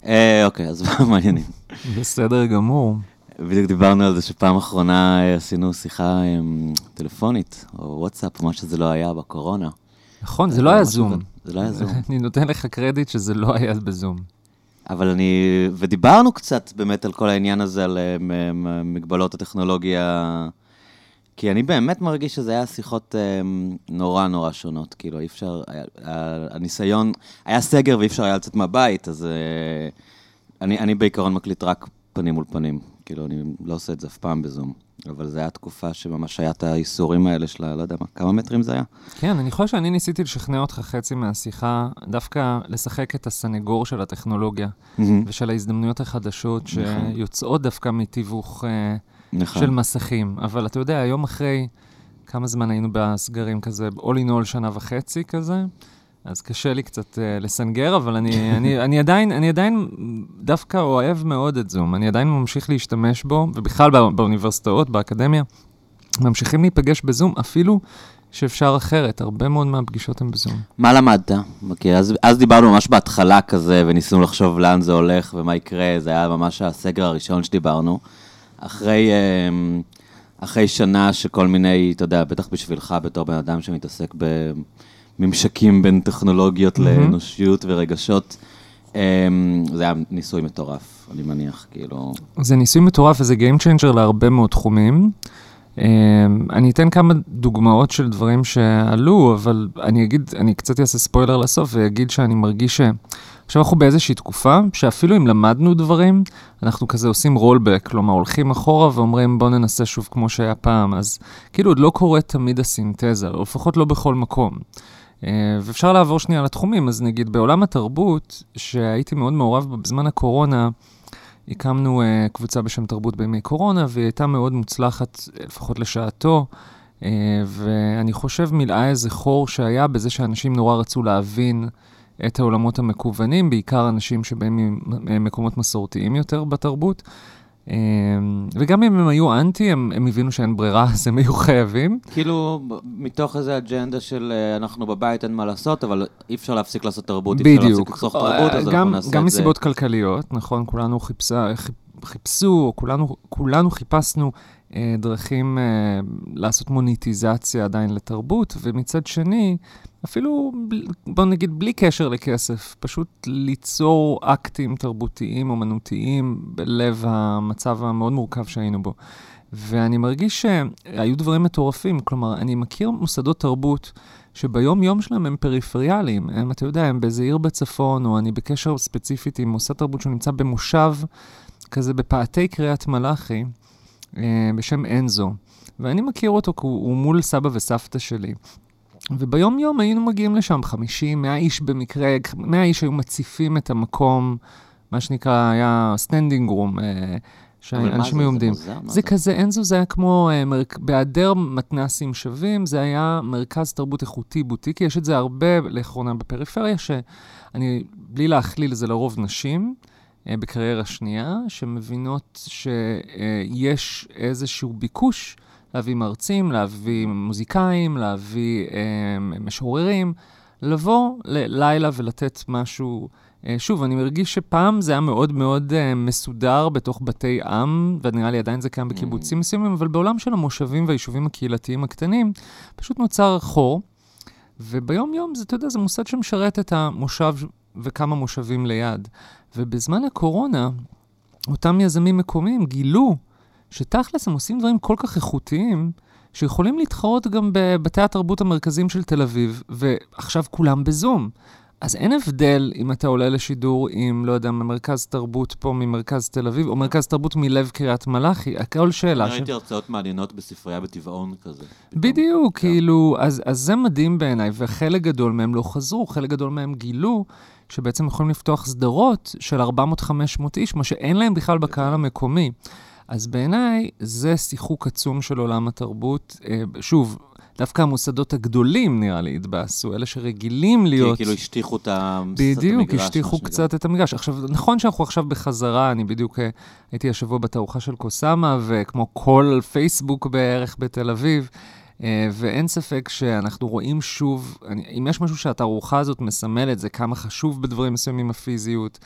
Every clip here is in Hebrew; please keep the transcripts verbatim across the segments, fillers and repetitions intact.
אוקיי, אז מה מעניינים? בסדר גמור. בדיוק דיברנו על זה שפעם אחרונה עשינו שיחה טלפונית, או וואטסאפ, מה שזה לא היה בקורונה. נכון, זה לא היה זום. זה לא היה זום. אני נותן לך קרדיט שזה לא היה בזום. אבל אני, ודיברנו קצת באמת על כל העניין הזה, על מגבלות הטכנולוגיה, כי אני באמת מרגיש שזה היה שיחות נורא נורא שונות, כאילו אי אפשר, הניסיון, היה סגר ואי אפשר היה לצאת מהבית, אז אני, אני בעיקרון מקליט רק פנים מול פנים, כאילו אני לא עושה את זה אף פעם בזום, אבל זה היה תקופה שממש היה את האיסורים האלה שלה, לא יודע מה, כמה מטרים זה היה? כן, אני חושב שאני ניסיתי לשכנע אותך חצי מהשיחה, דווקא לשחק את הסנגור של הטכנולוגיה, mm-hmm. ושל ההזדמנויות החדשות שיוצאות דווקא מתיווך נכון. של מסכים. אבל אתה יודע, היום אחרי כמה זמן היינו בסגרים כזה, all in all שנה וחצי כזה, אז קשה לי קצת uh, לסנגר, אבל אני, אני, אני, עדיין, אני עדיין דווקא אוהב מאוד את זום. אני עדיין ממשיך להשתמש בו, ובכלל בא, באוניברסיטאות, באקדמיה, ממשיכים להיפגש בזום, אפילו שאפשר אחרת. הרבה מאוד מהפגישות הן בזום. מה למדת? כי אז, אז דיברנו ממש בהתחלה כזה, וניסינו לחשוב לאן זה הולך ומה יקרה. זה היה ממש הסגר הראשון שדיברנו. אחרי, אחרי שנה שכל מיני, אתה יודע, בטח בשבילך, בתור בן אדם שמתעסק בממשקים בין טכנולוגיות mm-hmm. לאנושיות ורגשות, זה היה ניסוי מטורף, אני מניח, כאילו... זה ניסוי מטורף וזה game changer להרבה מאוד תחומים. אני אתן כמה דוגמאות של דברים שעלו, אבל אני אגיד, אני קצת אעשה ספוילר לסוף, ואגיד שאני מרגיש ש... עכשיו אנחנו באיזושהי תקופה, שאפילו אם למדנו דברים, אנחנו כזה עושים רולבק, כלומר הולכים אחורה ואומרים בוא ננסה שוב כמו שהיה פעם, אז כאילו עוד לא קורה תמיד הסינתזה, או לפחות לא בכל מקום. ואפשר לעבור שנייה לתחומים, אז נגיד בעולם התרבות, שהייתי מאוד מעורב בזמן הקורונה, הקמנו uh, קבוצה בשם תרבות בימי קורונה, והיא הייתה מאוד מוצלחת, לפחות לשעתו, uh, ואני חושב מילאה איזה חור שהיה בזה שאנשים נורא רצו להבין את העולמות המקוונים, בעיקר אנשים שבאים ממקומות מסורתיים יותר בתרבות, uh, וגם אם הם היו אנטי, הם, הם הבינו שאין ברירה, אז הם היו חייבים. כאילו, מתוך איזו אג'נדה של אנחנו בבית אין מה לעשות, אבל אי אפשר להפסיק לעשות תרבות, אי אפשר להפסיק לצרוך תרבות, אז גם, אנחנו נעשה את זה. גם מסיבות כלכליות, נכון, כולנו חיפשה, חיפ, חיפשו, כולנו, כולנו חיפשנו אה, דרכים אה, לעשות מוניטיזציה עדיין לתרבות, ומצד שני, אפילו, בוא נגיד, בלי קשר לכסף, פשוט ליצור אקטים תרבותיים, אומנותיים, בלב המצב המאוד מורכב שהיינו בו. ואני מרגיש שהיו דברים מטורפים, כלומר, אני מכיר מוסדות תרבות שביום יום שלהם הם פריפריאליים, הם, אתה יודע, הם באיזה עיר בצפון, או אני בקשר ספציפית עם מוסד תרבות שהוא נמצא במושב, כזה בפאתי קריית מלאכי, אה, בשם אנזו, ואני מכיר אותו כי הוא, הוא מול סבא וסבתא שלי. וביום יום היינו מגיעים לשם חמישים, מאה איש במקרה, מאה איש היו מציפים את המקום, מה שנקרא היה סטנדינג רום, אה, שאנשים היו עומדים. זה, זה, זה כזה, אנזו זה היה כמו, אה, מרק... בהיעדר מתנסים שווים, זה היה מרכז תרבות איכותי בוטיקי, יש את זה הרבה לאחרונה בפריפריה, שאני, בלי להכליל, זה לרוב נשים, אה, בקריירה שנייה, שמבינות שיש אה, איזשהו ביקוש, להביא מרצים, להביא מוזיקאים, להביא אה, משוררים, לבוא ללילה ולתת משהו. אה, שוב, אני מרגיש שפעם זה היה מאוד מאוד אה, מסודר בתוך בתי עם, ונראה לי עדיין זה קיים בקיבוצים מסוימים, אבל בעולם של המושבים והיישובים הקהילתיים הקטנים, פשוט נוצר חור, וביום יום זה, אתה יודע, זה מוסד שמשרת את המושב וכמה מושבים ליד. ובזמן הקורונה, אותם יזמים מקומיים גילו, שתכלס הם עושים דברים כל כך איכותיים, שיכולים להתחרות גם בבתי התרבות המרכזיים של תל אביב, ועכשיו כולם בזום. אז אין הבדל אם אתה עולה לשידור עם, לא יודע, ממרכז תרבות פה ממרכז תל אביב, או מרכז תרבות מלב קריית מלאכי, הכל שאלה. אני ראיתי הרצאות מעניינות בספרייה בטבעון כזה. בדיוק, כאילו, אז, אז זה מדהים בעיניי, וחלק גדול מהם לא חזרו, חלק גדול מהם גילו, שבעצם יכולים לפתוח סדרות של ארבע מאות חמש מאות איש, מה שאין להם בכלל בקהל המקומי. אז בעיניי זה שיחוק עצום של עולם התרבות. שוב, דווקא המוסדות הגדולים נראה לי התבאסו, אלה שרגילים להיות... כי כאילו השטיחו את המגרש. בדיוק, השטיחו קצת את המגרש. עכשיו, נכון שאנחנו עכשיו בחזרה, אני בדיוק הייתי השבוע בתערוכה של קוסאמה, וכמו כל פייסבוק בערך בתל אביב, ואין ספק שאנחנו רואים שוב, אם יש משהו שהתערוכה הזאת מסמלת, זה כמה חשוב בדברים מסוימים הפיזיות,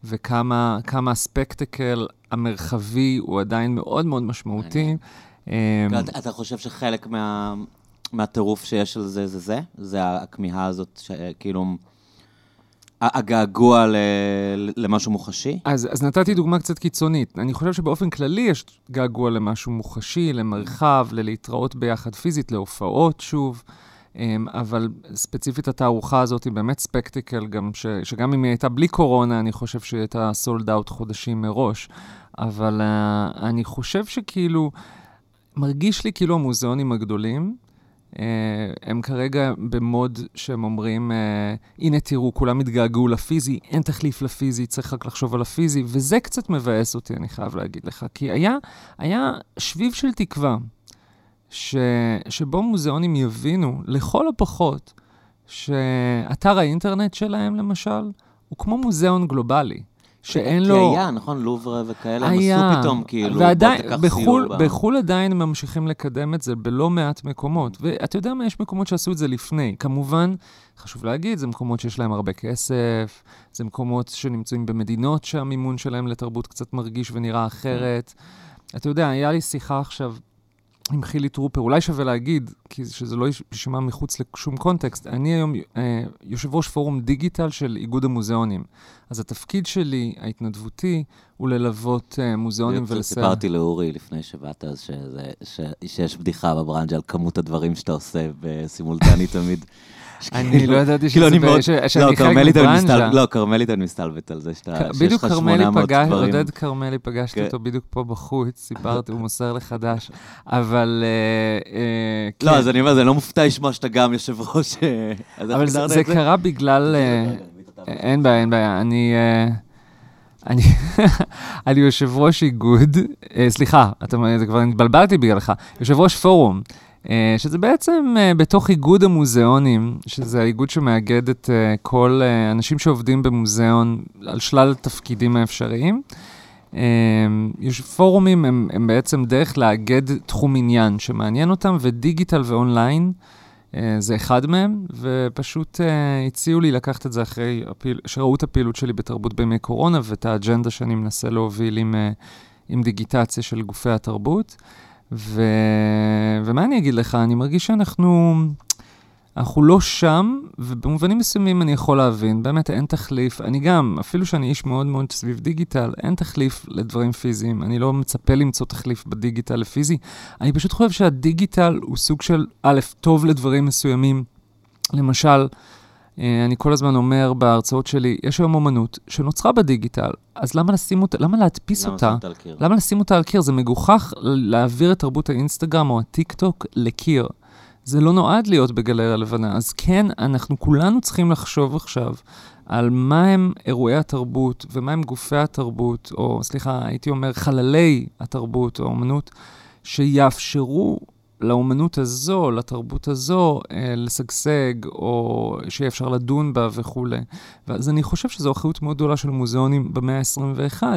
וכמה כמה הספקטקל המרחבי הוא עדיין מאוד מאוד משמעותי. אתה חושב שחלק מה... מהטירוף שיש על זה, זה זה? זה הכמיהה הזאת, כאילו, הגעגוע למשהו מוחשי? אז, אז נתתי דוגמה קצת קיצונית. אני חושב שבאופן כללי יש געגוע למשהו מוחשי, למרחב, ללהתראות ביחד פיזית, להופעות שוב, אבל ספציפית התערוכה הזאת היא באמת ספקטיקל, גם ש, שגם אם היא הייתה בלי קורונה, אני חושב שהיא הייתה סולד אאוט חודשים מראש, אבל uh, אני חושב שכאילו, מרגיש לי כאילו המוזיאונים הגדולים, הם כרגע במוד שהם אומרים, הנה תראו, כולם התגעגעו לפיזי, אין תחליף לפיזי, צריך רק לחשוב על הפיזי, וזה קצת מבאס אותי, אני חייב להגיד לך, כי היה, היה שביב של תקווה, ש, שבו מוזיאונים יבינו, לכל הפחות, שאתר האינטרנט שלהם, למשל, הוא כמו מוזיאון גלובלי. שאין לו... כי היה, נכון, לוברה וכאלה, הם עשו פתאום, כאילו, בוא תקח סיור. בחול עדיין הם ממשיכים לקדם את זה בלא מעט מקומות, ואתה יודע מה, יש מקומות שעשו את זה לפני. כמובן, חשוב להגיד, זה מקומות שיש להם הרבה כסף, זה מקומות שנמצאים במדינות שהמימון שלהם לתרבות קצת מרגיש ונראה אחרת. אתה יודע, היה לי שיחה עכשיו עם חילי טרופר, אולי שווה להגיד, כי שזה לא ישמע מחוץ לשום קונטקסט, אני היום אה, יושב ראש פורום דיגיטל של איגוד המוזיאונים. אז התפקיד שלי, ההתנדבותי, הוא ללוות אה, מוזיאונים ולסייע. סיפרתי לאורי לפני שבאת, אז שזה, ש, שיש בדיחה בברנג'ה על כמות הדברים שאתה עושה בסימולטני תמיד. אני לא ידעתי שאני חלק מברנג'ה. לא, קרמלית אני מסתלבט על זה, שיש לך שמונה מאות דברים. עודד קרמלי, פגשתי אותו בדיוק פה בחוץ, סיפרתי, הוא מוסר לחדש, אבל... לא, אז אני אומר, זה לא מופתע לשמוע שאתה גם יושב ראש... אבל זה קרה בגלל... אין בעיה, אין בעיה, אני... אני יושב ראש איגוד, סליחה, זה כבר התבלבלתי בגללך, יושב ראש פורום, שזה בעצם בתוך איגוד המוזיאונים, שזה האיגוד שמאגד את כל אנשים שעובדים במוזיאון על שלל תפקידים האפשריים. פורומים הם, הם בעצם דרך לאגד תחום עניין שמעניין אותם, ודיגיטל ואונליין זה אחד מהם, ופשוט הציעו לי לקחת את זה אחרי הפעיל, שראו את הפעילות שלי בתרבות בימי קורונה, ואת האג'נדה שאני מנסה להוביל עם, עם דיגיטציה של גופי התרבות. ו... ומה אני אגיד לך? אני מרגיש שאנחנו אנחנו לא שם, ובמובנים מסוימים אני יכול להבין, באמת אין תחליף, אני גם, אפילו שאני איש מאוד מאוד סביב דיגיטל, אין תחליף לדברים פיזיים, אני לא מצפה למצוא תחליף בדיגיטל לפיזי, אני פשוט חושב שהדיגיטל הוא סוג של, א', טוב לדברים מסוימים, למשל, אני כל הזמן אומר בהרצאות שלי, יש היום אומנות שנוצרה בדיגיטל, אז למה לשים אותה, למה להדפיס אותה? למה לשים אותה על קיר? זה מגוחך להעביר את תרבות האינסטגרם או הטיק טוק לקיר. זה לא נועד להיות בגלריה לבנה. אז כן, אנחנו כולנו צריכים לחשוב עכשיו על מה הם אירועי התרבות ומה הם גופי התרבות, או סליחה, הייתי אומר חללי התרבות או האומנות, שיאפשרו לאומנות הזו, לתרבות הזו, לשגשג, או שיהיה אפשר לדון בה וכו'. ואז אני חושב שזו אחריות מאוד גדולה של מוזיאונים במאה ה-עשרים ואחת,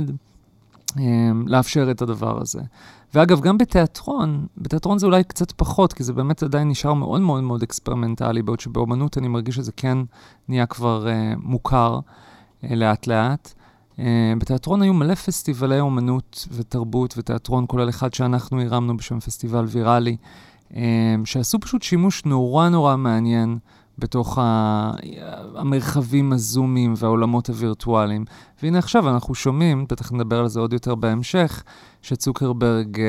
לאפשר את הדבר הזה. ואגב, גם בתיאטרון, בתיאטרון זה אולי קצת פחות, כי זה באמת עדיין נשאר מאוד מאוד מאוד אקספרימנטלי, בעוד שבאומנות אני מרגיש שזה כן נהיה כבר uh, מוכר uh, לאט לאט. Uh, בתיאטרון היו מלא פסטיבלי אומנות ותרבות ותיאטרון, כולל אחד שאנחנו הרמנו בשם פסטיבל ויראלי, uh, שעשו פשוט שימוש נורא נורא מעניין בתוך המרחבים הזומיים והעולמות הווירטואליים. והנה עכשיו אנחנו שומעים, בטח נדבר על זה עוד יותר בהמשך, שצוקרברג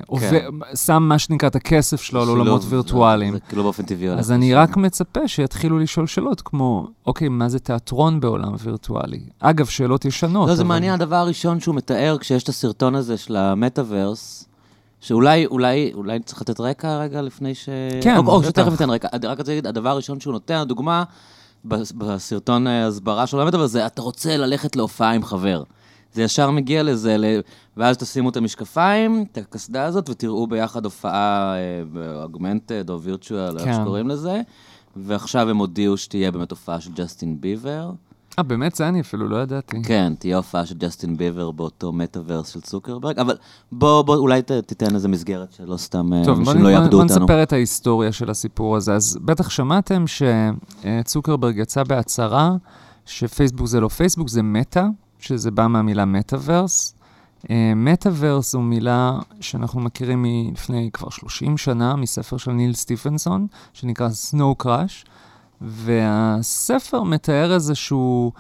שם מה שנקרא את הכסף שלו על עולמות וירטואליים. זה כאילו באופן טבעי. אז אני רק מצפה שיתחילו לשאול שאלות כמו, אוקיי, מה זה תיאטרון בעולם וירטואלי? אגב, שאלות ישנות. לא, זה מעניין, הדבר הראשון שהוא מתאר כשיש את הסרטון הזה של המטאברס, שאולי, אולי, אולי צריך לתת רקע רגע לפני ש... כן, או, או שתכף ניתן רקע. רק רוצה להגיד, הדבר הראשון שהוא נותן, הדוגמה, בסרטון הסברה שלו, אבל זה, אתה רוצה ללכת להופעה עם חבר. זה ישר מגיע לזה, ואז תשימו את המשקפיים, את הקסדה הזאת, ותראו ביחד הופעה אוגמנטד או וירטואל, איך שקוראים לזה, ועכשיו הם הודיעו שתהיה באמת הופעה של ג'סטין ביבר. אה, באמת זה אני אפילו לא ידעתי. כן, תהיה הופעה של ג'סטין ביבר באותו מטאברס של צוקרברג, אבל בוא, בוא, אולי תיתן איזה מסגרת שלא סתם אנשים לא יעבדו אותנו. טוב, בוא נספר את ההיסטוריה של הסיפור הזה. אז בטח שמעתם שצוקרברג יצא בהצהרה, שפייסבוק זה לא פייסבוק, זה מטא, שזה בא מהמילה מטאברס. מטאברס זו מילה שאנחנו מכירים מלפני כבר שלושים שנה, מספר של ניל סטיפנסון, שנקרא Snow Crash, והספר מתאר איזשהו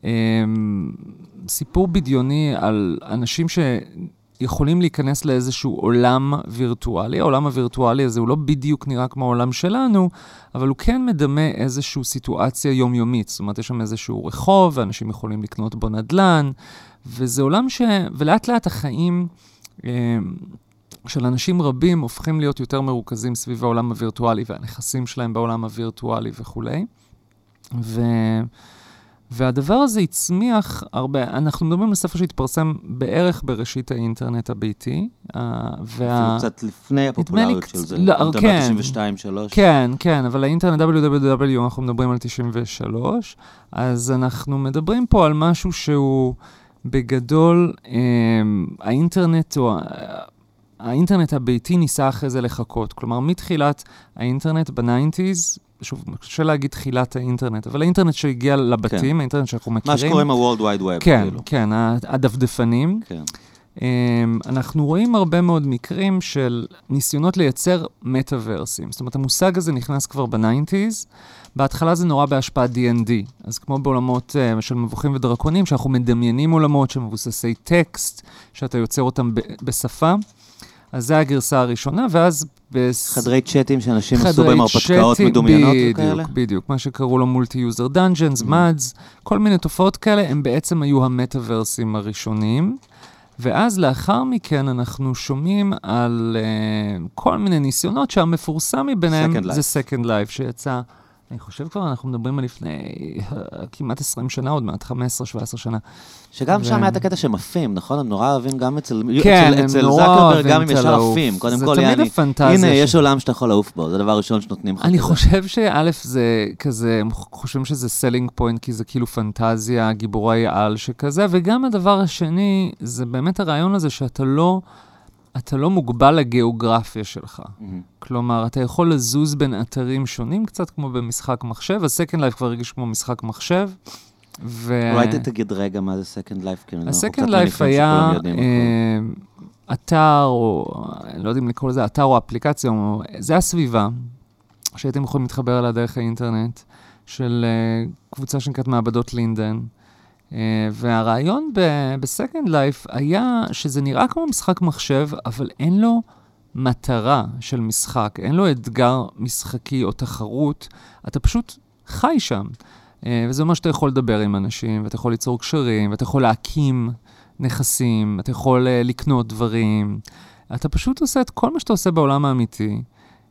סיפור בדיוני על אנשים שיכולים להיכנס לאיזשהו עולם וירטואלי. העולם הווירטואלי הזה הוא לא בדיוק נראה כמו העולם שלנו, אבל הוא כן מדמה איזושהי סיטואציה יומיומית. זאת אומרת, יש שם איזשהו רחוב, ואנשים יכולים לקנות בו נדל"ן, וזה עולם ש... ולאט לאט החיים של אנשים רבים הופכים להיות יותר מרוכזים סביב העולם הווירטואלי, והנכסים שלהם בעולם הווירטואלי וכו'. ו... והדבר הזה הצמיח הרבה, אנחנו מדברים על ספר שהתפרסם בערך בראשית האינטרנט הביתי. וה... קצת לפני הפופולריות של זה. לא, אינטרנט כן. תשעים ושתיים שלוש. כן, כן, אבל האינטרנט דאבליו דאבליו דאבליו, אנחנו מדברים על תשעים ושלוש, אז אנחנו מדברים פה על משהו שהוא בגדול, האינטרנט או... האינטרנט הביתי ניסה אחרי זה לחכות. כלומר, מתחילת האינטרנט בניינטיז, שוב, קשה להגיד תחילת האינטרנט, אבל האינטרנט שהגיע לבתים, כן. האינטרנט שאנחנו מכירים. מה שקוראים ה-World Wide Web. כן, כאילו. כן, הדפדפנים. כן. אנחנו רואים הרבה מאוד מקרים של ניסיונות לייצר מטאברסים. זאת אומרת, המושג הזה נכנס כבר בניינטיז, בהתחלה זה נורא בהשפעת די אנד די. אז כמו בעולמות uh, של מבוכים ודרקונים, שאנחנו מדמיינים עולמות שמבוססי טקסט, שאתה יוצר אותם ב- בשפה, אז זה הגרסה הראשונה, ואז... בס... חדרי צ'אטים שאנשים עשו בהם הרפתקאות מדומיינות וכאלה? בדיוק, בדיוק. מה שקראו לו מולטי-יוזר דאנג'נס, מאדס, כל מיני תופעות כאלה, הם בעצם היו המטאברסים הראשונים. ואז לאחר מכן אנחנו שומעים על uh, כל מיני ניסיונות שהמפורסם מביניהם זה Second Life, שיצא, אני חושב כבר אנחנו מדברים על לפני uh, כמעט עשרים שנה, עוד מעט חמש עשרה שבע עשרה שנה. שגם ו... שם היה את הקטע שמפים, נכון? הם נורא אוהבים גם אצל, כן, אצל, אצל זקרברג, גם אם ישר עפים. קודם כל, יעני, הנה, ש... יש עולם שאתה יכול לעוף בו, זה הדבר הראשון שנותנים לך. אני חושב שא' זה כזה, הם חושבים שזה סלינג פוינט, כי זה כאילו פנטזיה, גיבורי על שכזה, וגם הדבר השני, זה באמת הרעיון הזה שאתה לא, אתה לא מוגבל לגיאוגרפיה שלך. Mm-hmm. כלומר, אתה יכול לזוז בין אתרים שונים, קצת כמו במשחק מחשב, אז Second Life כבר הרגיש כמו משחק מחשב, ו... אולי תגיד רגע מה זה Second Life, ה-Second Life היה אתר, או לא יודעים לקרוא לזה, אתר או אפליקציה, זה הסביבה שהייתם יכולים להתחבר עליה דרך האינטרנט, של קבוצה שנקראת מעבדות לינדן, והרעיון ב-Second Life היה שזה נראה כמו משחק מחשב, אבל אין לו מטרה של משחק, אין לו אתגר משחקי או תחרות, אתה פשוט חי שם. וזה אומר שאתה יכול לדבר עם אנשים, ואתה יכול ליצור קשרים, ואתה יכול להקים נכסים, אתה יכול לקנות דברים. אתה פשוט עושה את כל מה שאתה עושה בעולם האמיתי,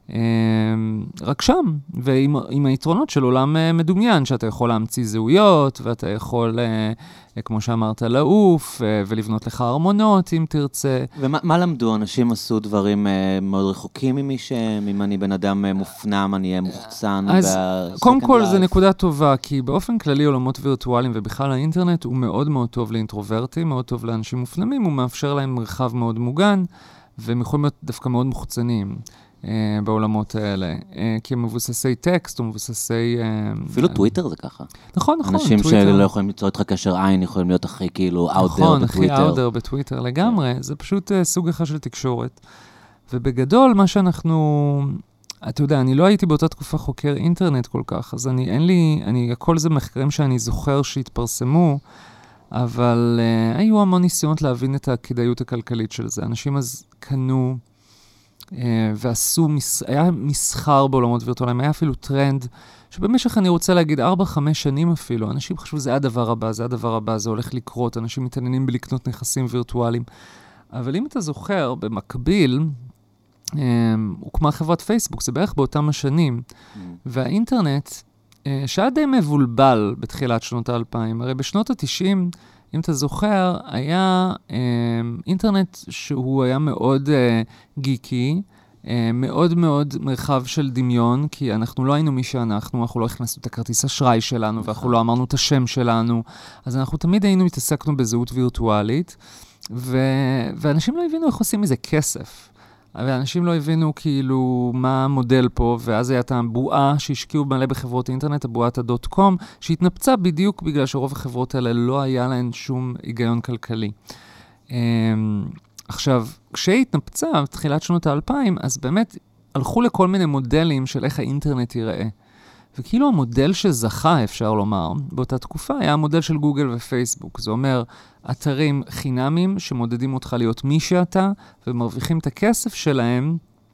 רק שם, ועם עם היתרונות של עולם מדומיין, שאתה יכול להמציא זהויות, ואתה יכול, כמו שאמרת, לעוף, ולבנות לך ארמונות, אם תרצה. ומה מה למדו? אנשים עשו דברים מאוד רחוקים ממי שהם, אם אני בן אדם מופנם, אני אהיה מוחצן. אז קודם כל, זו נקודה טובה, כי באופן כללי עולמות וירטואליים, ובכלל האינטרנט, הוא מאוד מאוד טוב לאינטרוברטים, מאוד טוב לאנשים מופנמים, הוא מאפשר להם מרחב מאוד מוגן, והם יכולים להיות דווקא מאוד מוחצנים. בעולמות האלה, כי הם מבוססי טקסט או מבוססי... אפילו טוויטר זה ככה. נכון, נכון. אנשים שלא יכולים ליצור איתך קשר עין, יכולים להיות הכי כאילו out there בטוויטר. נכון, הכי out there בטוויטר לגמרי. זה פשוט סוג אחד של תקשורת. ובגדול, מה שאנחנו... אתה יודע, אני לא הייתי באותה תקופה חוקר אינטרנט כל כך, אז אני, אין לי... אני, הכל זה מחקרים שאני זוכר שהתפרסמו, אבל uh, היו המון ניסיונות להבין את הכדאיות הכלכלית של זה. אנשים אז קנו... Uh, ועשו, מס... היה מסחר בעולמות וירטואליים, היה אפילו טרנד, שבמשך אני רוצה להגיד ארבע חמש שנים אפילו, אנשים חשבו זה הדבר הבא, זה הדבר הבא, זה הולך לקרות, אנשים מתעניינים בלקנות נכסים וירטואליים. אבל אם אתה זוכר, במקביל, um, הוקמה חברת פייסבוק, זה בערך באותם השנים, mm. והאינטרנט, uh, שהיה די מבולבל בתחילת שנות האלפיים, הרי בשנות ה-תשעים, אם אתה זוכר, היה אה, אינטרנט שהוא היה מאוד אה, גיקי, אה, מאוד מאוד מרחב של דמיון, כי אנחנו לא היינו מי שאנחנו, אנחנו לא הכנסנו את הכרטיס אשראי שלנו, ואנחנו לא אמרנו את השם שלנו, אז אנחנו תמיד היינו התעסקנו בזהות וירטואלית, ו- ואנשים לא הבינו איך עושים מזה כסף. ואנשים לא הבינו כאילו מה המודל פה, ואז הייתה הבועה שהשקיעו מלא בחברות אינטרנט, הבועת הדוט קום, שהתנפצה בדיוק בגלל שרוב החברות האלה לא היה להן שום היגיון כלכלי. עכשיו, כשהיא התנפצה, בתחילת שנות האלפיים, אז באמת הלכו לכל מיני מודלים של איך האינטרנט ייראה. וכאילו המודל שזכה, אפשר לומר, באותה תקופה היה המודל של גוגל ופייסבוק. זה אומר, אתרים חינמים שמודדים אותך להיות מי שאתה, ומרוויחים את הכסף שלהם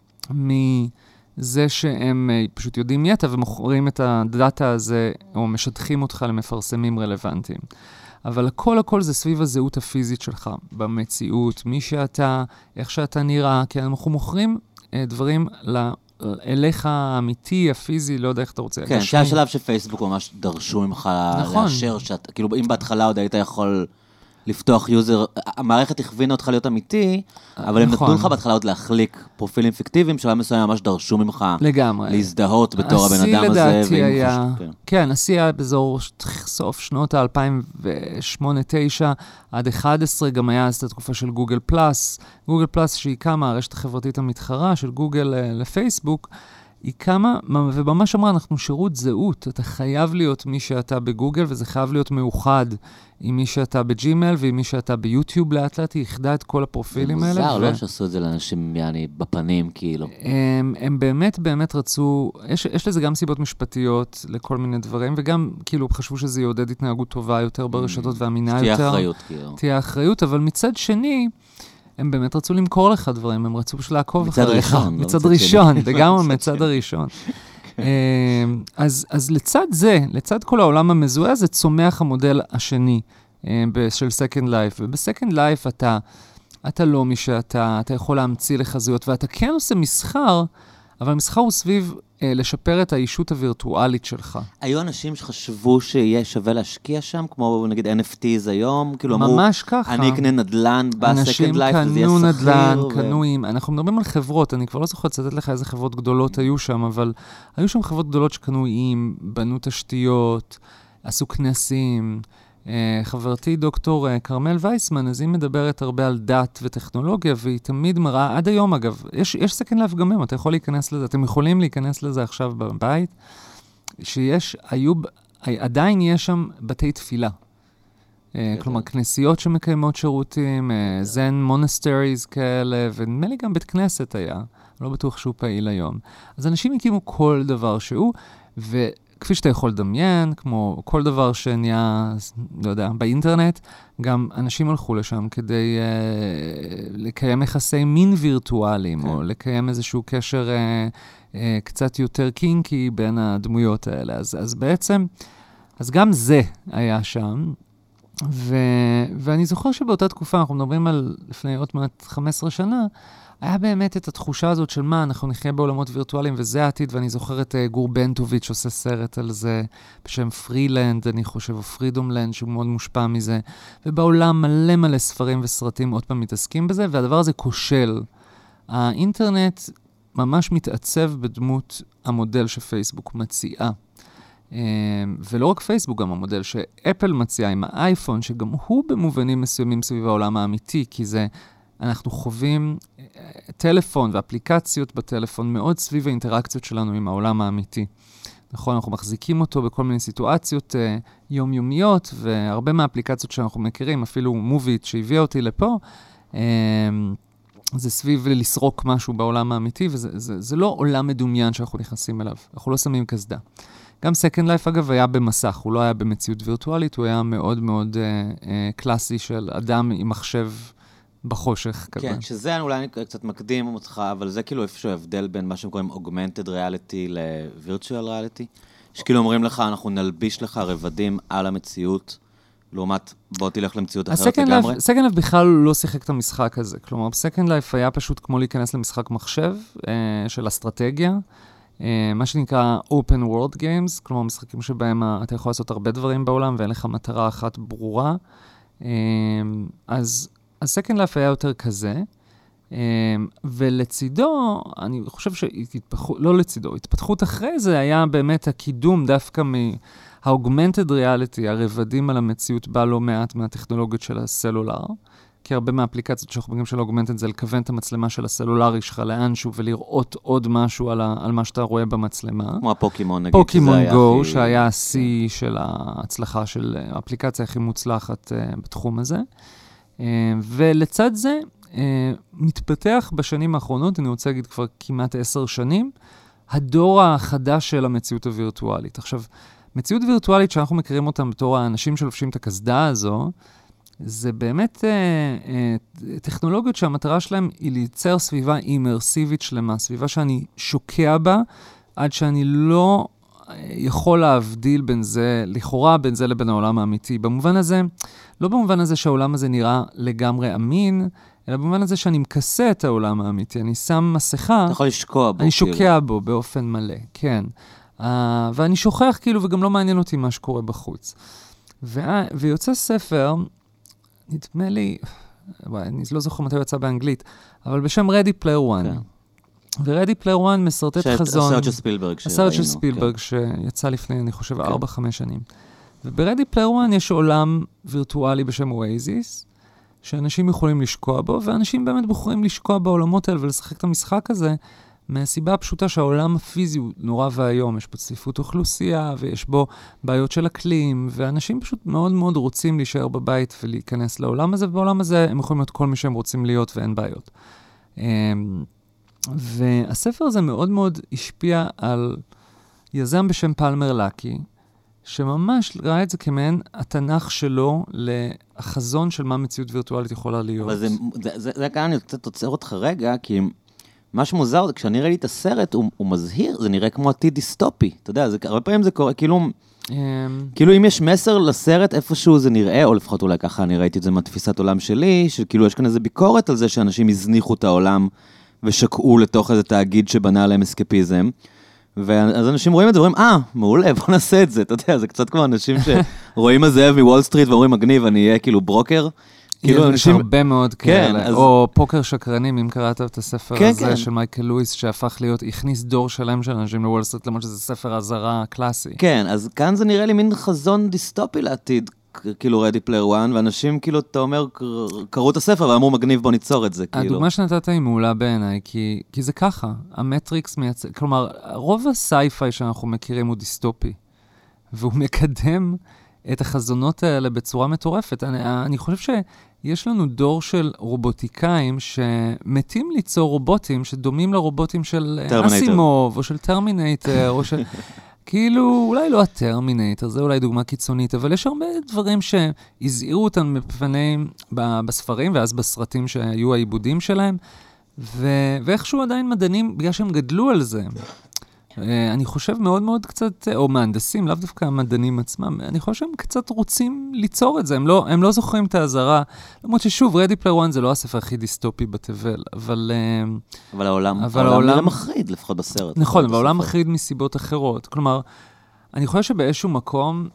מזה שהם פשוט יודעים מי אתה, ומוכרים את הדאטה הזה, או משטחים אותך למפרסמים רלוונטיים. אבל הכל הכל זה סביב הזהות הפיזית שלך, במציאות, מי שאתה, איך שאתה נראה, כי אנחנו מוכרים דברים ל... אליך האמיתי, הפיזי, לא יודע איך אתה רוצה. כן, שהיה שלב שפייסבוק ממש דרשו ממך לאשר, כאילו אם בהתחלה עוד היית יכול לפתוח יוזר, המערכת הכווינה אותך להיות אמיתי, אבל הם נתנו לך בהתחלה עוד להחליק פרופילים פיקטיביים, שלב מסוים ממש דרשו ממך להזדהות בתור הבן אדם הזה. השיא לדעתי היה, כן, השיא היה באזור סוף שנות ה-אלפיים ושמונה תשע עד אחת עשרה, גם היה אז את התקופה של גוגל פלאס, גוגל פלאס שהיא קמה, הרשת החברתית המתחרה של גוגל לפייסבוק, היא קמה, וממש אמרה, אנחנו שירות זהות, אתה חייב להיות מי שאתה בגוגל, וזה חייב להיות מאוחד עם מי שאתה בג'ימל, ועם מי שאתה ביוטיוב לאט לאט, היא יחדה את כל הפרופילים האלה. זה מוזר, לא שעשו את זה לאנשים, יעני, בפנים, כאילו. הם, הם באמת, באמת רצו, יש, יש לזה גם סיבות משפטיות לכל מיני דברים, וגם, כאילו, חשבו שזה יעודד התנהגות טובה יותר ברשתות, ואמינה יותר. תהיה אחריות, כאילו. תהיה אחריות, אבל מצד שני, הם באמת רצו למכור לך דברים, הם רצו פשוט לעקוב אחריך. ראשון, מצד ראשון, וגם מצד הראשון. אז, אז לצד זה, לצד כל העולם המזוהה, זה צומח המודל השני של Second Life. וב-Second Life אתה, אתה לא מי שאתה, אתה יכול להמציא לך זהויות, ואתה כן עושה מסחר, אבל המסחר הוא סביב אה, לשפר את האישות הווירטואלית שלך. היו אנשים שחשבו שיהיה שווה להשקיע שם, כמו נגיד אן אף טיז היום, כאילו ממש אמרו, ככה. אני אקנה נדלן ב-Second Life, וזה יהיה אנשים קנו שכיר. נדלן, ו... קנו עם, אנחנו מדברים על חברות, אני כבר לא זוכר לצטט לך איזה חברות גדולות היו שם, אבל היו שם חברות גדולות שקנו עם, בנו תשתיות, עשו כנסים, חברתי דוקטור קרמל וייסמן, אז היא מדברת הרבה על דת וטכנולוגיה, והיא תמיד מראה, עד היום אגב, יש, יש סקנד לייף גם היום, אתה יכול להיכנס לזה, אתם יכולים להיכנס לזה עכשיו בבית, שיש, היו, עדיין יש שם בתי תפילה. כלומר, כנסיות שמקיימות שירותים, זן מונסטריז כאלה, ונדמה לי גם בית כנסת היה, לא בטוח שהוא פעיל היום. אז אנשים הקימו כל דבר שהוא, ו... כפי שאתה יכול לדמיין, כמו כל דבר שנהיה, לא יודע, באינטרנט, גם אנשים הלכו לשם כדי uh, לקיים יחסי מין וירטואליים, כן. או לקיים איזשהו קשר uh, uh, קצת יותר קינקי בין הדמויות האלה. אז, אז בעצם, אז גם זה היה שם, ו, ואני זוכר שבאותה תקופה, אנחנו מדברים על לפני עוד מעט חמש עשרה שנה, היה באמת את התחושה הזאת של מה, אנחנו נחיה בעולמות וירטואליים, וזה העתיד, ואני זוכר את uh, גור בנטוביץ' עושה סרט על זה, בשם פרילנד, אני חושב, או פרידומלנד, שהוא מאוד מושפע מזה, ובעולם מלא מלא ספרים וסרטים עוד פעם מתעסקים בזה, והדבר הזה כושל. האינטרנט ממש מתעצב בדמות המודל שפייסבוק מציעה. Um, ולא רק פייסבוק, גם המודל שאפל מציעה עם האייפון, שגם הוא במובנים מסוימים סביב העולם האמיתי, כי זה... אנחנו חווים טלפון ואפליקציות בטלפון מאוד סביב האינטראקציות שלנו עם העולם האמיתי. נכון, אנחנו מחזיקים אותו בכל מיני סיטואציות uh, יומיומיות, והרבה מהאפליקציות שאנחנו מכירים, אפילו מובית שהביאה אותי לפה, um, זה סביב לסרוק משהו בעולם האמיתי, וזה זה, זה לא עולם מדומיין שאנחנו נכנסים אליו. אנחנו לא שמים כסדה. גם Second Life, אגב, היה במסך, הוא לא היה במציאות וירטואלית, הוא היה מאוד מאוד uh, uh, קלאסי של אדם עם מחשב בחושך כזה. כן, שזה אולי אני קצת מקדים אותך, אבל זה כאילו איפשהו הבדל בין מה שהם קוראים Augmented Reality ל-Virtual Reality, שכאילו אומרים לך, אנחנו נלביש לך רבדים על המציאות, לעומת בוא תלך למציאות אחרת לגמרי. Second Life בכלל לא שיחק את המשחק הזה, כלומר, Second Life היה פשוט כמו להיכנס למשחק מחשב אה, של אסטרטגיה, אה, מה שנקרא Open World Games, כלומר, משחקים שבהם אתה יכול לעשות הרבה דברים בעולם, ואין לך מטרה אחת ברורה. אה, אז... אז Second Life היה יותר כזה, ולצידו, אני חושב שהתפתחות, לא לצידו, התפתחות אחרי זה היה באמת הקידום דווקא מה-Augmented Reality, הרבדים על המציאות בא לא מעט מהטכנולוגיות של הסלולר, כי הרבה מהאפליקציות שאנחנו בגלל של אוגמנטד זה לכוון את המצלמה של הסלולרי שלך לאנשהו, ולראות עוד משהו על, ה, על מה שאתה רואה במצלמה. כמו הפוקימון, נגיד. פוקימון גו, הכי... שהיה השיא של ההצלחה של האפליקציה הכי מוצלחת uh, בתחום הזה. Uh, ולצד זה, uh, מתפתח בשנים האחרונות, אני רוצה להגיד כבר כמעט עשר שנים, הדור החדש של המציאות הווירטואלית. עכשיו, מציאות וירטואלית שאנחנו מכירים אותם בתור האנשים שלובשים את הכסדה הזו, זה באמת אה, אה, טכנולוגיות שהמטרה שלהם היא לייצר סביבה אימרסיבית שלמה, סביבה שאני שוקע בה, עד שאני לא יכול להבדיל בין זה, לכאורה בין זה לבין העולם האמיתי. במובן הזה, לא במובן הזה שהעולם הזה נראה לגמרי אמין, אלא במובן הזה שאני מכסה את העולם האמיתי. אני שם מסכה, אתה יכול לשקוע בו. אני שוקע בו באופן מלא, כן. Uh, ואני שוכח כאילו, וגם לא מעניין אותי מה שקורה בחוץ. ו- ויוצא ספר, נדמה לי, וואי, אני לא זוכר מתי הוא יצא באנגלית, אבל בשם Ready Player One. כן. ו-Ready Player One מסרטט שאת, חזון. הסרט של ספילברג. הסרט של ספילברג, כן. שיצא לפני, אני חושב, ארבע, חמש שנים. וב-Ready Player One יש עולם וירטואלי בשם Oasis, שאנשים יכולים לשקוע בו, ואנשים באמת בוחרים לשקוע בעולמות האלה ולשחק את המשחק הזה, מהסיבה הפשוטה שהעולם הפיזי הוא נורא והיום, יש פה צפיפות אוכלוסייה, ויש בו בעיות של אקלים, ואנשים פשוט מאוד מאוד רוצים להישאר בבית ולהיכנס לעולם הזה, ובעולם הזה הם יכולים להיות כל מי שהם רוצים להיות, ואין בעיות. והספר הזה מאוד מאוד השפיע על יזם בשם פלמר לקי, שממש ראה את זה כמעין התנ"ך שלו לחזון של מה מציאות וירטואלית יכולה להיות. אבל זה, זה, זה, זה כאן אני קצת עוצר אותך רגע, כי מה שמוזר זה, כשאני ראיתי את הסרט, הוא, הוא מזהיר, זה נראה כמו עתיד דיסטופי. אתה יודע, זה, הרבה פעמים זה קורה, כאילו, כאילו אם יש מסר לסרט, איפשהו זה נראה, או לפחות אולי ככה, אני ראיתי את זה מהתפיסת עולם שלי, שכאילו יש כאן איזו ביקורת על זה שאנשים הזניחו את העולם, ושקעו לתוך איזה תאגיד שבנה עליהם אסקפיזם. ואז אנשים רואים את זה, ואומרים, אה, מעולה, בוא נעשה את זה. אתה יודע, זה קצת כמו אנשים שרואים הזאב מוול סטריט, ואומרים, מגניב, אני אהיה כאילו ברוקר. יש הרבה מאוד כאלה, או פוקר שקרנים, אם קראת את הספר הזה של מייקל לואיס, שהפך להיות, הכניס דור שלם של אנשים לוול סטריט, למרות שזה ספר הזרה קלאסי. כן, אז כאן זה נראה לי מין חזון דיסטופי לעתיד, כאילו Ready Player One, ואנשים כאילו, אתה אומר, קראו את הספר ואמרו, מגניב, בוא ניצור את זה, כאילו. הדוגמה שנתת היא מעולה בעיניי, כי, כי זה ככה, המטריקס מייצר, כלומר, רוב הסייפיי שאנחנו מכירים הוא דיסטופי, והוא מקדם את החזונות האלה בצורה מטורפת. אני, אני חושב שיש לנו דור של רובוטיקאים שמתים ליצור רובוטים שדומים לרובוטים של אסימוב, או של טרמינטור, או של... כאילו, אולי לא הטרמינטור, זה אולי דוגמה קיצונית, אבל יש הרבה דברים שהזהירו אותם בפנים בספרים, ואז בסרטים שהיו העיבודים שלהם, ו- ואיכשהו עדיין מדענים, בגלל שהם גדלו על זה. אני חושב מאוד מאוד קצת, או מהנדסים, לאו דווקא המדענים עצמם, אני חושב שהם קצת רוצים ליצור את זה, הם לא, הם לא זוכרים את ההזרה, למרות ששוב, Ready Player One זה לא הספר הכי דיסטופי בתבל, אבל... אבל העולם, אבל העולם נראה מחריד, לפחות בסרט. נכון, אבל העולם מחריד מסיבות אחרות. כלומר, אני חושב שבאיזשהו מקום,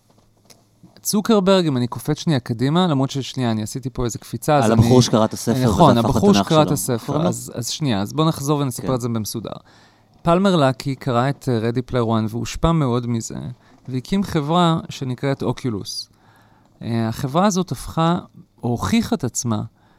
צוקרברג, אם אני קופץ שנייה קדימה, למרות ששנייה, אני עשיתי פה איזה קפיצה, על הבחור שקרא את הספר, נכון, הבחור שקרא את הספר, אז שנייה, אז בואו נחזור ונספר את זה במסודר. פלמר לקי קרא את Ready Player One והושפע מאוד מזה, והקים חברה שנקראת אוקיולוס. החברה הזאת הפכה, או הוכיחה את עצמה,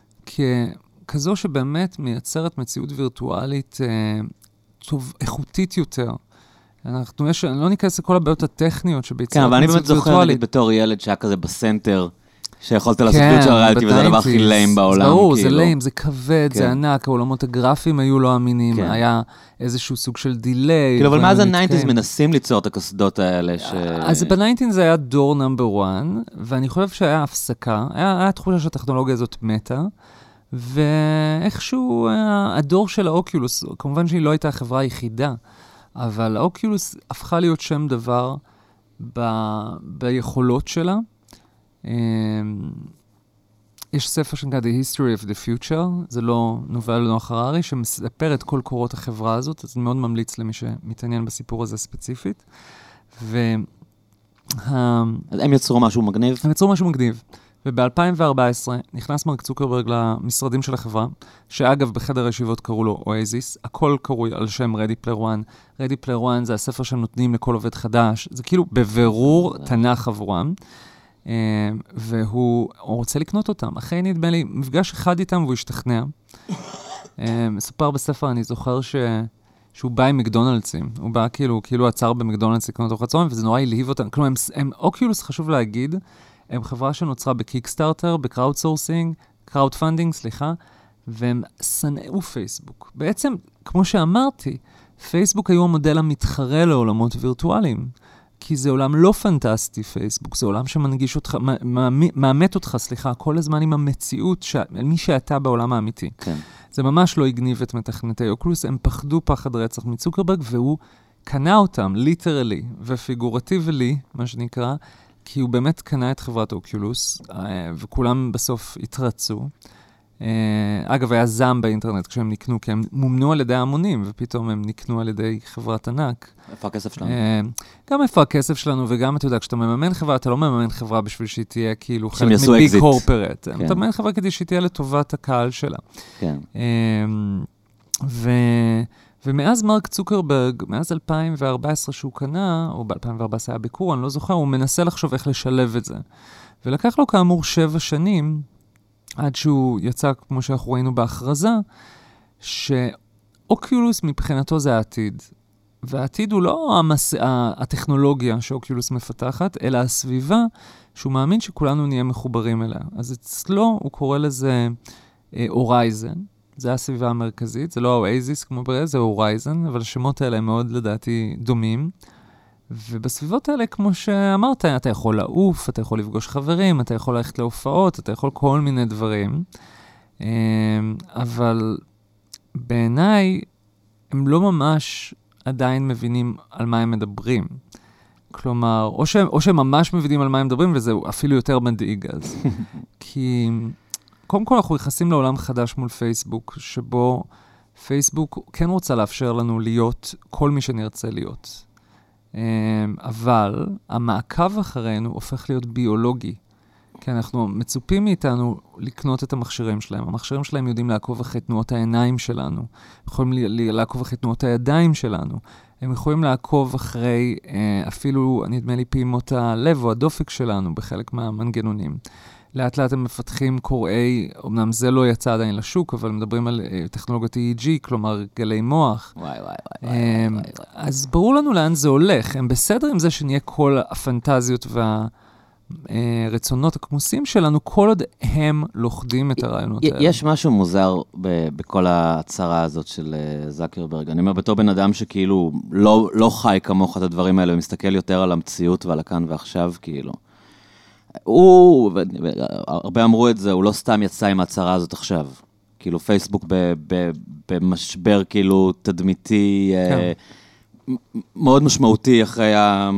ככזו שבאמת מייצרת מציאות וירטואלית טוב, איכותית יותר. אנחנו יש, אני לא ניכנס לכל הבעיות הטכניות שביצירת מציאות וירטואלית. כן, אבל אני באמת זוכר, נגיד, בתור ילד שהיה כזה בסנטר, שיכולת לעשות פיוטר ריאליטי, וזה הדבר הכי ליים בעולם. ברור, זה ליים, זה כבד, זה ענק, העולמות הגרפיים היו לא אמינים, היה איזשהו סוג של דיליי. כאילו, אבל מאז ה-תשעים מנסים ליצור את הכסדות האלה ש... אז ב-תשעים זה היה דור נאמבר אחת, ואני חושב שהיה הפסקה, היה תחושה שהטכנולוגיה הזאת מתה, ואיכשהו הדור של האוקיולוס, כמובן שהיא לא הייתה החברה היחידה, אבל האוקיולוס הפכה להיות שם דבר ביכולות שלה, יש ספר שנקרא The History of the Future, זה לא נובל נוח הררי, שמספר את כל קורות החברה הזאת, אז אני מאוד ממליץ למי שמתעניין בסיפור הזה ספציפית. ו... אז הם יצרו משהו מגניב? הם יצרו משהו מגניב. וב-אלפיים וארבע עשרה נכנס מרק צוקרברג למשרדים של החברה, שאגב בחדר הישיבות קראו לו Oasis, הכל קרוי על שם Ready Player One. Ready Player One זה הספר שהם נותנים לכל עובד חדש, זה כאילו בבירור תנ"ך עבורם. והוא רוצה לקנות אותם. אחרי נדמה לי, מפגש אחד איתם והוא השתכנע. מסופר בספר, אני זוכר ש... שהוא בא עם מקדונלדסים. הוא בא כאילו, כאילו עצר במקדונלדס לקנות אוכל צהריים, וזה נורא הלהיב אותם. כלומר, הם, הם אוקיולוס, חשוב להגיד, הם חברה שנוצרה בקיקסטארטר, בקראוד סורסינג, קראוד פנדינג, סליחה, והם שנאו פייסבוק. בעצם, כמו שאמרתי, פייסבוק היו המודל המתחרה לעולמות וירטואליים. כי זה עולם לא פנטסטי, פייסבוק, זה עולם שמנגיש אותך, מאמת אותך, סליחה, כל הזמן עם המציאות, ש... מי שאתה בעולם האמיתי. כן. זה ממש לא הגניב את מתכנתי אוקולוס, הם פחדו פחד רצח מצוקרברג, והוא קנה אותם, ליטרלי ופיגורטיבלי, מה שנקרא, כי הוא באמת קנה את חברת אוקולוס, וכולם בסוף התרצו. אגב, היה זעם באינטרנט כשהם נקנו, כי הם מומנו על ידי המונים, ופתאום הם נקנו על ידי חברת ענק. איפה הכסף שלנו? גם איפה הכסף שלנו, וגם, אתה יודע, כשאתה מממן חברה, אתה לא מממן חברה בשביל שהיא תהיה כאילו חלק מביג קורפרט. אתה מממן חברה כדי שהיא תהיה לטובת הקהל שלה. כן. ומאז מרק צוקרברג, מאז אלפיים וארבע עשרה שהוא קנה, או ב-אלפיים וארבע עשרה היה ביקור, אני לא זוכר, הוא מנסה לחשוב איך לשלב את זה. ולקח לו כאמור שבע שנים, עד שהוא יצא, כמו שאנחנו ראינו בהכרזה, שאוקיולוס מבחינתו זה העתיד. והעתיד הוא לא המס... הטכנולוגיה שאוקיולוס מפתחת, אלא הסביבה שהוא מאמין שכולנו נהיה מחוברים אליה. אז אצלו הוא קורא לזה הורייזן, זה הסביבה המרכזית, זה לא האוייזיס כמו ברז, זה הורייזן, אבל השמות האלה הם מאוד לדעתי דומים. ובסביבות האלה, כמו שאמרת, אתה יכול לעוף, אתה יכול לפגוש חברים, אתה יכול ללכת להופעות, אתה יכול כל מיני דברים. אבל בעיניי, הם לא ממש עדיין מבינים על מה הם מדברים. כלומר, או שהם, או שהם ממש מבינים על מה הם מדברים, וזה אפילו יותר מדאיג אז. כי קודם כל אנחנו נכנסים לעולם חדש מול פייסבוק, שבו פייסבוק כן רוצה לאפשר לנו להיות כל מי שנרצה להיות. אבל המעקב אחרינו הופך להיות ביולוגי, כי אנחנו מצופים מאיתנו לקנות את המכשירים שלהם. המכשירים שלהם יודעים לעקוב אחרי תנועות העיניים שלנו, יכולים לעקוב אחרי תנועות הידיים שלנו, הם יכולים לעקוב אחרי אפילו, נדמה לי, פעימות הלב או הדופק שלנו בחלק מהמנגנונים. לאט לאט הם מפתחים קוראי, אמנם זה לא יצא עדיין לשוק, אבל מדברים על טכנולוגיית E E G, כלומר גלי מוח. וואי, וואי, וואי, וואי. אז ברור לנו לאן זה הולך. הם בסדר עם זה שנהיה כל הפנטזיות והרצונות הכמוסים שלנו, כל עוד הם לוכדים את הרעיונות האלה. יש משהו מוזר בכל ההצהרה הזאת של זקרברג. אני אומר, בתור בן אדם שכאילו לא חי כמוך את הדברים האלה, ומסתכל יותר על המציאות ועל הכאן ועכשיו, כאילו. הוא, הרבה אמרו את זה, הוא לא סתם יצא עם ההצהרה הזאת עכשיו. כאילו, פייסבוק במשבר כאילו תדמיתי מאוד משמעותי אחרי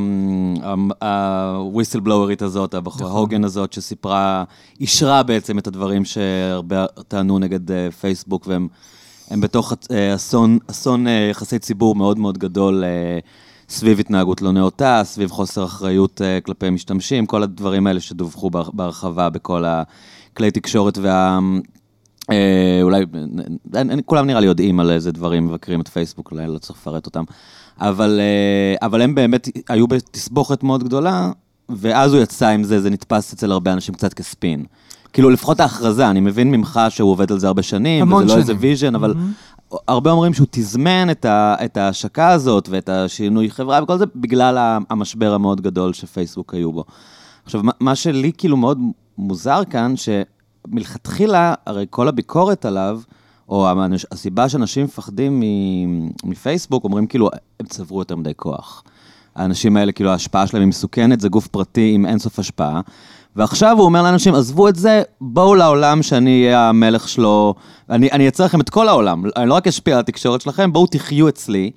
ה-whistleblowerית הזאת, ההוגן הזאת שסיפרה, אישרה בעצם את הדברים שהרבה טענו נגד פייסבוק, והם בתוך אסון יחסי ציבור מאוד מאוד גדול, סביב התנהגות לא נאותה, סביב חוסר אחריות uh, כלפי משתמשים, כל הדברים האלה שדווחו בהרחבה בכל הכלי תקשורת וה... Uh, אולי, אני, כולם נראה לי יודעים על איזה דברים מבקרים את פייסבוק, אולי לא צריך לפרט אותם, אבל, uh, אבל הם באמת היו בתסבוכת מאוד גדולה, ואז הוא יצא עם זה, זה נתפס אצל הרבה אנשים קצת כספין. כאילו לפחות ההכרזה, אני מבין ממך שהוא עובד על זה הרבה שנים, וזה לא איזה ויז'ן, אבל... Mm-hmm. הרבה אומרים שהוא תזמן את, ה, את ההשקה הזאת ואת השינוי חברה וכל זה, בגלל המשבר המאוד גדול שפייסבוק היו בו. עכשיו, מה שלי כאילו מאוד מוזר כאן, שמלכתחילה, הרי כל הביקורת עליו, או הסיבה שאנשים מפחדים מפייסבוק, אומרים כאילו, הם צברו יותר מדי כוח. האנשים האלה, כאילו, ההשפעה שלהם היא מסוכנת, זה גוף פרטי עם אינסוף השפעה, ועכשיו הוא אומר לאנשים, עזבו את זה, בואו לעולם שאני אהיה המלך שלו, אני, אני אצא לכם את כל העולם, אני לא רק אשפיע על התקשורת שלכם, בואו תחיו אצלי,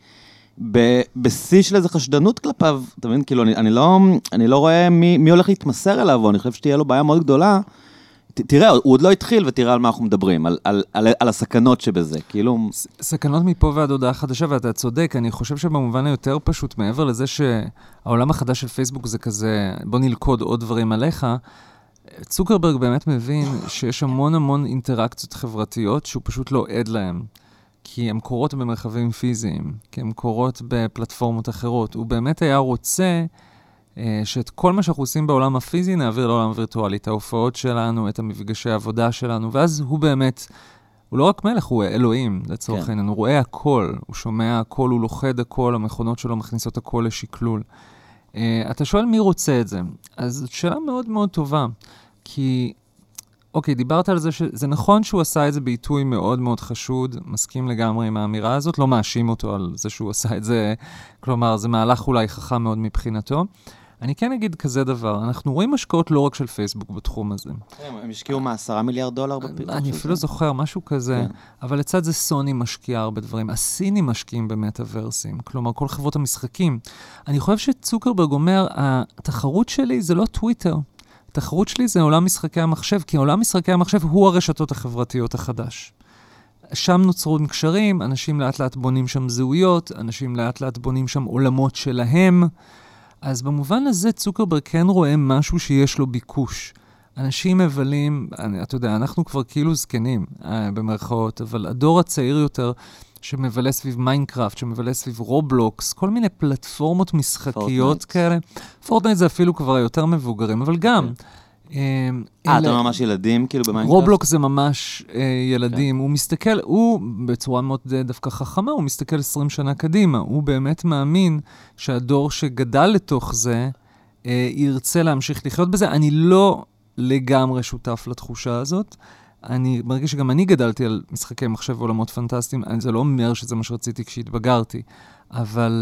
בשיא של איזו חשדנות כלפיו, אתה מבין? כאילו, אני, אני, לא, אני לא רואה מי, מי הולך להתמסר אליו, ואני חושב שתהיה לו בעיה מאוד גדולה, ת, תראה, הוא עוד לא התחיל, ותראה על מה אנחנו מדברים, על, על, על, על הסכנות שבזה, כאילו... ס, סכנות מפה ועד הודעה חדשה, ואתה צודק, אני חושב שבמובן היותר פשוט, מעבר לזה שהעולם החדש של פייסבוק זה כזה, בוא נלכוד עוד דברים עליך, צוקרברג באמת מבין שיש המון המון אינטראקציות חברתיות שהוא פשוט לא עד להם. כי הן קורות במרחבים פיזיים, כי הן קורות בפלטפורמות אחרות. הוא באמת היה רוצה שאת כל מה שאנחנו עושים בעולם הפיזי נעביר לעולם הווירטואלי, את ההופעות שלנו, את המפגשי העבודה שלנו, ואז הוא באמת, הוא לא רק מלך, הוא אלוהים, לצורך העניין, הוא רואה הכל, הוא שומע הכל, הוא לוחד הכל, המכונות שלו מכניסות הכל לשקלול. אתה שואל מי רוצה את זה? אז זאת שאלה מאוד מאוד טובה, כי, אוקיי, דיברת על זה שזה נכון שהוא עשה את זה בעיתוי מאוד מאוד חשוד, מסכים לגמרי עם האמירה הזאת, לא מאשים אותו על זה שהוא עשה את זה, כלומר, זה מהלך אולי חכם מאוד מבחינתו. אני כן אגיד כזה דבר, אנחנו רואים השקעות לא רק של פייסבוק בתחום הזה. הם השקיעו מה, עשרה מיליארד דולר בפיתוח? אני אפילו זוכר משהו כזה, אבל לצד זה סוני משקיעה הרבה דברים, הסינים משקיעים במטאוורסים, כלומר כל חברות המשחקים. אני חושב שצוקרברג אומר, התחרות שלי זה לא טוויטר, התחרות שלי זה עולם משחקי המחשב, כי עולם משחקי המחשב הוא הרשתות החברתיות החדש. שם נוצרו קשרים, אנשים לאט לאט בונים שם זהויות, אנשים לאט לאט בונים שם עולמות שלהם, אז במובן הזה צוקרברג כן רואה משהו שיש לו ביקוש. אנשים מבלים, אתה יודע, אנחנו כבר כאילו זקנים במרכאות, אבל הדור הצעיר יותר שמבלה סביב מיינקראפט, שמבלה סביב רובלוקס, כל מיני פלטפורמות משחקיות כאלה. פורטנייט זה אפילו כבר יותר מבוגרים, אבל גם... אה, אתה ממש ילדים כאילו במיינקראפט? רובלוקס זה ממש ילדים. הוא מסתכל, הוא בצורה מאוד דווקא חכמה, הוא מסתכל עשרים שנה קדימה. הוא באמת מאמין שהדור שגדל לתוך זה, ירצה להמשיך לחיות בזה. אני לא לגמרי שותף לתחושה הזאת. אני מרגיש שגם אני גדלתי על משחקי מחשב ועולמות פנטסטיים. זה לא אומר שזה מה שרציתי כשהתבגרתי. אבל...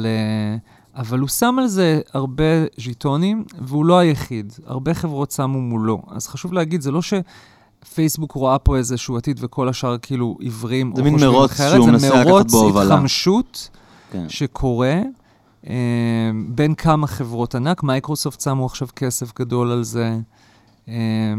אבל הוא שם על זה הרבה ז'יטונים, והוא לא היחיד. הרבה חברות שמו מולו. אז חשוב להגיד, זה לא שפייסבוק רואה פה איזשהו עתיד, וכל השאר כאילו עיוורים או חושבים אחרת. זה מרוץ התחמשות כן. שקורה אה, בין כמה חברות ענק. מייקרוסופט שמו עכשיו כסף גדול על זה. אה,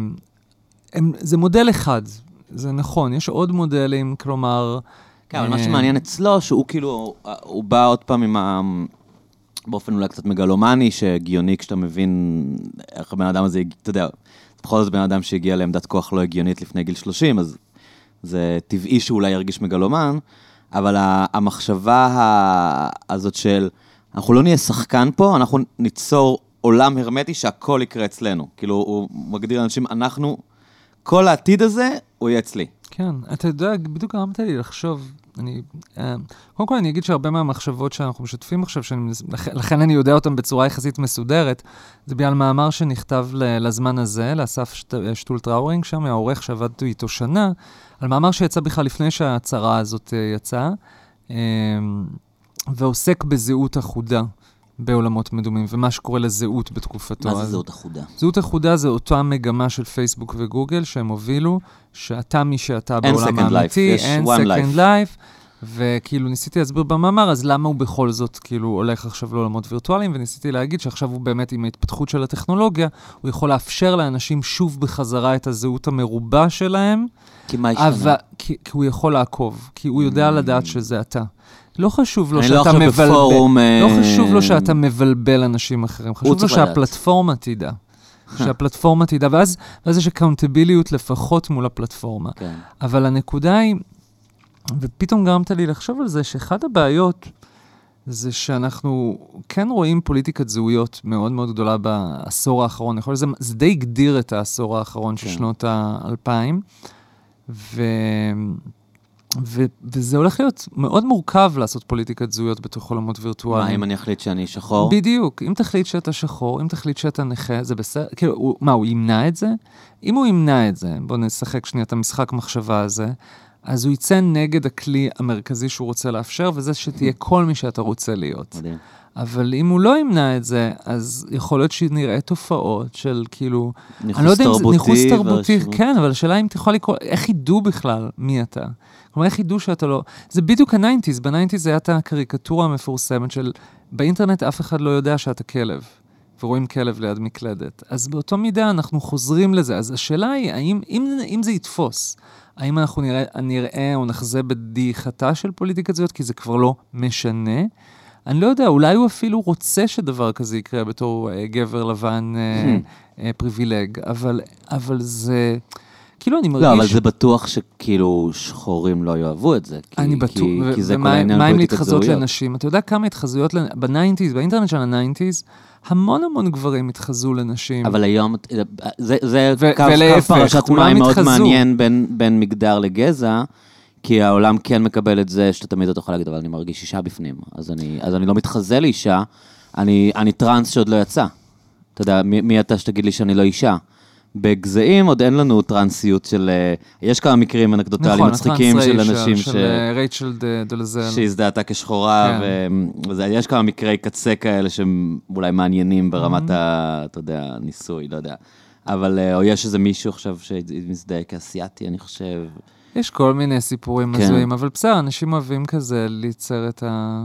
הם, זה מודל אחד, זה נכון. יש עוד מודלים, כלומר... כן, אבל מה שמעניין אצלו, שהוא כאילו, הוא בא עוד פעם עם ה... באופן אולי קצת מגלומני, שהגיוני כשאתה מבין איך הבן אדם הזה, אתה יודע, בכל זאת בן אדם שהגיע לעמדת כוח לא הגיונית לפני גיל שלושים, אז זה טבעי שאולי ירגיש מגלומן, אבל המחשבה הזאת של, אנחנו לא נהיה שחקן פה, אנחנו ניצור עולם הרמטי שהכל יקרה אצלנו. כאילו, הוא מגדיר לאנשים, אנחנו, כל העתיד הזה, הוא יהיה אצלי. כן, אתה יודע, בדיוק גרמת לי לחשוב, אני, קודם כל אני אגיד שהרבה מהמחשבות שאנחנו משתפים עכשיו, שאני, לכן אני יודע אותם בצורה יחסית מסודרת, זה בגלל מאמר שנכתב לזמן הזה, לאסף שטול טראורינג שם, העורך שעבדתי איתו שנה, על מאמר שיצא בכלל לפני שההצהרה הזאת יצאה, ועוסק בזהות אחודה בעולמות מדומים, ומה שקורה לזהות בתקופתו. מה זה זהות אחודה? זהות אחודה זה אותה מגמה של פייסבוק וגוגל, שהם הובילו, שאתה מי שאתה בעולם האמיתי, אין second life, וכאילו ניסיתי להסביר במאמר, אז למה הוא בכל זאת כאילו הולך עכשיו לעולמות וירטואליים, וניסיתי להגיד שעכשיו הוא באמת עם ההתפתחות של הטכנולוגיה, הוא יכול לאפשר לאנשים שוב בחזרה את הזהות המרובה שלהם, כי מה ישתנה? כי, כי הוא יכול לעקוב, כי הוא יודע לדעת שזה אתה. לא חשוב לו שאתה מבלבל, לא חשוב לו שאתה מבלבל אנשים אחרים, חשוב לו שהפלטפורמה תדע. שהפלטפורמה תדע, ואז יש אקאונטביליות לפחות מול הפלטפורמה. אבל הנקודה היא, ופתאום גרמת לי לחשוב על זה, שאחד הבעיות זה שאנחנו כן רואים פוליטיקת זהויות מאוד מאוד גדולה בעשור האחרון. יכול להיות, זה די הגדיר את העשור האחרון של שנות האלפיים, ו... ו- וזה הולך להיות מאוד מורכב לעשות פוליטיקת זהויות בתוך עולמות וירטואליים. מה, אם אני אחליט שאני שחור? בדיוק. אם תחליט שאתה שחור, אם תחליט שאתה נכה, זה בסדר. כאילו, הוא, מה, הוא ימנע את זה? אם הוא ימנע את זה, בואו נשחק שנייה את המשחק מחשבה הזה, אז הוא יצא נגד הכלי המרכזי שהוא רוצה לאפשר, וזה שתהיה כל מי שאתה רוצה להיות. מדהים. אבל אם הוא לא ימנע את זה, אז יכול להיות שנראה תופעות של כאילו... ניחוס תרבותי. ניחוס תרבותי, כן, אבל השאלה אם תוכל לקרוא, איך ידעו בכלל מי אתה? כלומר, איך ידעו שאתה לא... זה בדיוק ה-ניינטיז, ב-ניינטיז זה הייתה הקריקטורה המפורסמת של, באינטרנט אף אחד לא יודע שאתה כלב, ורואים כלב ליד מקלדת. אז באותו מידה אנחנו חוזרים לזה. אז השאלה היא, האם, אם, אם זה יתפוס, האם אנחנו נראה, נראה או נחזה בדעיכתה של פוליטיקת זהויות, כי זה כבר לא משנה. אני לא יודע, אולי הוא אפילו רוצה שדבר כזה יקרה בתור uh, גבר לבן uh, uh, פריבילג, אבל, אבל זה... כאילו אני מרגיש... לא, אבל זה בטוח שכאילו שחורים לא יאהבו את זה. אני בטוח, ומה אם להתחזות לנשים? אתה יודע כמה התחזויות בניינטיז, באינטרנט של הניינטיז, המון המון גברים התחזו לנשים. אבל היום, זה קו פרשת מים מאוד מעניין בין מגדר לגזע, כי העולם כן מקבל את זה, שאתה תמיד אתה יכול להגיד, אבל אני מרגיש אישה בפנים, אז אני לא מתחזה לאישה, אני טרנס שעוד לא יצא. אתה יודע, מי אתה שתגיד לי שאני לא אישה? בגזעים עוד אין לנו טרנסיות של... יש כמה מקרים אנקדוטליים מצחיקים של אנשים ש... של רייצ'ל דלזל. שהזדהתה כשחורה, ויש כמה מקרי קצה כאלה שהם אולי מעניינים ברמת ה... אתה יודע, ניסוי, לא יודע. אבל, או יש איזה מישהו עכשיו שמזדהה כאסייתי, אני חושב... יש כל מיני סיפורים מזוהים, אבל בסדר, אנשים אוהבים כזה ליצר את ה...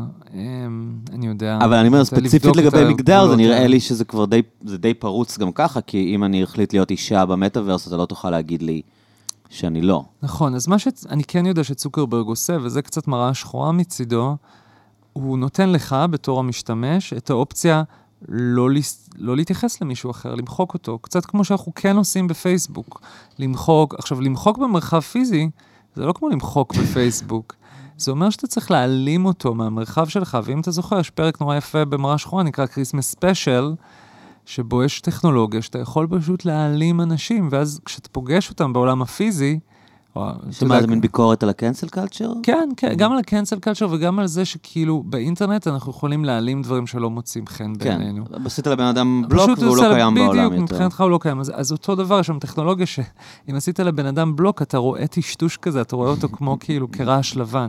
אני יודע... אבל אני אומר, ספציפית לגבי מגדר, זה נראה לי שזה כבר די פרוץ גם ככה, כי אם אני החליט להיות אישה במטאברס, אתה לא תוכל להגיד לי שאני לא. נכון, אז מה שאני כן יודע שצוקרברג עושה, וזה קצת מראה שחורה מצידו, הוא נותן לך, בתור המשתמש, את האופציה לא, לא להתייחס למישהו אחר, למחוק אותו. קצת כמו שאנחנו כן עושים בפייסבוק. למחוק, עכשיו, למחוק במרחב פיזי, זה לא כמו למחוק בפייסבוק. זה אומר שאתה צריך להעלים אותו מהמרחב שלך, ואם אתה זוכר, יש פרק נורא יפה במראה שחורה, נקרא Christmas ספיישל, שבו יש טכנולוגיה שאתה יכול פשוט להעלים אנשים, ואז כשאתה פוגש אותם בעולם הפיזי, שמה, זה מין ביקורת על הקנסל קלצ'ר? כן, כן, גם על הקנסל קלצ'ר וגם על זה שכאילו באינטרנט אנחנו יכולים להעלים דברים שלא מוצאים חן בעינינו. כן, עשית לבן אדם בלוק והוא לא קיים בעולם יותר. בדיוק, מבחינתך הוא לא קיים. אז אותו דבר, יש שם טכנולוגיה שאם עשית לבן אדם בלוק, אתה רואה טשטוש כזה, אתה רואה אותו כמו כאילו כרעש לבן.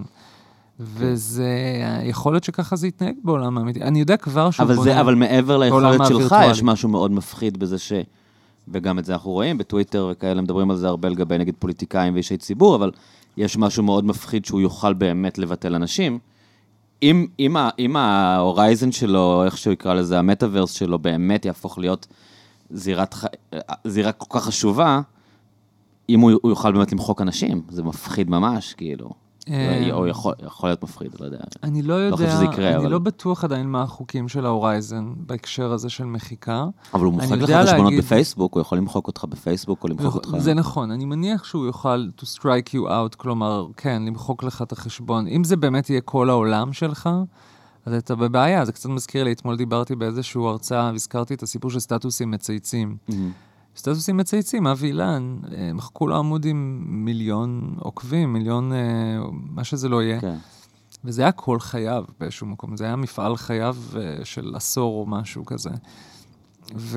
וזה, יכול להיות שככה זה יתנהג בעולם האמיתי. אני יודע כבר שהוא בונה... אבל מעבר ליכולת שלך, יש משהו מאוד מפחיד בזה ש... וגם את זה אנחנו רואים, בטוויטר וכאלה מדברים על זה הרבה לגבי נגד פוליטיקאים ואישי ציבור, אבל יש משהו מאוד מפחיד שהוא יוכל באמת לבטל אנשים. אם, אם, אם ההורייזן שלו, איך שהוא יקרא לזה, המטאברס שלו באמת יהפוך להיות זירת, זירה כל כך חשובה, אם הוא, הוא יוכל באמת למחוק אנשים, זה מפחיד ממש, כאילו. או יכול, יכול להיות מפחיד, לא יודע. אני לא יודע, לא חושב שזה יקרה, אני אבל... לא בטוח עדיין מה החוקים של ההורייזן בהקשר הזה של מחיקה. אבל הוא מוחק לך חשבונות להגיד... בפייסבוק, הוא יכול למחוק אותך בפייסבוק או למחוק אותך... זה נכון, אני מניח שהוא יוכל to strike you out, כלומר, כן, למחוק לך את החשבון. אם זה באמת יהיה כל העולם שלך, אז אתה בבעיה, זה קצת מזכיר לי, אתמול דיברתי באיזשהו הרצאה, והזכרתי את הסיפור של סטטוסים מצייצים. Mm-hmm. סטטוסים מצייצים, אבי אילן, מחקו לו עמוד עם מיליון עוקבים, מיליון, מה שזה לא יהיה. Okay. וזה היה כל חייו באיזשהו מקום, זה היה מפעל חייו של עשור או משהו כזה. ו...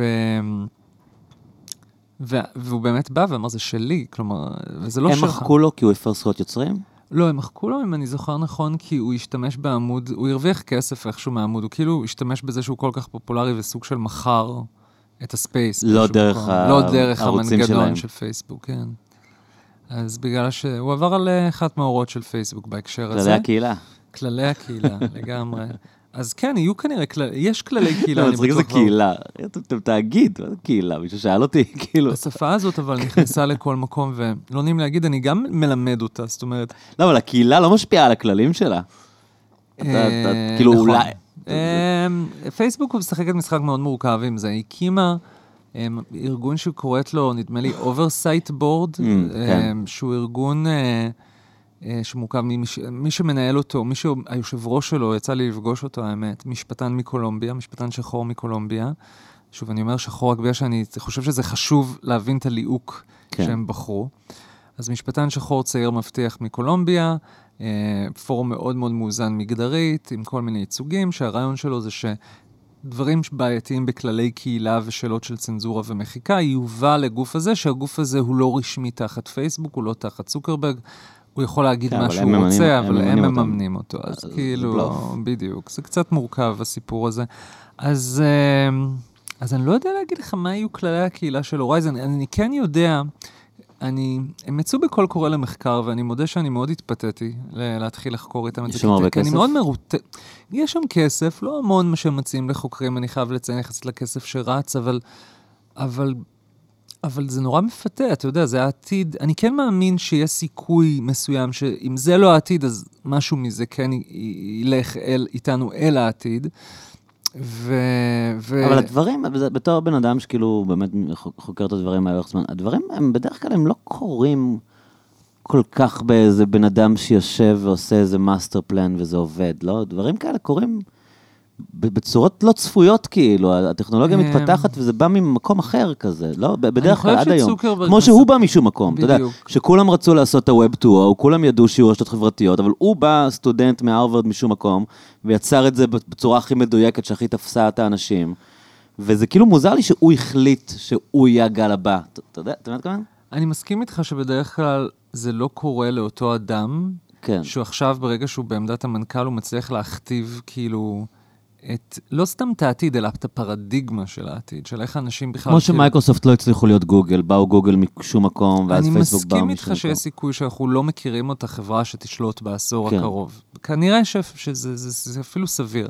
ו... והוא באמת בא ואמר, זה שלי, כלומר, וזה לא הם שלך. הם מחקו לו כי הוא הפר זכויות יוצרים? לא, הם מחקו לו, אם אני זוכר נכון, כי הוא השתמש בעמוד, הוא הרוויח כסף איכשהו מהעמוד, הוא כאילו השתמש בזה שהוא כל כך פופולרי וסוג של מחר, את הספייס. לא דרך ה... לא דרך המנגנון של פייסבוק, כן. אז בגלל שהוא עבר על אחת מהאורות של פייסבוק בהקשר הזה. כללי הקהילה. כללי הקהילה, לגמרי. אז כן, יהיו כנראה, יש כללי קהילה. אני מצחיק זה קהילה. אתם תאגיד, מה זה קהילה? מישהו שאל אותי, כאילו. השפה הזאת אבל נכנסה לכל מקום, ולא נעים להגיד, אני גם מלמד אותה, זאת אומרת... לא, אבל הקהילה לא משפיעה על הכללים שלה. כאילו אולי... פייסבוק הוא משחקת משחק מאוד מורכב עם זה. היא הקימה ארגון שקוראת לו, נדמה לי, Oversight Board, שהוא ארגון שמורכב ממי שמנהל אותו, מי שהיושב ראש שלו, יצא לי לפגוש אותו, האמת, משפטן מקולומביה, משפטן שחור מקולומביה. שוב, אני אומר שחור רק בגלל שאני חושב שזה חשוב להבין את הליהוק שהם בחרו. אז משפטן שחור צעיר מבטיח מקולומביה, פורום מאוד מאוד מאוזן מגדרית, עם כל מיני ייצוגים, שהרעיון שלו זה שדברים בעייתיים בכללי קהילה ושאלות של צנזורה ומחיקה, יובא לגוף הזה, שהגוף הזה הוא לא רשמי תחת פייסבוק, הוא לא תחת צוקרברג, הוא יכול להגיד מה שהוא רוצה, אבל הם מממנים אותו. אז כאילו, בדיוק, זה קצת מורכב הסיפור הזה. אז אז אני לא יודע להגיד לך מה יהיו כללי הקהילה של הורייזן, אני כן יודע... אני, הם יצאו בכל קורא למחקר, ואני מודה שאני מאוד התפתיתי להתחיל לחקור איתם את זה. יש שם הרבה כסף? אני מאוד מרוט... יש שם כסף, לא המון מה שמציעים לחוקרים, אני חייב לציין יחסית לכסף שרץ, אבל, אבל, אבל זה נורא מפתה, אתה יודע, זה העתיד. אני כן מאמין שיש סיכוי מסוים, שאם זה לא העתיד, אז משהו מזה כן ילך אל, איתנו אל העתיד. ו... ו... אבל הדברים, בתור בן אדם שכאילו באמת חוקר את הדברים האלה, הדברים הם בדרך כלל הם לא קורים כל כך באיזה בן אדם שיושב ועושה איזה מאסטר פלן וזה עובד, לא? דברים כאלה קורים בצורות לא צפויות כאילו, הטכנולוגיה מתפתחת וזה בא ממקום אחר כזה, לא? בדרך כלל עד היום. כמו שהוא בא משום מקום, אתה יודע, שכולם רצו לעשות את הווב טור, או כולם ידעו שיהיו רשתות חברתיות, אבל הוא בא סטודנט מהרווארד משום מקום, ויצר את זה בצורה הכי מדויקת, שהכי תפסה את האנשים, וזה כאילו מוזר לי שהוא החליט שהוא יהיה הגל הבא. אתה יודע, אתה יודע כמה? אני מסכים איתך שבדרך כלל זה לא קורה לאותו אדם, כן. שהוא עכשיו ברגע שהוא בעמדת המנכ"ל, הוא מצליח להכתיב כאילו את, לא סתם את העתיד, אלא את הפרדיגמה של העתיד, של איך אנשים בכלל... כמו שמייקרוסופט לא הצליחו להיות גוגל, באו גוגל משום מקום, ואז פייסבוק באו משום מקום. אני מסכים איתך שיש סיכוי שאנחנו לא מכירים את החברה שתשלוט בעשור הקרוב. כנראה שזה אפילו סביר.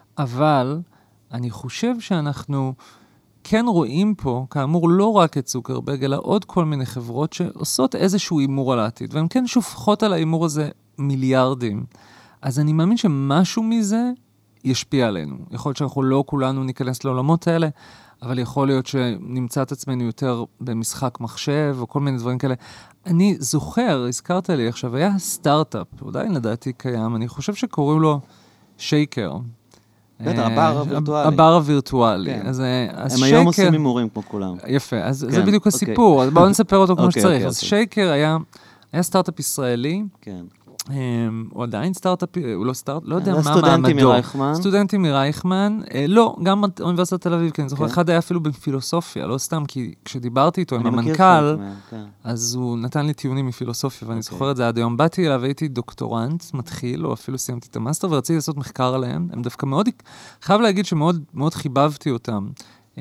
אבל אני חושב שאנחנו כן רואים פה, כאמור, לא רק את צוקרברג, אלא עוד כל מיני חברות שעושות איזשהו אימור על העתיד, והן כן שופכות על האימור הזה מיליארדים. אז אני מאמין שמשהו מזה ישפיע עלינו. יכול להיות שאנחנו לא כולנו ניכנס לעולמות האלה, אבל יכול להיות שנמצא את עצמנו יותר במשחק מחשב, או כל מיני דברים כאלה. אני זוכר, הזכרת לי עכשיו, היה סטארט-אפ, עדיין לדעתי קיים, אני חושב שקוראים לו שייקר. בטח, הבר הווירטואלי. הבר הווירטואלי. הם היום עושים הימורים כמו כולם. יפה, אז זה בדיוק הסיפור, אז בואו נספר אותו כמו שצריך. אז שייקר היה סטארט-אפ ישראלי, כן. הוא עדיין סטארט-אפ, הוא לא סטארט, לא יודע מה מעמדו. סטודנטים מרייכמן. סטודנטים מרייכמן, לא, גם אוניברסיטת תל אביב, כי אני זוכר, אחד היה אפילו בפילוסופיה, לא סתם, כי כשדיברתי איתו עם המנכ"ל, אז הוא נתן לי טיעונים מפילוסופיה, ואני זוכר את זה עד היום. באתי אליו, הייתי דוקטורנט, מתחיל, או אפילו סיימתי את המאסטר, ורציתי לעשות מחקר עליהם. הם דווקא מאוד, חייב להגיד שמאוד חיבבתי אותם.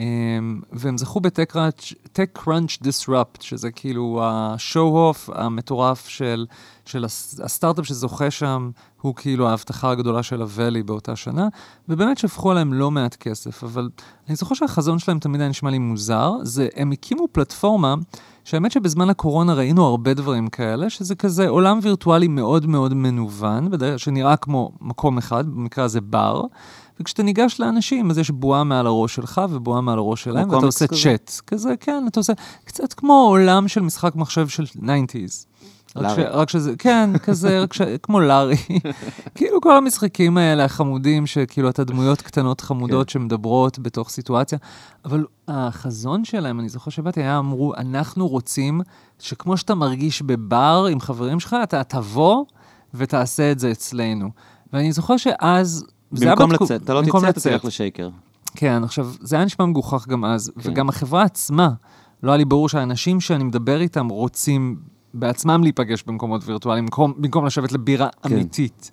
והם זכו ב-Tech Crunch Disrupt, שזה כאילו השואו-אוף המטורף של, של הסטארט-אפ שזוכה שם, הוא כאילו ההבטחה הגדולה של הוואלי באותה שנה, ובאמת שפכו עליהם לא מעט כסף, אבל אני זוכר שהחזון שלהם תמיד היה נשמע לי מוזר, זה הם הקימו פלטפורמה, שהאמת שבזמן הקורונה ראינו הרבה דברים כאלה, שזה כזה עולם וירטואלי מאוד מאוד מנוון, שנראה כמו מקום אחד, במקרה הזה בר, וכשאתה ניגש לאנשים, אז יש בועה מעל הראש שלך, ובועה מעל הראש שלהם, ואתה עושה צ'אט. כזה, כן, אתה עושה קצת כמו עולם של משחק מחשב של תשעים. לארי. רק שזה, כן, כזה, רק ש... כמו לארי. כאילו כל המשחקים האלה, החמודים, שכאילו אתה דמויות קטנות חמודות שמדברות בתוך סיטואציה, אבל החזון שלהם, אני זוכר שבאתי, היה אמרו, אנחנו רוצים שכמו שאתה מרגיש בבר עם חברים שלך, אתה תבוא ותעשה את זה אצלנו. ואני זוכר שאז במקום לצאת, אתה לא תצא, אתה תלך לשייקר. כן, עכשיו, זה היה נשמע מגוחך גם אז, וגם החברה עצמה, לא היה לי ברור שהאנשים שאני מדבר איתם רוצים בעצמם להיפגש במקומות וירטואליים, במקום לשבת לבירה אמיתית.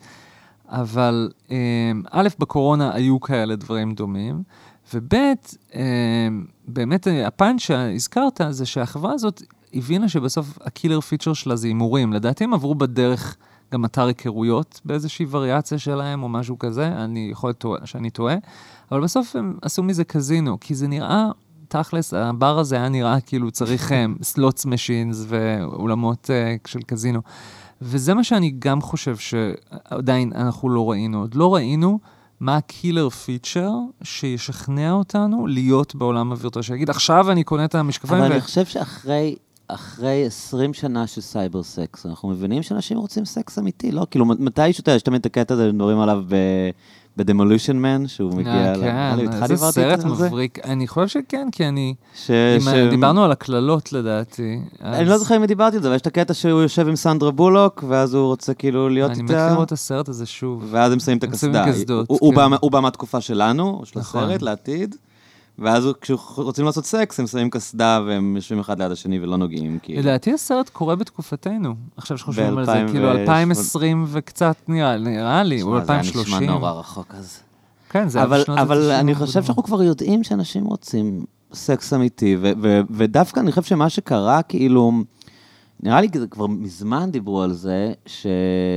אבל א', בקורונה היו כאלה דברים דומים, וב', באמת, הפן שהזכרת זה שהחברה הזאת הבינה שבסוף הקילר פיצ'ר שלה זה הימורים. לדעתי הם עברו בדרך גם אתר היכרויות באיזושהי וריאציה שלהם או משהו כזה, אני יכול להיות שאני טועה, אבל בסוף הם עשו מזה קזינו, כי זה נראה, תכלס, הבר הזה היה נראה כאילו צריך סלוטס משינס ואולמות של קזינו, וזה מה שאני גם חושב שעדיין אנחנו לא ראינו, עוד לא ראינו מה הקילר פיצ'ר שישכנע אותנו להיות בעולם הווירטואלי, שיגיד, עכשיו אני קונה את המשקפיים. אבל ו... אני חושב שאחרי... אחרי עשרים שנה של סייבר סקס, אנחנו מבינים שאנשים רוצים סקס אמיתי, לא? כאילו, מתי שאתה, יש תמיד את הקטע הזה, מדברים עליו ב-Demolition Man, שהוא מגיע... כן, זה סרט מבריק. אני חושב שכן, כי אני... דיברנו על הכללות, לדעתי. אני לא זוכר אם דיברתי על זה, אבל יש את הקטע שהוא יושב עם סנדרה בולוק, ואז הוא רוצה כאילו להיות איתה... אני מכיר לראות את הסרט הזה שוב. ואז הם שמים את הקסדה. הוא בא מהתקופה שלנו, של הסרט, לעתיד. ואז כשרוצים לעשות סקס, הם שמים קסדה, והם יושבים אחד ליד השני ולא נוגעים. לדעתי הסרט קורה בתקופתנו. עכשיו שחושבים על זה, כאילו אלפיים ועשרים וקצת נראה לי, או אלפיים ושלושים. זה נשמע נורא רחוק אז. כן, זה אבל, אבל אני חושב שאנחנו כבר יודעים שאנשים רוצים סקס אמיתי, ודווקא אני חושב שמה שקרה, כאילו, נראה לי כבר מזמן דיברו על זה, ש...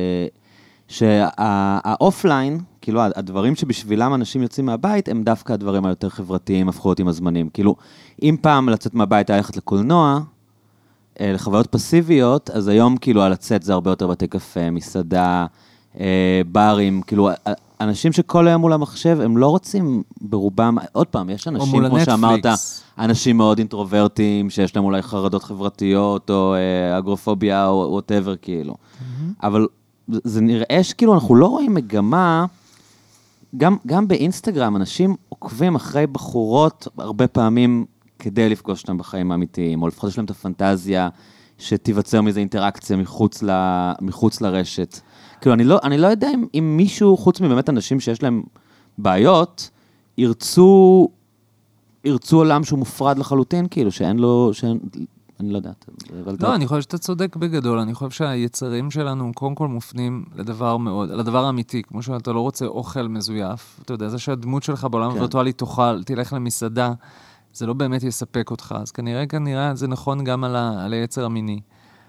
שהאופליין, כאילו, הדברים שבשבילם אנשים יוצאים מהבית, הם דווקא הדברים היותר חברתיים, הפכו אותי עם הזמנים. כאילו, אם פעם לצאת מהבית היה ללכת לקולנוע, לחוויות פסיביות, אז היום, כאילו, על לצאת זה הרבה יותר בתי קפה, מסעדה, ברים, כאילו, אנשים שכל היום מול המחשב, הם לא רוצים ברובם, עוד פעם, יש אנשים, כמו שאמרת, אנשים מאוד אינטרוברטים, שיש להם אולי חרדות חברתיות, או אה, אגרופוביה, או whatever, כאילו. Mm-hmm. אבל זה נראה שכאילו אנחנו לא רואים מגמה, גם, גם באינסטגרם, אנשים עוקבים אחרי בחורות הרבה פעמים כדי לפגוש אותם בחיים האמיתיים, או לפחות יש להם את הפנטזיה שתיווצר מזה אינטראקציה מחוץ, ל, מחוץ לרשת. כאילו, אני לא, אני לא יודע אם, אם מישהו, חוץ מבאמת אנשים שיש להם בעיות, ירצו, ירצו עולם שהוא מופרד לחלוטין, כאילו, שאין לו, שאין, אני לא יודעת. לא, אני חושב שאתה צודק בגדול, אני חושב שהיצרים שלנו קודם כל מופנים לדבר מאוד, לדבר האמיתי, כמו שאתה לא רוצה אוכל מזויף, אתה יודע, זה שהדמות שלך בעולם הווירטואלי תאכל, תלך למסעדה, זה לא באמת יספק אותך, אז כנראה, כנראה, זה נכון גם על, ה, על היצר המיני.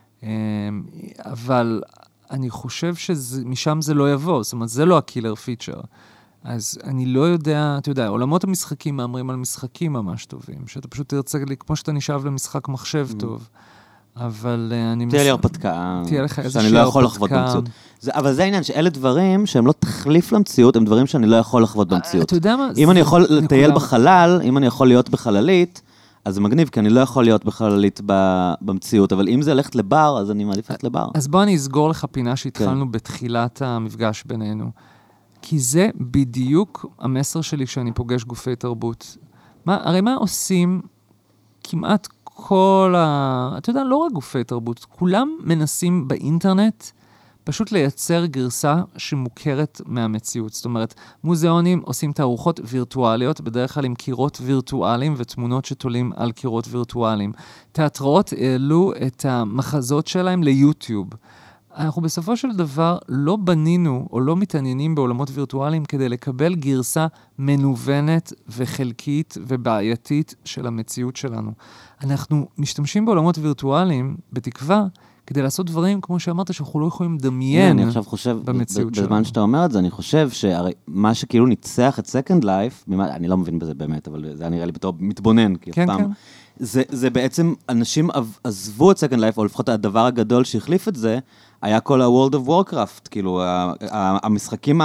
אבל אני חושב שמשם זה לא יבוא, זאת אומרת, זה לא הקילר פיצ'ר. אז אני לא יודע, אתה יודע, עולמות המשחקים מאמרים על משחקים ממש טובים, שאתה פשוט תרצה לי, כמו שאתה נשאב למשחק מחשב טוב, אבל אני... תהיה לי הרפתקה, תהיה לך איזושהי שאני לא יכול לחוות במציאות. אבל זה העניין, שאלה דברים שהם לא תחליף למציאות, הם דברים שאני לא יכול לחוות במציאות. אתה יודע מה? אם אני יכול לטייל בחלל, אם אני יכול להיות בחללית, אז זה מגניב, כי אני לא יכול להיות בחללית במציאות, אבל אם זה הולכת לבר, אז אני מעדיף ללכת לבר. אז בוא אני אסגור לך פינה שהתחלנו בתחילת המפגש בינינו. כי זה בדיוק המסר שלי כשאני פוגש גופי תרבות. מה, הרי מה עושים כמעט כל ה... אתה יודע, לא רק גופי תרבות, כולם מנסים באינטרנט פשוט לייצר גרסה שמוכרת מהמציאות. זאת אומרת, מוזיאונים עושים תערוכות וירטואליות, בדרך כלל עם קירות וירטואליים ותמונות שתולים על קירות וירטואליים. תיאטראות העלו את המחזות שלהם ליוטיוב. אנחנו בסופו של דבר לא בנינו או לא מתעניינים בעולמות וירטואליים כדי לקבל גרסה מנוונת וחלקית ובעייתית של המציאות שלנו. אנחנו משתמשים בעולמות וירטואליים בתקווה כדי לעשות דברים, כמו שאמרת, שאנחנו לא יכולים לדמיין אני עכשיו חושב, במציאות שלנו. בזמן שאתה אומר את זה, אני חושב שהרי מה שכאילו ניצח את Second Life, אני לא מבין בזה באמת, אבל זה היה נראה לי בתור מתבונן, כי כן, פעם, כן. זה, זה בעצם, אנשים עזבו את Second Life, או לפחות הדבר הגדול שהחליף את זה, היה כל ה-World of Warcraft, כאילו, המשחקים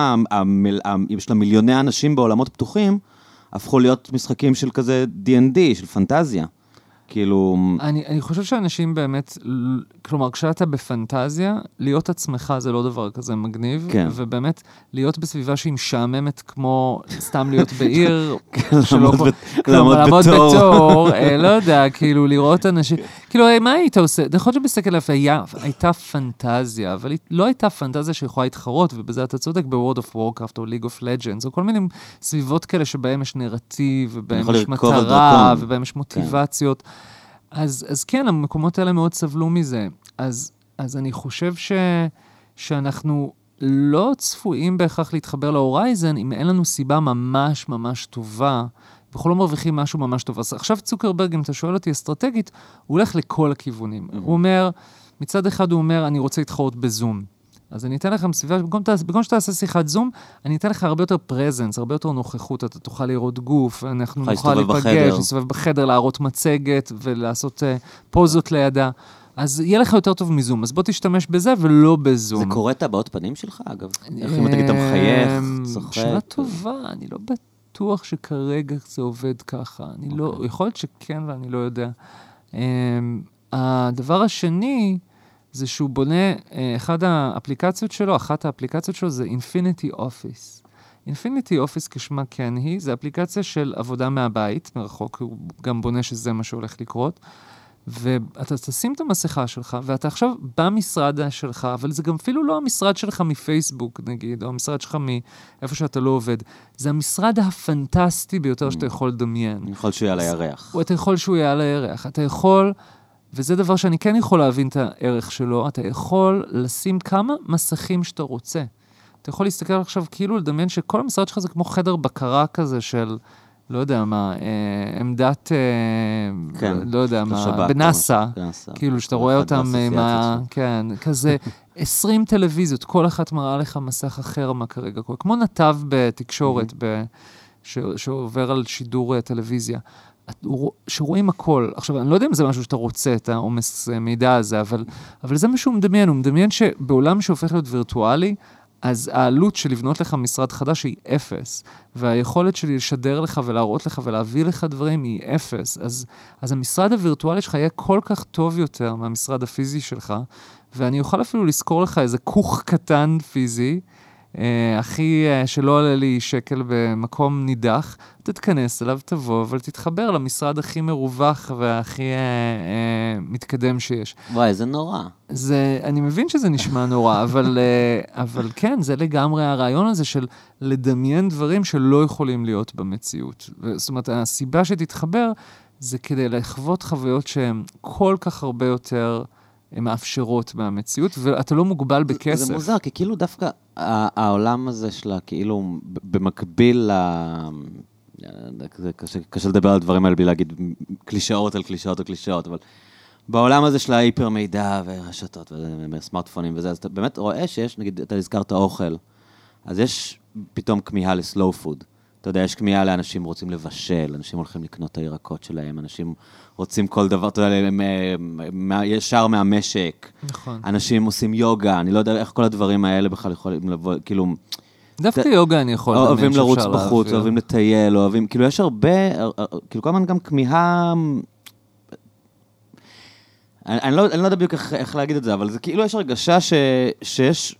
של המיליוני אנשים בעולמות פתוחים, הפכו להיות משחקים של כזה די אנד די, של פנטזיה. כאילו... אני, אני חושב שאנשים באמת, כלומר, כשאתה בפנטזיה, להיות עצמך זה לא דבר כזה מגניב, כן. ובאמת, להיות בסביבה שהיא משעממת כמו סתם להיות בעיר, לעמוד לעמוד בתור. בתור, לא יודע, כאילו, לראות אנשים, כאילו, מה היית עושה? יכול להיות שבסקל הייתה פנטזיה, אבל לא הייתה פנטזיה שיכולה להתחרות, ובזה אתה צודק ב-World of Warcraft או League of Legends, או כל מיני סביבות כאלה שבהם יש נרטיב, ובהם יש מטרה, ובהם יש מוטיבציות. אז, אז כן, המקומות האלה מאוד סבלו מזה. אז, אז אני חושב ש, שאנחנו לא צפויים בהכרח להתחבר להורייזן, אם אין לנו סיבה ממש ממש טובה, ואנחנו לא מרוויחים משהו ממש טוב. אז עכשיו צוקרברג, אם אתה שואל אותי אסטרטגית, הוא הולך לכל הכיוונים. Mm-hmm. הוא אומר, מצד אחד הוא אומר, אני רוצה להתחרות בזום. אז אני אתן לך מסביבה, במקום שאתה עושה שיחת זום, אני אתן לך הרבה יותר פרזנס, הרבה יותר נוכחות, אתה תוכל לראות גוף, אנחנו נוכל להיפגש, להסתובב בחדר, להראות מצגת ולעשות uh, פוזות לידה. אז יהיה לך יותר טוב מזום, אז בוא תשתמש בזה ולא בזום. זה קורה את הבעות פנים שלך, אגב? איך אם אתה תגיד, אתה מחייך, צוחק? שאלה טובה, אני לא בטוח שכרגע זה עובד ככה. אני לא, יכול להיות שכן ואני לא יודע. הדבר השני, זה שהוא בונה, אחד האפליקציות שלו, אחת האפליקציות שלו זה Infinity Office. Infinity Office כשמה כן היא, זה אפליקציה של עבודה מהבית, מרחוק, הוא גם בונה שזה מה שהולך לקרות, ואתה תשים את המסכה שלך, ואתה עכשיו במשרד שלך, אבל זה גם אפילו לא המשרד שלך מפייסבוק, נגיד, או המשרד שלך מאיפה שאתה לא עובד. זה המשרד הפנטסטי ביותר שאתה יכול לדמיין. אתה יכול שהוא יהיה על הירח. אתה יכול שהוא יהיה על הירח. אתה יכול... וזה דבר שאני כן יכול להבין את הערך שלו, אתה יכול לשים כמה מסכים שאתה רוצה. אתה יכול להסתכל עכשיו כאילו לדמיין שכל המשרד שלך זה כמו חדר בקרה כזה של, לא יודע מה, אה, עמדת, אה, כן, לא יודע מה, שבק, בנאסה, בנאסה, כאילו שאתה רואה אותם, מה, כן, כזה עשרים טלוויזיות, כל אחת מראה לך מסך אחר מה כרגע, כמו נתב בתקשורת, ב, ש, שעובר על שידור טלוויזיה. שרואים הכל. עכשיו, אני לא יודע אם זה משהו שאתה רוצה, את העומס מידע הזה, אבל, אבל זה משהו מדמיין. הוא מדמיין שבעולם שהופך להיות וירטואלי, אז העלות של לבנות לך משרד חדש היא אפס, והיכולת שלי לשדר לך ולהראות לך ולהביא לך דברים היא אפס. אז, אז המשרד הווירטואלי שלך יהיה כל כך טוב יותר מהמשרד הפיזי שלך, ואני אוכל אפילו לזכור לך איזה כוך קטן פיזי, אה, הכי אה, שלא עולה לי שקל במקום נידח, תתכנס אליו, תבוא, אבל תתחבר למשרד הכי מרווח והכי אה, אה, מתקדם שיש. וואי, זה נורא. זה, אני מבין שזה נשמע נורא, אבל, אה, אבל כן, זה לגמרי הרעיון הזה של לדמיין דברים שלא יכולים להיות במציאות. זאת אומרת, הסיבה שתתחבר זה כדי לחוות חוויות שהן כל כך הרבה יותר מאפשרות מהמציאות, ואתה לא מוגבל בכסף. זה, זה מוזר, כי כאילו דווקא העולם הזה שלה, כאילו במקביל ל... קשה, קשה לדבר על דברים האלה בלי להגיד קלישאות על קלישאות על קלישאות, אבל בעולם הזה של ההיפר מידע ורשתות וסמארטפונים וזה, אז אתה באמת רואה שיש, נגיד, אתה הזכרת אוכל, אז יש פתאום כמיהה לסלואו פוד. אתה יודע, יש כמיהה לאנשים רוצים לבשל, אנשים הולכים לקנות את הירקות שלהם, אנשים רוצים כל דבר, אתה יודע, ישר מהמשק. נכון. אנשים עושים יוגה, אני לא יודע איך כל הדברים האלה בכלל יכולים לבוא, כאילו... דווקא יוגה אני יכול... אוהבים לרוץ בחוץ, אוהבים לטייל, אוהבים... כאילו יש הרבה, כאילו כל הזמן גם כמיהה... אני לא יודע בדיוק איך להגיד את זה, אבל זה כאילו יש הרגשה שיש...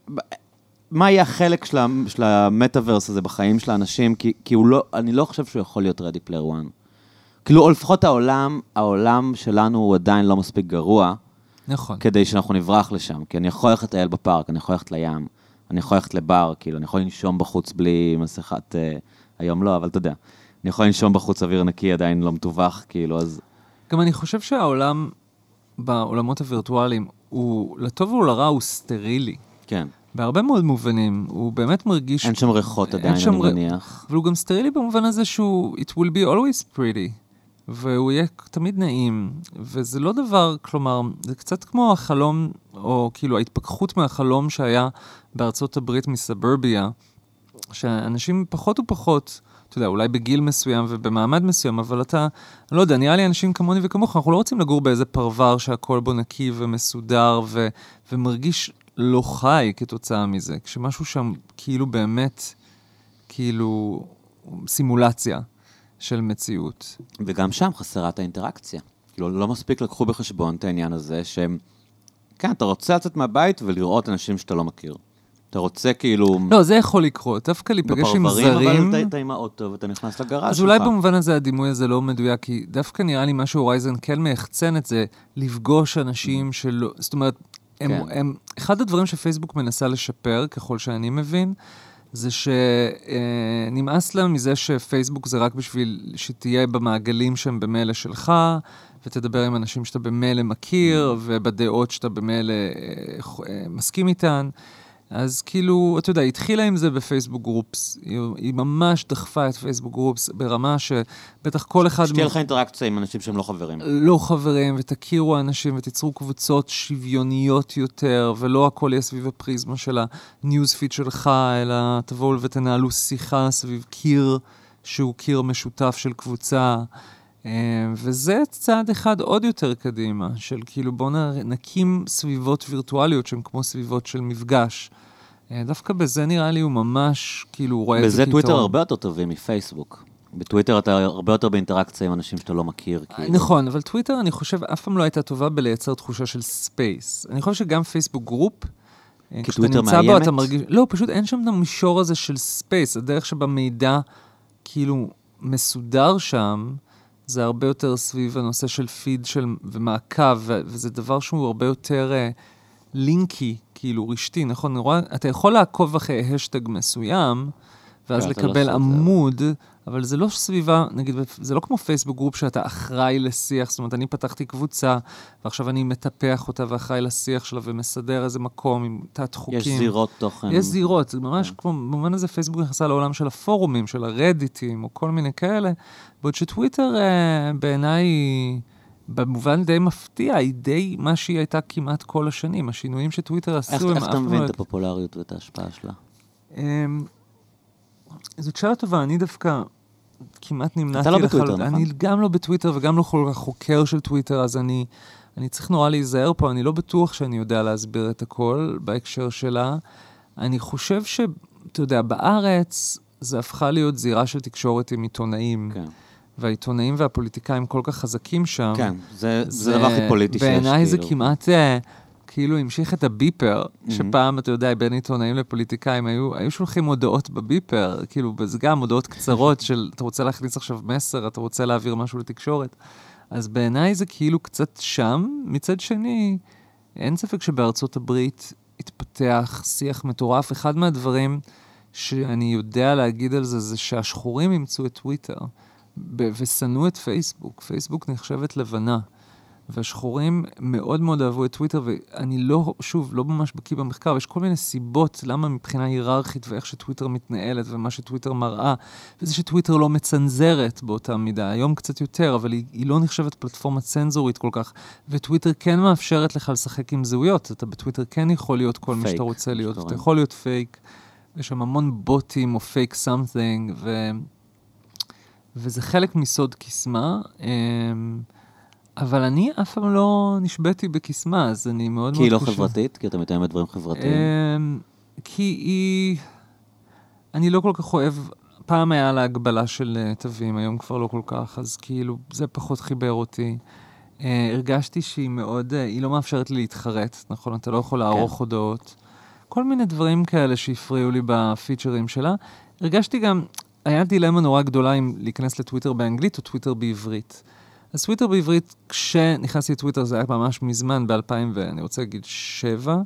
מה יהיה החלק של המטאברס הזה בחיים של האנשים? כי הוא לא, אני לא חושב שהוא יכול להיות Ready Player One. כאילו, או לפחות העולם, העולם שלנו הוא עדיין לא מספיק גרוע. נכון. כדי שאנחנו נברח לשם. כי אני יכול ללכת לטייל בפארק, אני יכול ללכת לים, אני יכול ללכת לבר, כאילו, אני יכול לנשום בחוץ בלי מסכת, אה, היום לא, אבל אתה יודע. אני יכול לנשום בחוץ אוויר נקי, עדיין לא מטווח, כאילו, אז... גם אני חושב שהעולם, בעולמות הווירטואליים, הוא, לטוב ולרע, הוא סטרילי. כן. בהרבה מאוד מובנים, הוא באמת מרגיש... אין שם ריחות עדיין, אני מניח. אבל הוא גם סטרילי במובן הזה שהוא, it will be always pretty, והוא יהיה תמיד נעים, וזה לא דבר, כלומר, זה קצת כמו החלום, או כאילו ההתפכחות מהחלום שהיה בארצות הברית מסברביה, שאנשים פחות ופחות, אתה יודע, אולי בגיל מסוים ובמעמד מסוים, אבל אתה, אני לא יודע, נראה לי אנשים כמוני וכמוך, אנחנו לא רוצים לגור באיזה פרבר שהכל בו נקי ומסודר ו, ומרגיש לא חי כתוצאה מזה, כשמשהו שם כאילו באמת, כאילו סימולציה של מציאות. וגם שם חסרת האינטראקציה. כאילו לא מספיק לקחו בחשבון את העניין הזה שהם, כן, אתה רוצה לצאת מהבית ולראות אנשים שאתה לא מכיר. אתה רוצה כאילו... לא, זה יכול לקרות. דווקא להיפגש עם זרים... בפרברים, אבל אתה עם האוטו ואתה נכנס לגראז' שלך. אז אולי במובן הזה הדימוי הזה לא מדויק, כי דווקא נראה לי משהו הורייזן כן מייחצן את זה, לפגוש אנשים שלא... זאת אומרת, הם, כן. הם, אחד הדברים שפייסבוק מנסה לשפר, ככל שאני מבין, זה שנמאס להם מזה שפייסבוק זה רק בשביל שתהיה במעגלים שהם במילא שלך, ותדבר עם אנשים שאתה במילא מכיר, ובדעות שאתה במילא מסכים איתן. אז כאילו, אתה יודע, היא התחילה עם זה בפייסבוק גרופס. היא, היא ממש דחפה את פייסבוק גרופס ברמה שבטח כל אחד... שתהיה לך אינטראקציה עם אנשים שהם לא חברים. לא חברים, ותכירו אנשים ותיצרו קבוצות שוויוניות יותר, ולא הכל יהיה סביב הפריזמה של הניוזפיד שלך, אלא תבואו ותנהלו שיחה סביב קיר, שהוא קיר משותף של קבוצה. וזה צעד אחד עוד יותר קדימה, של כאילו בואו נקים סביבות וירטואליות שהן כמו סביבות של מפגש. דווקא בזה נראה לי הוא ממש כאילו רואה את זה כיתרון. בזה טוויטר הרבה יותר טובים מפייסבוק. בטוויטר אתה הרבה יותר באינטראקציה עם אנשים שאתה לא מכיר. כאילו. נכון, אבל טוויטר אני חושב אף פעם לא הייתה טובה בלייצר תחושה של ספייס. אני חושב שגם פייסבוק גרופ, כי טוויטר מאיימת? בו, מרגיש... לא, פשוט אין שם את המשור הזה של ספייס. הדרך שבה מידע כאילו מסודר שם, זה הרבה יותר סביב הנושא של פיד של, ומעקב, ו- וזה דבר שהוא הרבה יותר uh, לינקי, כאילו רשתי, נכון? נורא, אתה יכול לעקוב אחרי השטג מסוים, ואז לקבל עמוד, אבל זה לא סביבה, נגיד, זה לא כמו פייסבוק גרופ שאתה אחראי לשיח, זאת אומרת, אני פתחתי קבוצה, ועכשיו אני מטפח אותה ואחראי לשיח שלה, ומסדר איזה מקום עם תת חוקים. יש זירות תוכן. יש זירות, זה ממש כמו, במובן הזה פייסבוק נכנסה לעולם של הפורומים, של הרדיטים, או כל מיני כאלה, בעוד שטוויטר בעיניי, במובן די מפתיע, היא די מה שהיא הייתה כמעט כל השנים, השינויים שטוויטר עשו... איך אתה מבין את הפופולריות ואת ההשפעה שלה? זאת שאלה טובה, אני דווקא כמעט נמנעתי... אתה לא בטוויטר, נכון? אני גם לא בטוויטר וגם לא חוקר של טוויטר, אז אני, אני צריך נורא להיזהר פה, אני לא בטוח שאני יודע להסביר את הכל בהקשר שלה, אני חושב ש, אתה יודע, בארץ זה הפכה להיות זירה של תקשורת עם עיתונאים. כן. והעיתונאים והפוליטיקאים כל כך חזקים שם. כן, זה, זה, זה דבר הכי פוליטי שיש. בעיניי זה כאילו. כמעט, כאילו המשיך את הביפר, mm-hmm. שפעם, אתה יודע, בין עיתונאים לפוליטיקאים, היו, היו שולחים הודעות בביפר, כאילו, זה גם הודעות קצרות של, אתה רוצה להכניס עכשיו מסר, אתה רוצה להעביר משהו לתקשורת. אז בעיניי זה כאילו קצת שם. מצד שני, אין ספק שבארצות הברית התפתח שיח מטורף. אחד מהדברים שאני יודע להגיד על זה, זה שהשחורים ימצאו את טוויטר. ושנאו את פייסבוק. פייסבוק נחשבת לבנה, והשחורים מאוד מאוד אהבו את טוויטר, ואני לא, שוב, לא ממש בקיא במחקר, ויש כל מיני סיבות למה מבחינה היררכית ואיך שטוויטר מתנהלת ומה שטוויטר מראה, וזה שטוויטר לא מצנזרת באותה מידה, היום קצת יותר, אבל היא, היא לא נחשבת פלטפורמה צנזורית כל כך, וטוויטר כן מאפשרת לך לשחק עם זהויות, אתה בטוויטר כן יכול להיות כל מי שאתה רוצה להיות, אתה יכול להיות פייק, יש שם המון בוטים או פייק סאמת'ינג, ו... וזה חלק מסוד קסמה, אבל אני אף פעם לא נשבעתי בקסמה, אז אני מאוד מאוד כי היא לא חברתית? כי אתה מתאם את דברים חברתיים? כי היא... אני לא כל כך אוהב... פעם היה לה הגבלה של תווים, היום כבר לא כל כך, אז כאילו זה פחות חיבר אותי. הרגשתי שהיא מאוד... היא לא מאפשרת לי להתחרט, נכון? אתה לא יכול לערוך הודעות. כל מיני דברים כאלה שהפריעו לי בפיצ'רים שלה. הרגשתי גם... היה דילמה נורא גדולה אם להיכנס לטוויטר באנגלית או טוויטר בעברית. אז טוויטר בעברית, כשנכנסתי לטוויטר, זה היה ממש מזמן, ב-אלפיים, ואני רוצה להגיד שבע,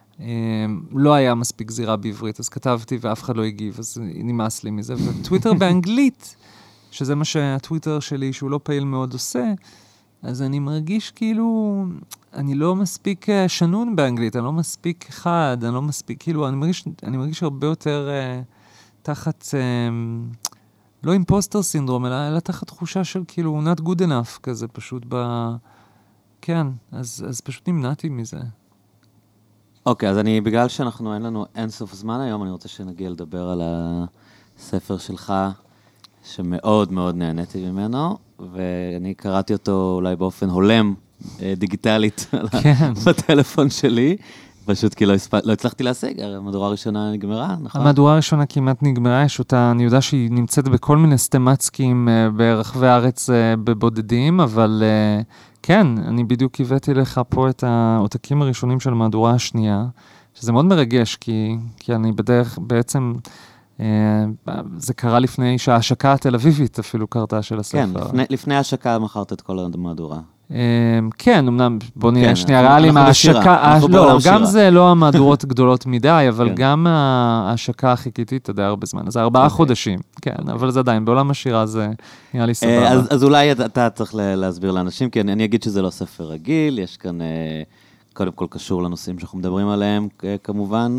לא היה מספיק זירה בעברית, אז כתבתי ואף אחד לא הגיב, אז נמאס לי מזה. וטוויטר באנגלית, שזה מה שהטוויטר שלי, שהוא לא פעיל מאוד עושה, אז אני מרגיש כאילו, אני לא מספיק שנון באנגלית, אני לא מספיק אחד, אני לא מספיק, כאילו, אני מרגיש, אני מרגיש הרבה יותר... תחת, לא אימפוסטר סינדרום, אלא, אלא תחת תחושה של כאילו, not good enough, כזה פשוט ב... כן, אז, אז פשוט נמנעתי מזה. אוקיי, אז אני, בגלל שאנחנו, אין לנו אינסוף זמן היום, אני רוצה שנגיע לדבר על הספר שלך, שמאוד מאוד נהניתי ממנו, ואני קראתי אותו אולי באופן הולם, דיגיטלית, כן. בטלפון שלי, פשוט כי לא, הספ... לא הצלחתי להשיג, המהדורה הראשונה נגמרה, נכון? המהדורה הראשונה כמעט נגמרה, יש אותה, אני יודע שהיא נמצאת בכל מיני סטמצקים uh, ברחבי הארץ uh, בבודדים, אבל uh, כן, אני בדיוק הבאתי לך פה את העותקים הראשונים של המהדורה השנייה, שזה מאוד מרגש, כי, כי אני בדרך בעצם, uh, זה קרה לפני שההשקה התל אביבית אפילו קרתה של הספר. כן, לפני, לפני ההשקה מכרת את כל המהדורה. כן, אמנם, בוא נראה שנייה, ריאלי מההשקה, לא, גם זה לא המהדורות גדולות מדי, אבל גם ההשקה חיכיתי, אתה יודע, הרבה זמן, אז ארבעה חודשים, כן, אבל זה עדיין, בעולם השירה זה נראה לי סבבה. אז אולי אתה צריך להסביר לאנשים, כי אני אגיד שזה לא ספר רגיל, יש כאן, קודם כל קשור לנושאים שאנחנו מדברים עליהם, כמובן.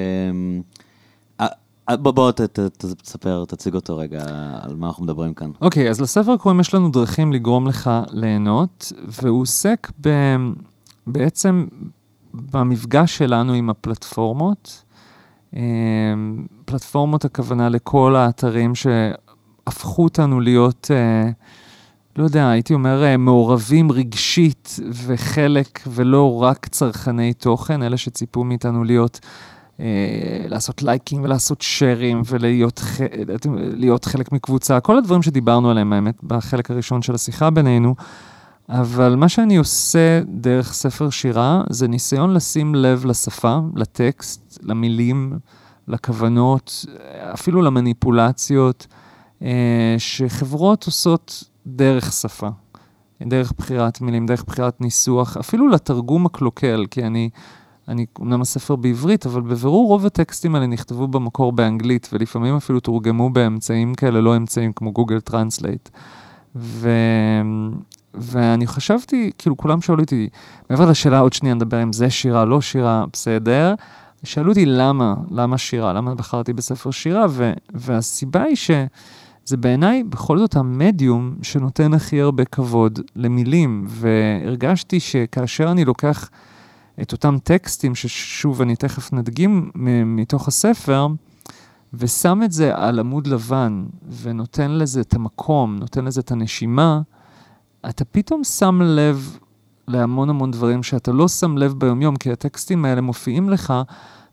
בוא, בוא, תספר, תציג אותו רגע על מה אנחנו מדברים כאן. אוקיי, אז לספר קוראים יש לנו דרכים לגרום לך ליהנות, והוא עוסק ב, בעצם במפגש שלנו עם הפלטפורמות. פלטפורמות הכוונה לכל האתרים שהפכו אותנו להיות, לא יודע, הייתי אומר, מעורבים רגשית וחלק, ולא רק צרכני תוכן, אלה שציפו מאיתנו להיות... לעשות לייקים ולעשות שרים ולהיות להיות חלק מקבוצה, כל הדברים שדיברנו עליהם, האמת, בחלק הראשון של השיחה בינינו, אבל מה שאני עושה דרך ספר שירה, זה ניסיון לשים לב לשפה, לטקסט, למילים, לכוונות, אפילו למניפולציות, שחברות עושות דרך שפה, דרך בחירת מילים, דרך בחירת ניסוח, אפילו לתרגום הקלוקל, כי אני... אני אומנם הספר בעברית, אבל בבירור רוב הטקסטים האלה נכתבו במקור באנגלית, ולפעמים אפילו תורגמו באמצעים כאלה, לא אמצעים כמו גוגל טרנסלייט. ו... ואני חשבתי, כאילו כולם שאלו אותי, מעבר לשאלה עוד שנייה נדבר אם זה שירה, לא שירה, בסדר, שאלו אותי למה, למה שירה, למה בחרתי בספר שירה, ו... והסיבה היא שזה בעיניי בכל זאת המדיום שנותן הכי הרבה כבוד למילים, והרגשתי שכאשר אני לוקח את אותם טקסטים ששוב אני תכף נדגים מתוך הספר, ושם את זה על עמוד לבן, ונותן לזה את המקום, נותן לזה את הנשימה, אתה פתאום שם לב להמון המון דברים שאתה לא שם לב ביומיום, כי הטקסטים האלה מופיעים לך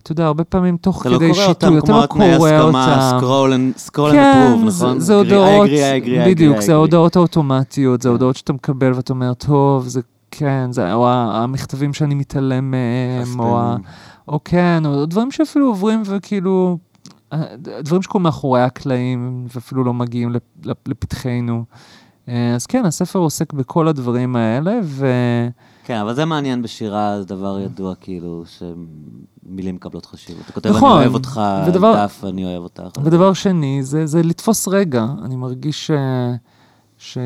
אתה יודע, הרבה פעמים תוך כדי כדי שיטוי, אתה לא קורא אותם. אתה לא קורא אותם כמו תנאי הסכמה, סקרול אנד אפרוב, נכון? זה הודעות, בדיוק, זה agree. הודעות אוטומטיות, זה הודעות שאתה מקבל ואתה אומר, טוב, זה כן, זה, או המכתבים שאני מתעלם מהם, או, או כן, או דברים שאפילו עוברים וכאילו, דברים שקורים מאחורי הקלעים, ואפילו לא מגיעים לפתחנו. אז כן, הספר עוסק בכל הדברים האלה, ו... כן, אבל זה מעניין בשירה, זה דבר ידוע, כאילו, שמילים מקבלות חשיבות. אתה כותב, נכון, אני אוהב אותך, ודבר, דף, אני אוהב אותך. ודבר שני, זה, זה לתפוס רגע. אני מרגיש ש... ש...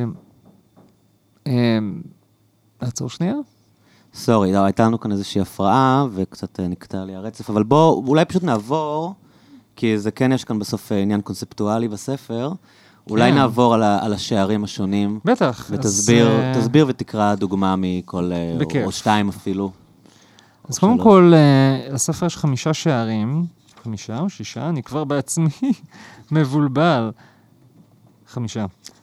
לעצור שנייה? סורי, לא, הייתה לנו כאן איזושהי הפרעה, וקצת נקטע לי הרצף, אבל בוא, אולי פשוט נעבור, כי זה כן יש כאן בסוף עניין קונספטואלי בספר, אולי נעבור על, ה, על השערים השונים. בטח. ותסביר, אז, תסביר ותקרא דוגמה מכל, בכיף. או שתיים אפילו. אז קודם כל, לספר יש חמישה שערים, חמישה או שישה, אני כבר בעצמי מבולבל. חמישה.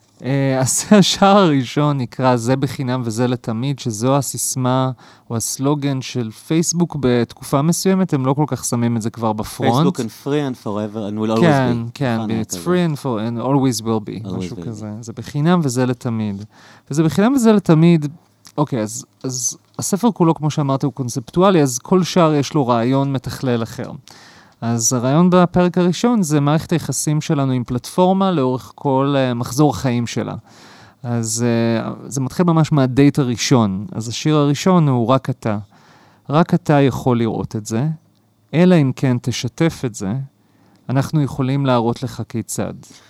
אז השער הראשון נקרא זה בחינם וזה לתמיד, שזו הסיסמה או הסלוגן של פייסבוק בתקופה מסוימת, הם לא כל כך שמים את זה כבר בפרונט. פייסבוק and free and forever and will always כן, be. כן, it's free and, for, and always will be, משהו כזה. זה בחינם וזה לתמיד. וזה בחינם וזה לתמיד, אוקיי, אז, אז הספר כולו, כמו שאמרת, הוא קונספטואלי, אז כל שער יש לו רעיון מתכלל אחר. אז הרעיון בפרק הראשון זה מערכת היחסים שלנו עם פלטפורמה לאורך כל uh, מחזור החיים שלה. אז uh, זה מתחיל ממש מהדייט הראשון. אז השיר הראשון הוא רק אתה. רק אתה יכול לראות את זה, אלא אם כן תשתף את זה, אנחנו יכולים להראות לך כיצד.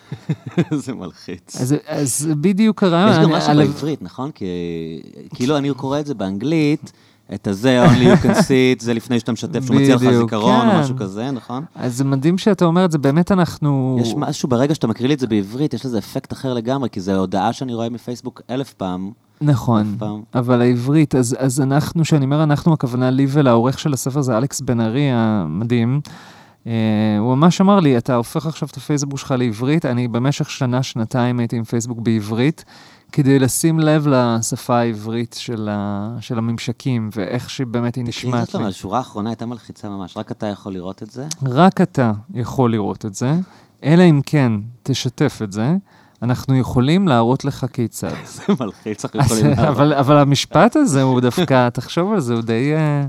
זה מלחיץ. אז, אז בדיוק הרעיון... יש גם משהו על... בעברית, נכון? כי כאילו אני קורא את זה באנגלית, את הזה, only you can see it, זה לפני שאתה משתף, שהוא מציע לך זיכרון או משהו כזה, נכון? אז זה מדהים שאתה אומר את זה, באמת אנחנו... יש משהו, ברגע שאתה מקריא לי את זה בעברית, יש לזה אפקט אחר לגמרי, כי זו הודעה שאני רואה מפייסבוק אלף פעם. נכון, אבל העברית, אז, אז אנחנו, שאני אומר, אנחנו, הכוונה לי ולעורך של הספר, זה אלכס בן ארי, המדהים. Uh, הוא ממש אמר לי, אתה הופך עכשיו את הפייסבוק שלך לעברית, אני במשך שנה, שנתיים הייתי עם פייסבוק בעברית, כדי לשים לב לשפה העברית של, ה, של הממשקים, ואיך שבאמת היא נשמעת לי. תקריא זאת, השורה האחרונה הייתה מלחיצה ממש, רק אתה יכול לראות את זה? רק אתה יכול לראות את זה, אלא אם כן תשתף את זה, אנחנו יכולים להראות לך כיצד. זה מלחיץ, אנחנו יכולים להראות. אבל, אבל המשפט הזה הוא דווקא, תחשוב על זה, הוא די...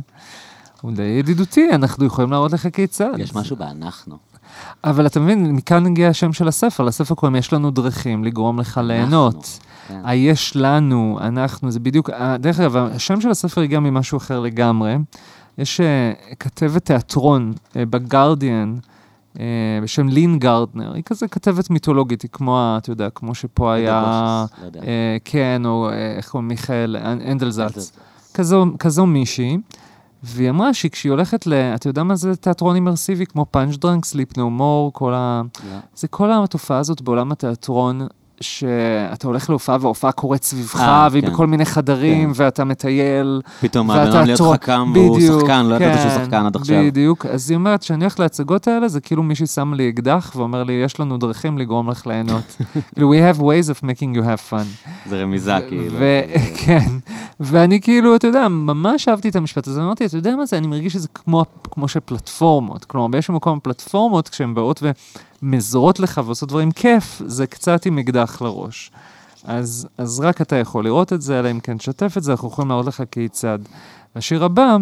הוא די ידידותי, אנחנו יכולים להראות לך כיצד. יש משהו באנחנו. אבל אתה מבין, מכאן נגיע השם של הספר. לספר קוראים, יש לנו דרכים לגרום לך ליהנות. כן. היש לנו, אנחנו, זה בדיוק... דרך אגב, השם של הספר הגיע ממשהו אחר לגמרי. יש uh, כתבת תיאטרון uh, בגרדיאן, uh, בשם לין גרדנר. היא כזה כתבת מיתולוגית, היא כמו, אתה יודע, כמו שפה היה... uh, כן, או איך קוראים, מיכאל אנדלזץ. כזו, כזו מישהי. והיא אמרה שכשהיא הולכת ל... אתה יודע מה זה תיאטרון אימרסיבי? כמו פאנץ' דרנק, סליפ נו מור, כל ה... Yeah. זה כל התופעה הזאת בעולם התיאטרון, שאתה הולך להופעה וההופעה קורית סביבך, 아, והיא כן. בכל מיני חדרים, כן. ואתה מטייל. פתאום הבן להיות חכם והוא שחקן, לא ידעת שהוא שחקן עד עכשיו. בדיוק, אז היא אומרת שאני הולך להצגות האלה, זה כאילו מישהי שם לי אקדח, ואומר לי, יש לנו דרכים לגרום לך ליהנות. כאילו, we have ways of making you have fun. זה רמיזה כאילו. כן, ואני כאילו, אתה יודע, ממש אהבתי את המשפט הזה, אמרתי, אתה יודע מה זה, אני מרגיש שזה כמו שפלטפורמות, כלומר, באיזשהו מקום פלטפורמות, כשהן באות ומזרות לך ועושות דברים כיף, זה קצת עם אקדח לראש. אז, אז רק אתה יכול לראות את זה, אלא אם כן שתף את זה, אנחנו יכולים להראות לך כיצד. השיר הבא,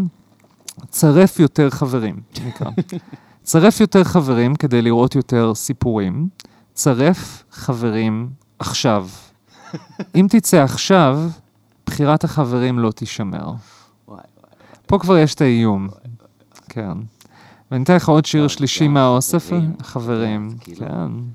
צרף יותר חברים, נקרא. צרף יותר חברים כדי לראות יותר סיפורים. צרף חברים עכשיו. אם תצא עכשיו, בחירת החברים לא תישמר. פה כבר יש את האיום. כן. ואני אתן לך עוד שיר שלישי מהאוסף, חברים. כן.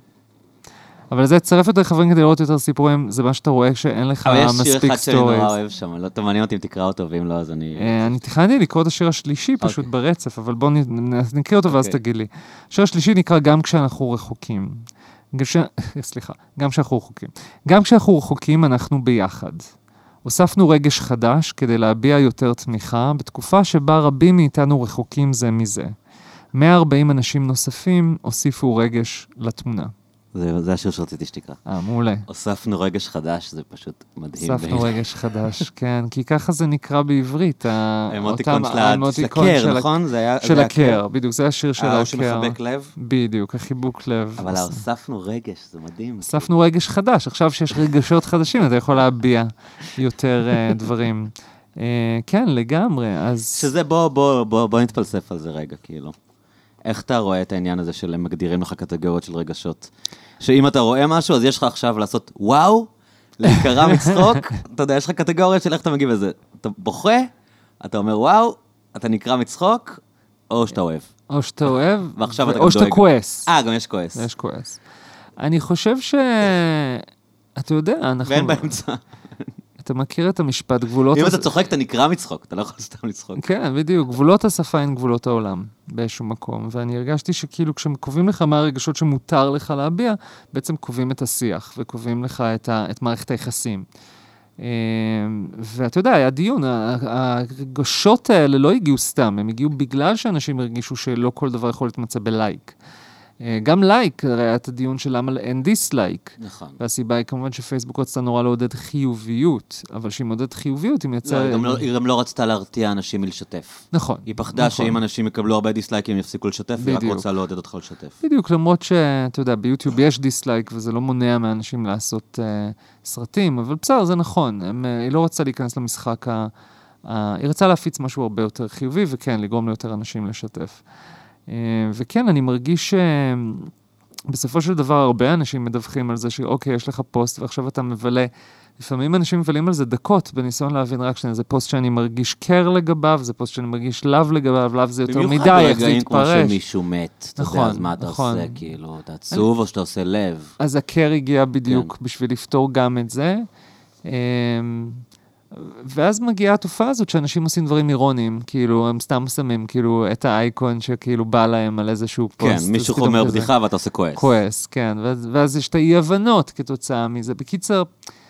אבל זה צרף יותר חברים כדי לראות יותר סיפורים, זה מה שאתה רואה כשאין לך מספיק סטוריז. אבל יש שיר אחד שאני נורא אוהב שם, לא מעניין אותי אם תקרא אותו, ואם לא, אז אני... אני תכננתי לקרוא את השיר השלישי פשוט ברצף, אבל בואו נקריא אותו ואז תגיד לי. השיר השלישי נקרא גם כשאנחנו רחוקים. סליחה, גם כשאנחנו רחוקים. גם כשאנחנו רחוקים אנחנו ביחד. הוספנו רגש חדש כדי להביע יותר תמיכה, בתקופה שבה רבים מאיתנו רחוקים זה מזה. מאה וארבעים אנשים נוספים הוסיפו רגש לתמונה. זה, זה השיר שרציתי שתקרא. אה, מעולה. הוספנו רגש חדש, זה פשוט מדהים. הוספנו רגש חדש, כן, כי ככה זה נקרא בעברית. האמוטיקון של הקר, נכון? של הקר, בדיוק, זה השיר של הקר. שמחבק לב? בדיוק, החיבוק לב. אבל הוספנו רגש, זה מדהים. הוספנו רגש חדש, עכשיו שיש רגשות חדשים, אתה יכול להביע יותר דברים. כן, לגמרי, אז... שזה, בוא, בוא, בוא, בוא נתפלסף על זה רגע, כאילו. איך אתה רואה את העניין הזה של הם מגדירים לך קטגוריות של רגשות? שאם אתה רואה משהו, אז יש לך עכשיו לעשות וואו, להיקרא מצחוק, אתה יודע, יש לך קטגוריות של איך אתה מגיב לזה. אתה בוכה, אתה אומר וואו, אתה נקרא מצחוק, או שאתה אוהב. או שאתה אוהב, ועכשיו אתה או שאתה כועס. אה, גם יש כועס. יש כועס. אני חושב ש... אתה יודע, אנחנו... ואין באמצע. אתה מכיר את המשפט, גבולות... אם אתה צוחק, אתה נקרא מצחוק, אתה לא יכול סתם לצחוק. כן, בדיוק, גבולות השפה הן גבולות העולם, באיזשהו מקום, ואני הרגשתי שכאילו כשקובעים לך מה הרגשות שמותר לך להביע, בעצם קובעים את השיח, וקובעים לך את, ה, את מערכת היחסים. ואתה יודע, היה דיון, הרגשות האלה לא הגיעו סתם, הם הגיעו בגלל שאנשים הרגישו שלא כל דבר יכול להתמצא בלייק. גם לייק, הרי היה את הדיון של למה אין דיסלייק. נכון. והסיבה היא כמובן שפייסבוק רצתה נורא לעודד חיוביות, אבל שהיא מעודד חיוביות, היא מייצר... היא גם לא רצתה להרתיע אנשים מלשתף. נכון. היא פחדה שאם אנשים יקבלו הרבה דיסלייקים, הם יפסיקו לשתף, והיא רק רוצה לעודד אותך לשתף. בדיוק, למרות שאתה יודע, ביוטיוב יש דיסלייק, וזה לא מונע מאנשים לעשות סרטים, אבל בסדר, זה נכון. היא לא רצתה להיכנס למשחק, היא רצתה להפיץ משהו הרבה יותר חיובי, וכן, לגרום ליותר אנשים לשתף. וכן, אני מרגיש שבסופו של דבר הרבה אנשים מדווחים על זה שאוקיי, יש לך פוסט ועכשיו אתה מבלה. לפעמים אנשים מבלים על זה דקות בניסיון להבין רק שזה פוסט שאני מרגיש קר לגביו, זה פוסט שאני מרגיש לאו לגביו, לאו זה יותר מדי, איך זה יתפרש. במיוחד ברגעים כמו שמישהו מת, אתה יודע, אז מה אתה עושה, כאילו, אתה עצוב או שאתה עושה לב. אז הקר הגיע בדיוק בשביל לפתור גם את זה. ואז מגיעה התופעה הזאת שאנשים עושים דברים אירוניים, כאילו, הם סתם שמים, כאילו, את האייקון שכאילו בא להם על איזשהו פוסט. כן, מישהו אומר בדיחה ואתה עושה כועס. כועס, כן, ואז, ואז יש את האי-הבנות כתוצאה מזה. בקיצר,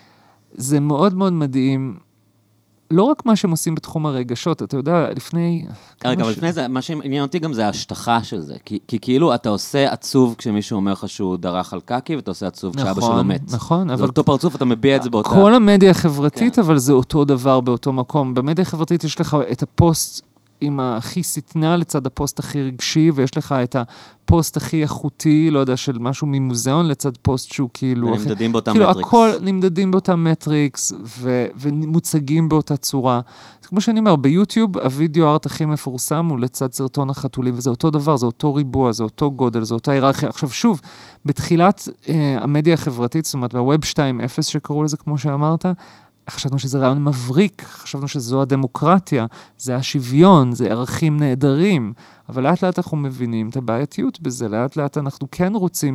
זה מאוד מאוד מדהים, לא רק מה שהם עושים בתחום הרגשות, אתה יודע, לפני... רגע, אבל לפני זה, מה שעניין אותי גם זה ההשטחה של זה, כי, כי כאילו אתה עושה עצוב כשמישהו אומר לך שהוא דרך על קקי, ואתה עושה עצוב כשאבא שלו מת. נכון, אבל... זה אותו פרצוף, אתה מביע את זה באותה... כל המדיה החברתית, אבל זה אותו דבר באותו מקום. במדיה החברתית יש לך את הפוסט עם הכי סתנה לצד הפוסט הכי רגשי, ויש לך את הפוסט הכי איכותי, לא יודע, של משהו ממוזיאון, לצד פוסט שהוא כאילו... נמדדים באותה כאילו מטריקס. הכל נמדדים באותה מטריקס, ו- ומוצגים באותה צורה. כמו שאני אומר, ביוטיוב, הוידאו הארט הכי מפורסם הוא לצד סרטון החתולים, וזה אותו דבר, זה אותו ריבוע, זה אותו גודל, זה אותה היררכיה. עכשיו שוב, בתחילת אה, המדיה החברתית, זאת אומרת, בווב שתיים אפס שקראו לזה, כמו שאמרת, חשבנו שזה רעיון מבריק, חשבנו שזו הדמוקרטיה, זה השוויון, זה ערכים נהדרים, אבל לאט לאט אנחנו מבינים את הבעייתיות בזה, לאט לאט אנחנו כן רוצים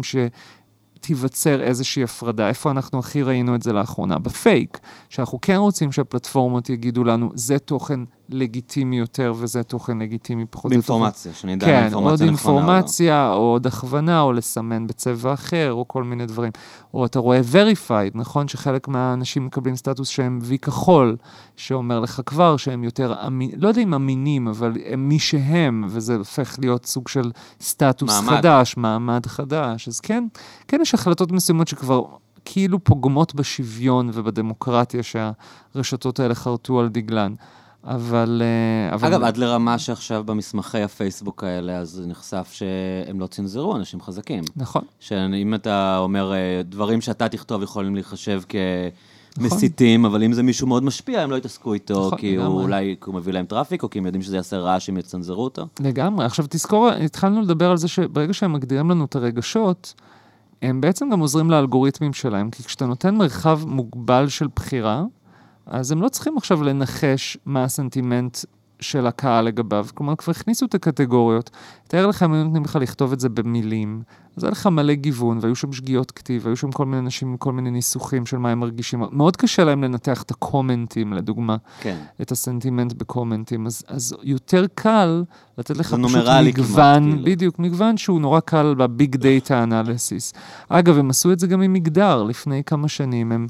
שתיווצר איזושהי הפרדה, איפה אנחנו הכי ראינו את זה לאחרונה? בפייק, שאנחנו כן רוצים שהפלטפורמות יגידו לנו, זה תוכן לגיטימי יותר, וזה תוכן לגיטימי פחות. באינפורמציה, שנדע כן, אינפורמציה עוד נכונה. אינפורמציה, או עוד הכוונה, או לסמן בצבע אחר, או כל מיני דברים. או אתה רואה verified, נכון? שחלק מהאנשים מקבלים סטטוס שהם וי כחול, שאומר לך כבר שהם יותר, אמין, לא יודע אם אמינים, אבל הם מי שהם, וזה הופך להיות סוג של סטטוס מעמד. חדש, מעמד חדש. אז כן, כן יש החלטות מסוימות שכבר כאילו פוגמות בשוויון ובדמוקרטיה שהרשתות האלה חרטו על דגלן. אבל... אבל... אגב, עד לרמה שעכשיו במסמכי הפייסבוק האלה, אז נחשף שהם לא צנזרו, אנשים חזקים. נכון. שאם אתה אומר, דברים שאתה תכתוב יכולים להיחשב כמסיתים, נכון. אבל אם זה מישהו מאוד משפיע, הם לא יתעסקו איתו, נכון, כי הוא אולי הוא מביא להם טראפיק, או כי הם יודעים שזה יעשה רעש אם יצנזרו אותו. לגמרי. עכשיו תזכור, התחלנו לדבר על זה שברגע שהם מגדירים לנו את הרגשות, הם בעצם גם עוזרים לאלגוריתמים שלהם, כי כשאתה נותן מרחב מוגבל של בחירה, אז הם לא צריכים עכשיו לנחש מה הסנטימנט של הקהל לגביו. כלומר, כבר הכניסו את הקטגוריות. תאר לך, הם נותנים לך לכתוב את זה במילים. אז היה לך מלא גיוון, והיו שם שגיאות כתיב, והיו שם כל מיני אנשים עם כל מיני ניסוחים של מה הם מרגישים. מאוד קשה להם לנתח את הקומנטים, לדוגמה. כן. את הסנטימנט בקומנטים. אז, אז יותר קל לתת לך פשוט מגוון, כמעט, בדיוק, מגוון שהוא נורא קל בביג דאטה אנליסיס. אגב, הם עשו את זה גם עם מגדר. לפני כמה שנים הם...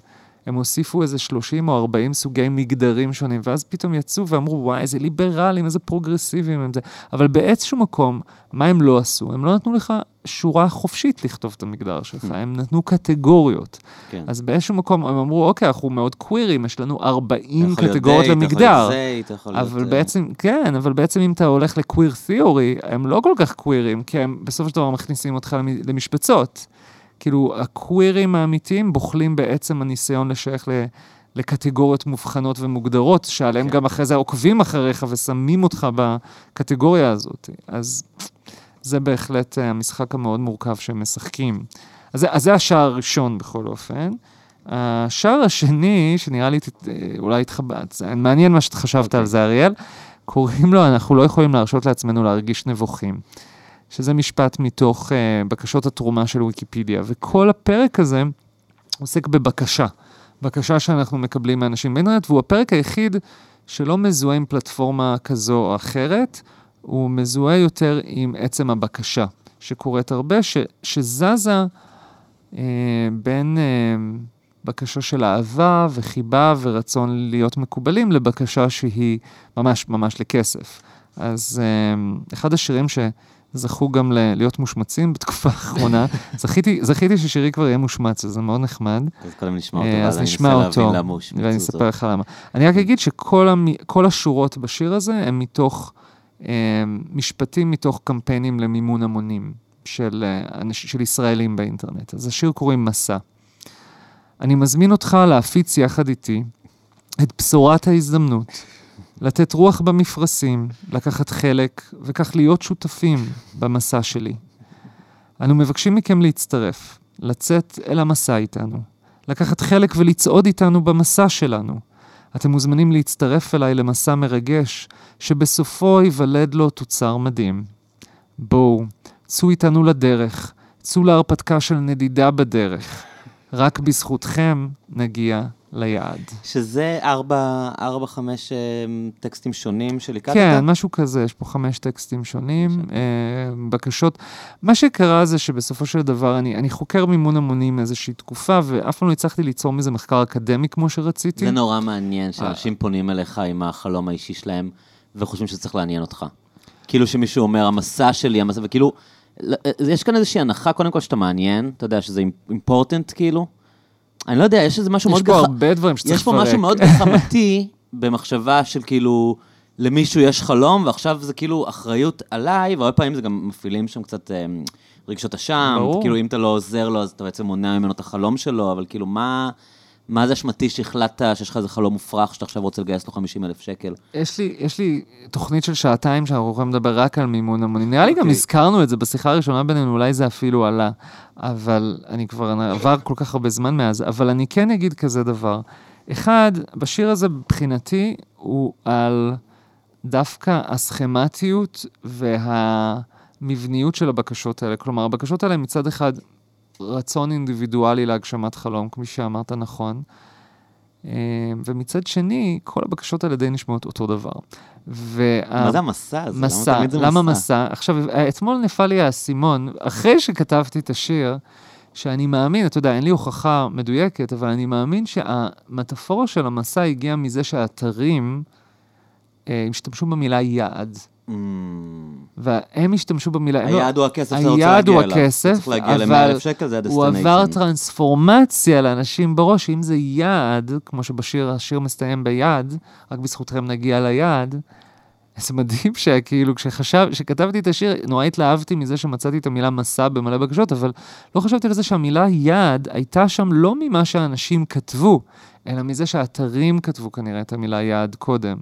הם הוסיפו איזה שלושים או ארבעים סוגי מגדרים שונים, ואז פתאום יצאו ואמרו, וואי, איזה ליברלים, איזה פרוגרסיביים הם זה. אבל באיזשהו מקום, מה הם לא עשו? הם לא נתנו לך שורה חופשית לכתוב את המגדר שלך, הם נתנו קטגוריות. כן. אז באיזשהו מקום הם אמרו, אוקיי, אנחנו מאוד קווירים, יש לנו ארבעים קטגוריות למגדר. אבל בעצם, כן, אבל בעצם אם אתה הולך לקוויר תיאורי, הם לא כל כך קווירים, כי הם בסופו של דבר מכניסים אותך למשבצות. כאילו, הקווירים האמיתיים בוחלים בעצם הניסיון לשייך לקטגוריות מובחנות ומוגדרות, שעליהם גם אחרי זה עוקבים אחריך ושמים אותך בקטגוריה הזאת. אז זה בהחלט המשחק המאוד מורכב שהם משחקים. אז זה, אז זה השער הראשון בכל אופן. השער השני, שנראה לי אולי התחבט, זה מעניין מה שאתה חשבת על זה, אריאל, קוראים לו, אנחנו לא יכולים להרשות לעצמנו להרגיש נבוכים. שזה משפט מתוך uh, בקשות התרומה של ויקיפדיה, וכל הפרק הזה עוסק בבקשה, בקשה שאנחנו מקבלים מאנשים באינטרנט, והוא הפרק היחיד שלא מזוהה עם פלטפורמה כזו או אחרת, הוא מזוהה יותר עם עצם הבקשה, שקורית הרבה, ש, שזזה uh, בין uh, בקשה של אהבה וחיבה ורצון להיות מקובלים, לבקשה שהיא ממש ממש לכסף. אז uh, אחד השירים ש... זכו גם להיות מושמצים בתקופה האחרונה. זכיתי, זכיתי ששירי כבר יהיה מושמץ, זה מאוד נחמד. אז קודם נשמע אותו, אז נשמע אותו, ואני אספר לך למה. אני רק אגיד שכל השורות בשיר הזה הם מתוך משפטים, מתוך קמפיינים למימון המונים של, של ישראלים באינטרנט. אז השיר קוראים מסע. אני מזמין אותך להפיץ יחד איתי את בשורת ההזדמנות. לתת רוח במפרשים, לקחת חלק, וכך להיות שותפים במסע שלי. אנו מבקשים מכם להצטרף, לצאת אל המסע איתנו, לקחת חלק ולצעוד איתנו במסע שלנו. אתם מוזמנים להצטרף אליי למסע מרגש, שבסופו ייוולד לו תוצר מדהים. בואו, צאו איתנו לדרך, צאו להרפתקה של נדידה בדרך. רק בזכותכם נגיע ליעד. שזה ארבע, ארבע, חמש טקסטים שונים שליקדת? כן, משהו כזה, יש פה חמש טקסטים שונים, בקשות. מה שקרה זה שבסופו של דבר, אני, אני חוקר מימון המונים איזושהי תקופה, ואף פעם לא הצלחתי ליצור מזה מחקר אקדמי כמו שרציתי. זה נורא מעניין שאנשים פונים אליך עם החלום האישי שלהם, וחושבים שצריך לעניין אותך. כאילו שמישהו אומר, המסע שלי, המסע, וכאילו, יש כאן איזושהי הנחה, קודם כל שאתה מעניין, אתה יודע שזה אימפורטנט כאילו, אני לא יודע, יש איזה משהו מאוד גח... יש פה הרבה דברים שצריך לפרק. יש פה משהו מאוד גחמתי במחשבה של כאילו, למישהו יש חלום, ועכשיו זה כאילו אחריות עליי, והרבה פעמים זה גם מפעילים שם קצת אה, רגשות אשם, כאילו אם אתה לא עוזר לו, אז אתה בעצם מונע ממנו את החלום שלו, אבל כאילו מה, מה זה אשמתי שהחלטת שיש לך איזה חלום מופרך, שאתה עכשיו רוצה לגייס לו חמישים אלף שקל? יש לי, יש לי תוכנית של שעתיים שאנחנו יכולים לדבר רק על מימון המונים. נראה לי גם הזכרנו את זה בשיחה הראשונה בינינו, אולי זה אפילו עלה. אבל אני כבר עבר כל כך הרבה זמן מאז, אבל אני כן אגיד כזה דבר. אחד, בשיר הזה מבחינתי הוא על דווקא הסכמטיות והמבניות של הבקשות האלה. כלומר, הבקשות האלה מצד אחד רצון אינדיבידואלי להגשמת חלום, כפי שאמרת נכון, ומצד שני, כל הבקשות האלה די נשמעות אותו דבר. מה זה המסע הזה? מסע, למה מסע? עכשיו, אתמול נפל לי האסימון, אחרי שכתבתי את השיר, שאני מאמין, אתה יודע, אין לי הוכחה מדויקת, אבל אני מאמין שהמטאפורה של המסע הגיעה מזה שהאתרים השתמשו במילה יעד. והם השתמשו במילה... היעד הוא הכסף, אתה רוצה להגיע אליו. הכסף, אבל הוא עבר טרנספורמציה לאנשים בראש, אם זה יעד, כמו שבשיר, השיר מסתיים ביעד, רק בזכותכם נגיע ליעד, זה מדהים שכאילו, כשחשב, כשכתבתי את השיר, נורא התלהבתי מזה שמצאתי את המילה מסע במלא בקשות, אבל לא חשבתי על זה שהמילה יעד הייתה שם לא ממה שאנשים כתבו, אלא מזה שהאתרים כתבו כנראה את המילה יעד קודם.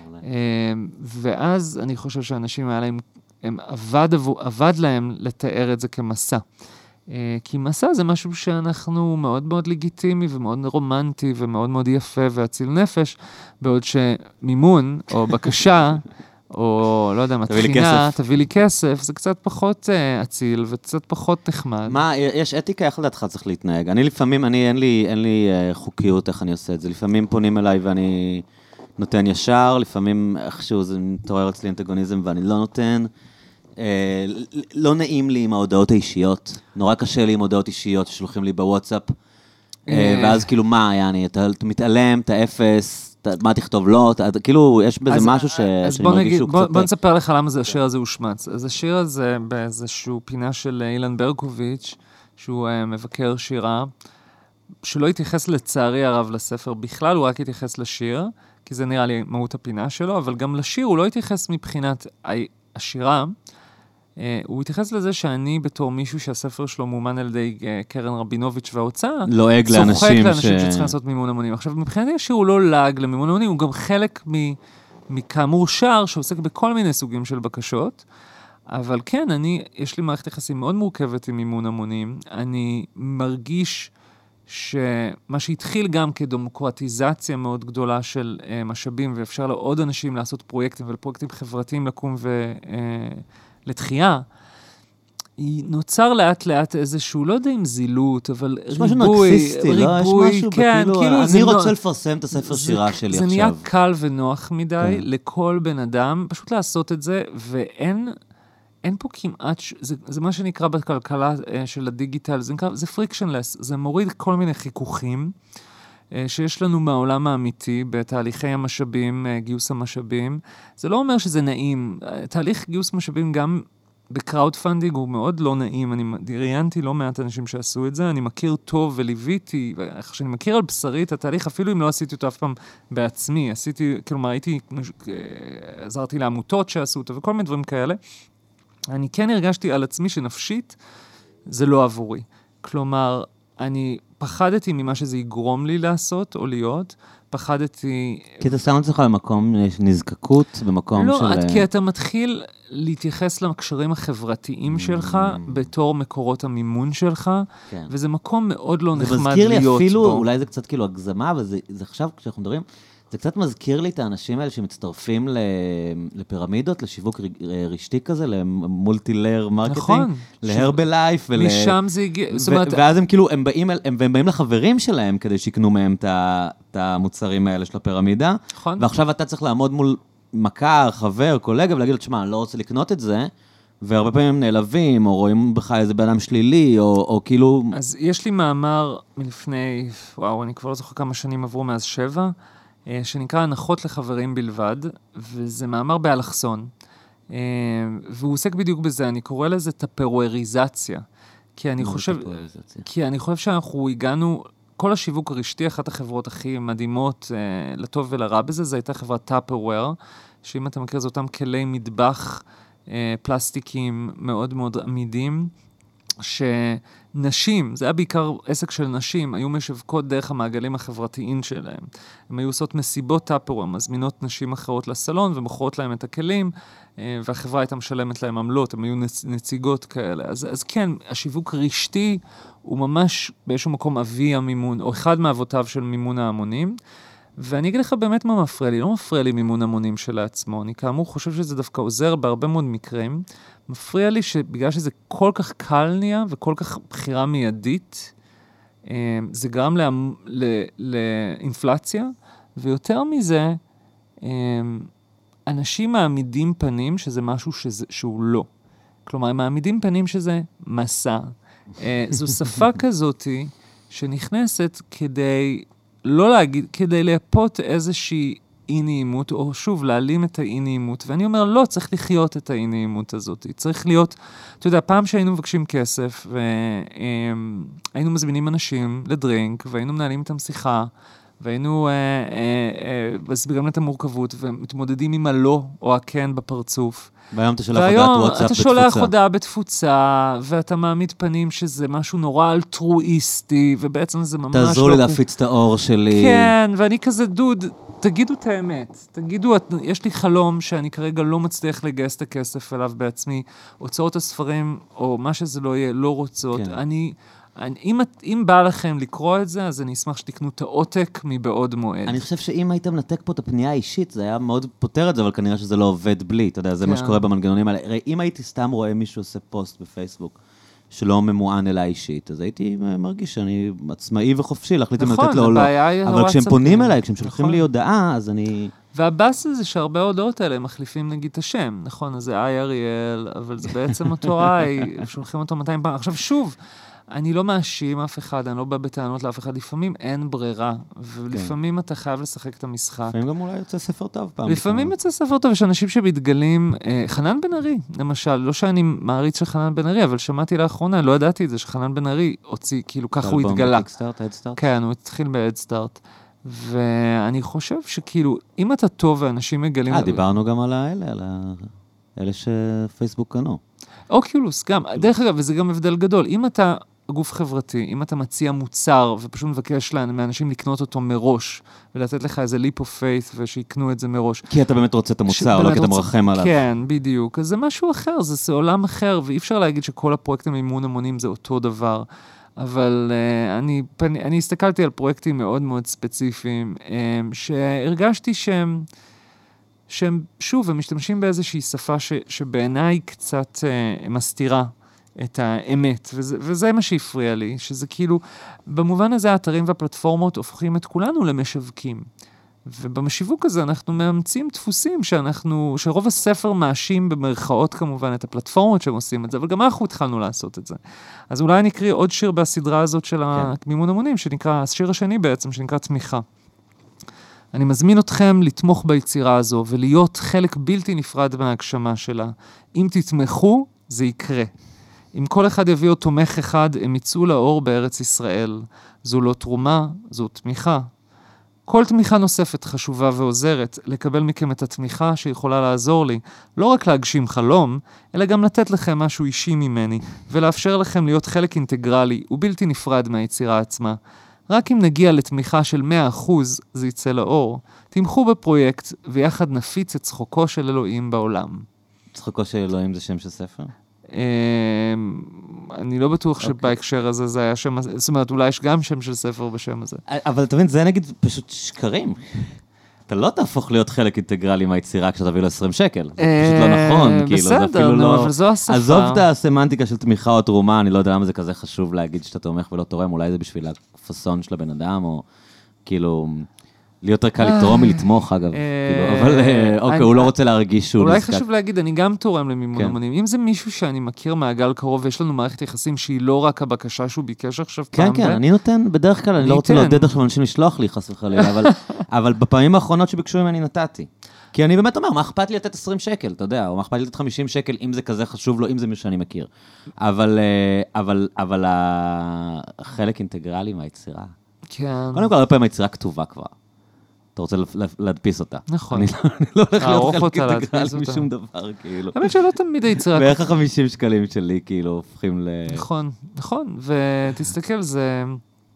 ואז אני חושב שהאנשים האלה, הם, הם עבד, עבד להם לתאר את זה כמסע. כי מסע זה משהו שאנחנו מאוד מאוד לגיטימי ומאוד רומנטי ומאוד מאוד יפה ואציל נפש, בעוד שמימון או בקשה, או לא יודע, מתחינה, תביא לי כסף, זה קצת פחות אציל וקצת פחות נחמד. מה, יש אתיקה, איך לדעתך צריך להתנהג? אני לפעמים, אני, אין לי, אין לי חוקיות איך אני עושה את זה. לפעמים פונים אליי ואני נותן ישר, לפעמים איכשהו זה מתעורר אצלי אנטגוניזם ואני לא נותן. אה, לא נעים לי עם ההודעות האישיות, נורא קשה לי עם הודעות אישיות ששולחים לי בוואטסאפ, ואז כאילו מה, יעני, אתה מתעלם, אתה אפס, מה תכתוב לא, כאילו יש בזה משהו שאני מרגיש שהוא קצת... בוא נספר לך למה השיר הזה הושמץ. אז השיר הזה באיזשהו פינה של אילן ברקוביץ', שהוא מבקר שירה, שלא התייחס לצערי הרב לספר בכלל, הוא רק התייחס לשיר, כי זה נראה לי מהות הפינה שלו, אבל גם לשיר הוא לא התייחס מבחינת השירה, הוא התייחס לזה שאני בתור מישהו שהספר שלו מומן על ידי קרן רבינוביץ' וההוצאה, לועג לאנשים צוחק לאנשים שצריכים לעשות מימון המונים. עכשיו, מבחינתי השיר הוא לא לעג למימון המונים, הוא גם חלק מכאמור שר שעוסק בכל מיני סוגים של בקשות, אבל כן, אני, יש לי מערכת יחסים מאוד מורכבת עם מימון המונים, אני מרגיש שמה שהתחיל גם כדמוקרטיזציה מאוד גדולה של uh, משאבים, ואפשר לעוד אנשים לעשות פרויקטים ולפרויקטים חברתיים לקום ולתחייה, uh, נוצר לאט לאט איזשהו, לא יודע אם זילות, אבל ריבוי, יש משהו נרקסיסטי, ריבוי, לא? יש משהו כן, בכאילו, כאילו אני זה רוצה לא, לפרסם את הספר שירה שלי זה עכשיו. נהיה קל ונוח מדי כן. לכל בן אדם, פשוט לעשות את זה, ואין... אין פה כמעט, זה, זה מה שנקרא בכלכלה של הדיגיטל, זה נקרא, זה פריקשנלס, זה מוריד כל מיני חיכוכים שיש לנו מהעולם האמיתי, בתהליכי המשאבים, גיוס המשאבים. זה לא אומר שזה נעים. תהליך גיוס משאבים גם בקראוד פנדינג הוא מאוד לא נעים. אני ראיינתי לא מעט אנשים שעשו את זה, אני מכיר טוב וליוויתי, איך שאני מכיר על בשרי את התהליך, אפילו אם לא עשיתי אותו אף פעם בעצמי, עשיתי, כלומר, הייתי, עזרתי לעמותות שעשו אותו וכל מיני דברים כאלה. אני כן הרגשתי על עצמי שנפשית זה לא עבורי. כלומר, אני פחדתי ממה שזה יגרום לי לעשות או להיות, פחדתי... כי אתה שם את זה למקום נזקקות, במקום לא, של... לא, כי אתה מתחיל להתייחס לקשרים החברתיים שלך בתור מקורות המימון שלך, כן. וזה מקום מאוד לא נחמד להיות בו. זה מזכיר לי אפילו, אולי זה קצת כאילו הגזמה, אבל זה, זה עכשיו כשאנחנו מדברים... זה קצת מזכיר לי את האנשים האלה שמצטרפים לפירמידות, לשיווק רשתי כזה, למולטי-לייר מרקטינג, נכון. להרבלייף. ול... משם זה הגיע... ו- אומרת... ואז הם כאילו, הם באים, הם, הם באים לחברים שלהם כדי שיקנו מהם את המוצרים האלה של הפירמידה. נכון. ועכשיו אתה צריך לעמוד מול מכר, חבר, קולגה, ולהגיד לו, תשמע, אני לא רוצה לקנות את זה, והרבה פעמים הם נעלבים, או רואים בך איזה בן אדם שלילי, או, או כאילו... אז יש לי מאמר מלפני, וואו, אני כבר לא זוכר כמה שנים עברו מאז שבע, שנקרא הנחות לחברים בלבד, וזה מאמר באלכסון. והוא עוסק בדיוק בזה, אני קורא לזה טפרואריזציה. כי אני חושב, כי אני חושב שאנחנו הגענו, כל השיווק הרשתי, אחת החברות הכי מדהימות לטוב ולרע בזה, זו הייתה חברת טאפרוויר, שאם אתה מכיר, זה אותם כלי מטבח פלסטיקים מאוד מאוד עמידים, שנשים, זה היה בעיקר עסק של נשים, היו משווקות דרך המעגלים החברתיים שלהם. הם היו עושות מסיבות טאפרוויר, מזמינות נשים אחרות לסלון ומוכרות להם את הכלים, והחברה הייתה משלמת להם עמלות, הם היו נציגות כאלה. אז, אז כן, השיווק רשתי הוא ממש באיזשהו מקום אבי המימון, או אחד מאבותיו של מימון ההמונים, ואני אגיד לך באמת מה מפריע לי, לא מפריע לי מימון המונים שלעצמו, אני כאמור חושב שזה דווקא עוזר בהרבה מאוד מקרים, מפריע לי שבגלל שזה כל כך קל נהיה וכל כך בחירה מיידית, זה גרם לה, ל, לאינפלציה, ויותר מזה, אנשים מעמידים פנים שזה משהו שזה, שהוא לא. כלומר, הם מעמידים פנים שזה מסע. זו שפה כזאת שנכנסת כדי... לא להגיד, כדי להפות איזושהי אי-נעימות, או שוב, להעלים את האי-נעימות. ואני אומר, לא, צריך לחיות את האי-נעימות הזאת. צריך להיות, אתה יודע, פעם שהיינו מבקשים כסף, והיינו מזמינים אנשים לדרינק, והיינו מנהלים איתם שיחה, והיינו מסבירים את המורכבות, ומתמודדים עם הלא או הכן בפרצוף. והיום אתה שולח הודעת וואטסאפ בתפוצה. אתה שולח הודעה בתפוצה, ואתה מעמיד פנים שזה משהו נורא אלטרואיסטי, ובעצם זה ממש... תעזרו לי להפיץ את האור שלי. כן, ואני כזה, דוד, תגידו את האמת. תגידו, יש לי חלום שאני כרגע לא מצליח לגייס את הכסף אליו בעצמי, הוצאות הספרים, או מה שזה לא יהיה, לא רוצות. אני... אם, אם בא לכם לקרוא את זה, אז אני אשמח שתקנו את העותק מבעוד מועד. אני חושב שאם היית מנתק פה את הפנייה האישית, זה היה מאוד פותר את זה, אבל כנראה שזה לא עובד בלי, אתה יודע, זה מה שקורה במנגנונים האלה. הרי אם הייתי סתם רואה מישהו עושה פוסט בפייסבוק, שלא ממוען אליי אישית, אז הייתי מרגיש שאני עצמאי וחופשי, להחליט אם לתת לו או לא. אבל כשהם פונים אליי, כשהם שולחים לי הודעה, אז אני... והבאס הזה שהרבה הודעות האלה, הם מחליפים נגיד את השם, נכון? אז זה איי אריאל, אבל זה בעצם אותו איי, שולחים אותו מאתיים פעם. עכשיו שוב, אני לא מאשים אף אחד, אני לא בא בטענות לאף אחד, לפעמים אין ברירה, ולפעמים אתה חייב לשחק את המשחק. לפעמים גם אולי יוצא ספר טוב פעם. לפעמים יוצא ספר טוב, יש אנשים שמתגלים, חנן בן ארי, למשל, לא שאני מעריץ של חנן בן ארי, אבל שמעתי לאחרונה, לא ידעתי את זה, שחנן בן ארי הוציא, כאילו ככה הוא התגלה. כן, הוא התחיל ב-Headstart. ואני חושב שכאילו, אם אתה טוב ואנשים מגלים... אה, דיברנו גם על האלה, על האלה שפייסבוק קנו. אוקיולוס, גם. דרך אגב, וזה גם הבדל גדול. אם אתה גוף חברתי, אם אתה מציע מוצר, ופשוט מבקש מאנשים לקנות אותו מראש, ולתת לך איזה leap of faith, ושיקנו את זה מראש. כי אתה באמת רוצה את המוצר, לא כי אתה מרחם עליו. כן, בדיוק. אז זה משהו אחר, זה עולם אחר, ואי אפשר להגיד שכל הפרויקטים מימון המונים זה אותו דבר. אבל uh, אני, אני הסתכלתי על פרויקטים מאוד מאוד ספציפיים, um, שהרגשתי שהם, שהם, שוב, הם משתמשים באיזושהי שפה ש, שבעיניי קצת uh, מסתירה את האמת, וזה, וזה מה שהפריע לי, שזה כאילו, במובן הזה האתרים והפלטפורמות הופכים את כולנו למשווקים. ובמשיווק הזה אנחנו מאמצים דפוסים שאנחנו, שרוב הספר מאשים במרכאות כמובן את הפלטפורמות שהם עושים את זה, אבל גם אנחנו התחלנו לעשות את זה. אז אולי אני אקריא עוד שיר בסדרה הזאת של המימון המונים, שנקרא, השיר השני בעצם, שנקרא תמיכה. אני מזמין אתכם לתמוך ביצירה הזו, ולהיות חלק בלתי נפרד מההגשמה שלה. אם תתמכו, זה יקרה. אם כל אחד יביא עוד תומך אחד, הם יצאו לאור בארץ ישראל. זו לא תרומה, זו תמיכה. כל תמיכה נוספת חשובה ועוזרת, לקבל מכם את התמיכה שיכולה לעזור לי, לא רק להגשים חלום, אלא גם לתת לכם משהו אישי ממני, ולאפשר לכם להיות חלק אינטגרלי ובלתי נפרד מהיצירה עצמה. רק אם נגיע לתמיכה של מאה אחוז, זה יצא לאור. תמכו בפרויקט, ויחד נפיץ את צחוקו של אלוהים בעולם. צחוקו של אלוהים זה שם של ספר? אני לא בטוח שבהקשר הזה זה היה שם, זאת אומרת, אולי יש גם שם של ספר בשם הזה. אבל אתה מבין, זה נגיד פשוט שקרים. אתה לא תהפוך להיות חלק אינטגרלי מהיצירה כשאתה תביא לו עשרים שקל. זה פשוט לא נכון. בסדר, נו, אבל זו השפה. עזוב את הסמנטיקה של תמיכה או תרומה, אני לא יודע למה זה כזה חשוב להגיד שאתה תומך ולא תורם, אולי זה בשביל הפסון של הבן אדם, או כאילו... להיות יותר קל לתרום מלתמוך, אגב. אבל אוקיי, הוא לא רוצה להרגיש שהוא נזקק. אולי חשוב להגיד, אני גם תורם למימון המונים. אם זה מישהו שאני מכיר מעגל קרוב, ויש לנו מערכת יחסים שהיא לא רק הבקשה שהוא ביקש עכשיו פעם. כן, כן, אני נותן, בדרך כלל, אני לא רוצה לעודד עכשיו אנשים לשלוח לי, חס וחלילה, אבל בפעמים האחרונות שביקשו ממני נתתי. כי אני באמת אומר, מה אכפת לי לתת עשרים שקל, אתה יודע, או מה אכפת לי לתת חמישים שקל, אם זה כזה חשוב לו, אם זה מישהו שאני מכיר. אבל החלק אינטגרלי מהיצירה. כן. קודם כל, הרבה פעמים היצירה כתובה כבר. אתה רוצה להדפיס אותה. נכון. אני לא הולך להיות חלק אינטגרלי משום דבר, כאילו. האמת שלא תמיד היצירה... בערך ה-חמישים שקלים שלי, כאילו, הופכים ל... נכון, נכון. ותסתכל, זה...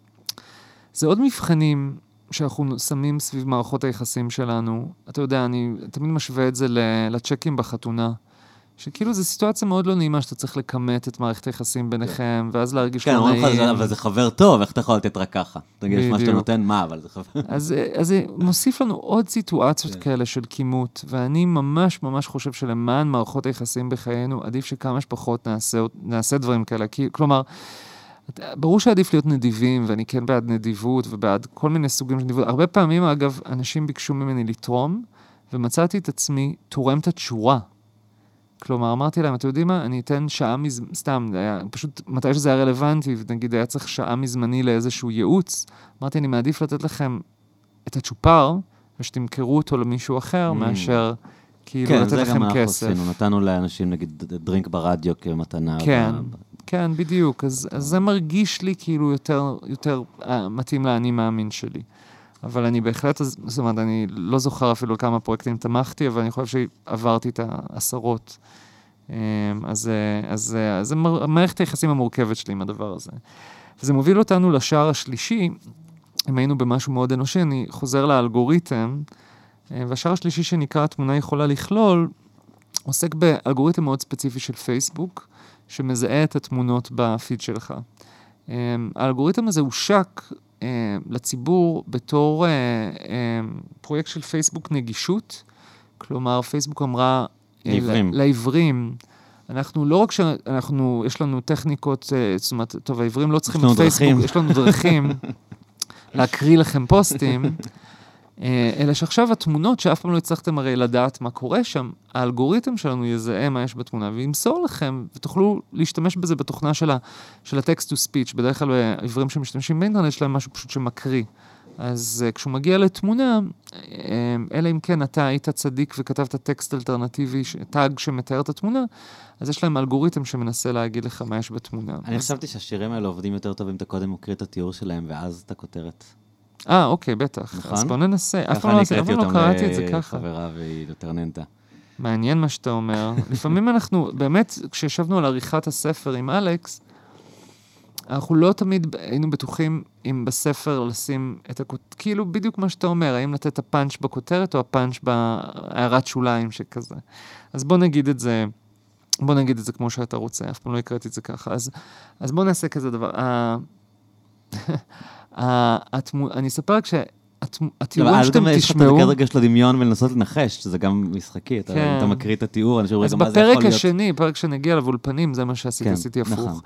זה עוד מבחנים שאנחנו שמים סביב מערכות היחסים שלנו. אתה יודע, אני תמיד משווה את זה לצ'קים בחתונה. שכאילו זו סיטואציה מאוד לא נעימה, שאתה צריך לקמת את מערכת היחסים ביניכם, ואז להרגיש לא נעים. כן, אבל זה חבר טוב, איך אתה יכול לתת רק ככה? תגיד, יש מה שאתה נותן, מה, אבל זה חבר. אז זה מוסיף לנו עוד סיטואציות כאלה של קימות, ואני ממש ממש חושב שלמען מערכות היחסים בחיינו, עדיף שכמה שפחות נעשה דברים כאלה. כלומר, ברור שעדיף להיות נדיבים, ואני כן בעד נדיבות, ובעד כל מיני סוגים של נדיבות. הרבה פעמים, אגב, אנשים ביקשו ממני לתרום, ומצאתי את עצמי תורם את התשורה. כלומר, אמרתי להם, אתם יודעים מה? אני אתן שעה מזמני, סתם, היה, פשוט מתי שזה היה רלוונטי, ונגיד היה צריך שעה מזמני לאיזשהו ייעוץ, אמרתי, אני מעדיף לתת לכם את הצ'ופר, ושתמכרו אותו למישהו אחר, mm. מאשר כאילו כן, לתת לכם כסף. כן, זה גם אנחנו עשינו, נתנו לאנשים, נגיד, דרינק ברדיו כמתנה. כן, ב... כן, בדיוק. אז, אז זה מרגיש לי כאילו יותר, יותר אה, מתאים לאני מאמין שלי. אבל אני בהחלט, זאת אומרת, אני לא זוכר אפילו כמה פרויקטים תמכתי, אבל אני חושב שעברתי את העשרות. אז, אז, אז המערכת היחסים המורכבת שלי עם הדבר הזה. וזה מוביל אותנו לשער השלישי, אם היינו במשהו מאוד אנושי, אני חוזר לאלגוריתם, והשער השלישי שנקרא התמונה יכולה לכלול, עוסק באלגוריתם מאוד ספציפי של פייסבוק, שמזהה את התמונות בפיד שלך. האלגוריתם הזה הושק לציבור בתור פרויקט של פייסבוק נגישות, כלומר פייסבוק אמרה לעברים, אנחנו לא רק שאנחנו, יש לנו טכניקות, זאת אומרת, טוב, העברים לא צריכים את פייסבוק, יש לנו דרכים להקריא לכם פוסטים, אלא שעכשיו התמונות שאף פעם לא הצלחתם הרי לדעת מה קורה שם, האלגוריתם שלנו יזהה מה יש בתמונה, וימסור לכם, ותוכלו להשתמש בזה בתוכנה של, ה, של הטקסט to speech, בדרך כלל העברים שמשתמשים באינטרנט, יש להם משהו פשוט שמקריא. אז כשהוא מגיע לתמונה, אלא אם כן אתה היית צדיק וכתבת טקסט אלטרנטיבי, טאג שמתאר את התמונה, אז יש להם אלגוריתם שמנסה להגיד לך מה יש בתמונה. אני אז... חשבתי שהשירים האלה עובדים יותר טוב אם אתה קודם מקריא את התיאור שלהם, ואז אתה כותרת. אה, אוקיי, בטח. נכון? אז בוא ננסה. אף פעם לא קראתי את זה ככה. חברה והיא יותר נהנתה. מעניין מה שאתה אומר. לפעמים אנחנו, באמת, כשישבנו על עריכת הספר עם אלכס, אנחנו לא תמיד היינו בטוחים אם בספר לשים את הכותרת, כאילו בדיוק מה שאתה אומר, האם לתת את הפאנץ' בכותרת או הפאנץ' בהערת שוליים שכזה. אז בוא נגיד את זה, בוא נגיד את זה כמו שאתה רוצה, אף פעם לא הקראתי את זה ככה. אז, אז בוא נעשה כזה דבר. אני אספר כשהתיאורים שאתם תשמעו... אז גם רגע של הדמיון ולנסות לנחש, שזה גם משחקי, אתה מקריא את התיאור, אנשים רואים מה זה יכול להיות. אז בפרק השני, פרק שנגיע לאולפנים, זה מה שעשיתי, עשיתי הפוך.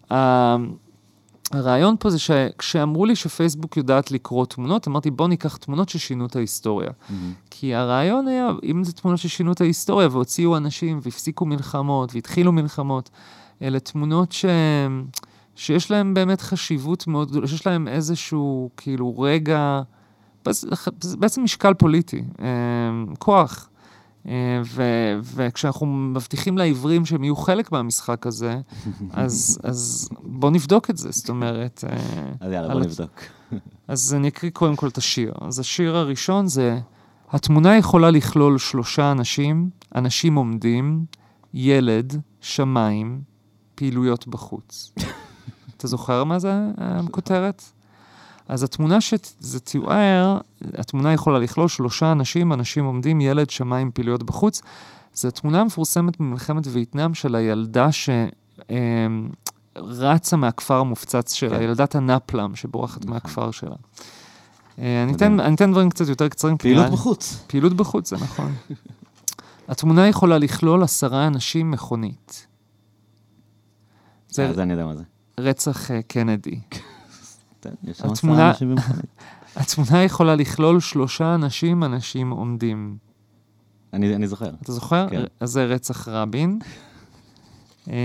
הרעיון פה זה שכשאמרו לי שפייסבוק יודעת לקרוא תמונות, אמרתי בוא ניקח תמונות ששינו את ההיסטוריה. כי הרעיון היה, אם זה תמונות ששינו את ההיסטוריה, והוציאו אנשים והפסיקו מלחמות, והתחילו מלחמות, אלה תמונות ש... שיש להם באמת חשיבות מאוד גדולה, שיש להם איזשהו כאילו רגע, בעצם משקל פוליטי, כוח. ו- וכשאנחנו מבטיחים לעברים שהם יהיו חלק מהמשחק הזה, אז, אז בוא נבדוק את זה, זאת אומרת... אז יאללה, בוא נבדוק. אז אני אקריא קודם כל את השיר. אז השיר הראשון זה, התמונה יכולה לכלול שלושה אנשים, אנשים עומדים, ילד, שמיים, פעילויות בחוץ. אתה זוכר מה זה הכותרת? אז התמונה שזה תיאר, התמונה יכולה לכלול שלושה אנשים, אנשים עומדים, ילד, שמיים, פעילויות בחוץ. זו תמונה המפורסמת ממלחמת וייטנאם של הילדה שרצה מהכפר המופצץ שלה, ילדת הנפלם שבורחת מהכפר שלה. אני אתן דברים קצת יותר קצרים. פעילות בחוץ. פעילות בחוץ, זה נכון. התמונה יכולה לכלול עשרה אנשים מכונית. זה אני יודע מה זה. רצח קנדי. התמונה, התמונה יכולה לכלול שלושה אנשים, אנשים עומדים. אני, אני זוכר. אתה זוכר? כן. אז זה רצח רבין. בוא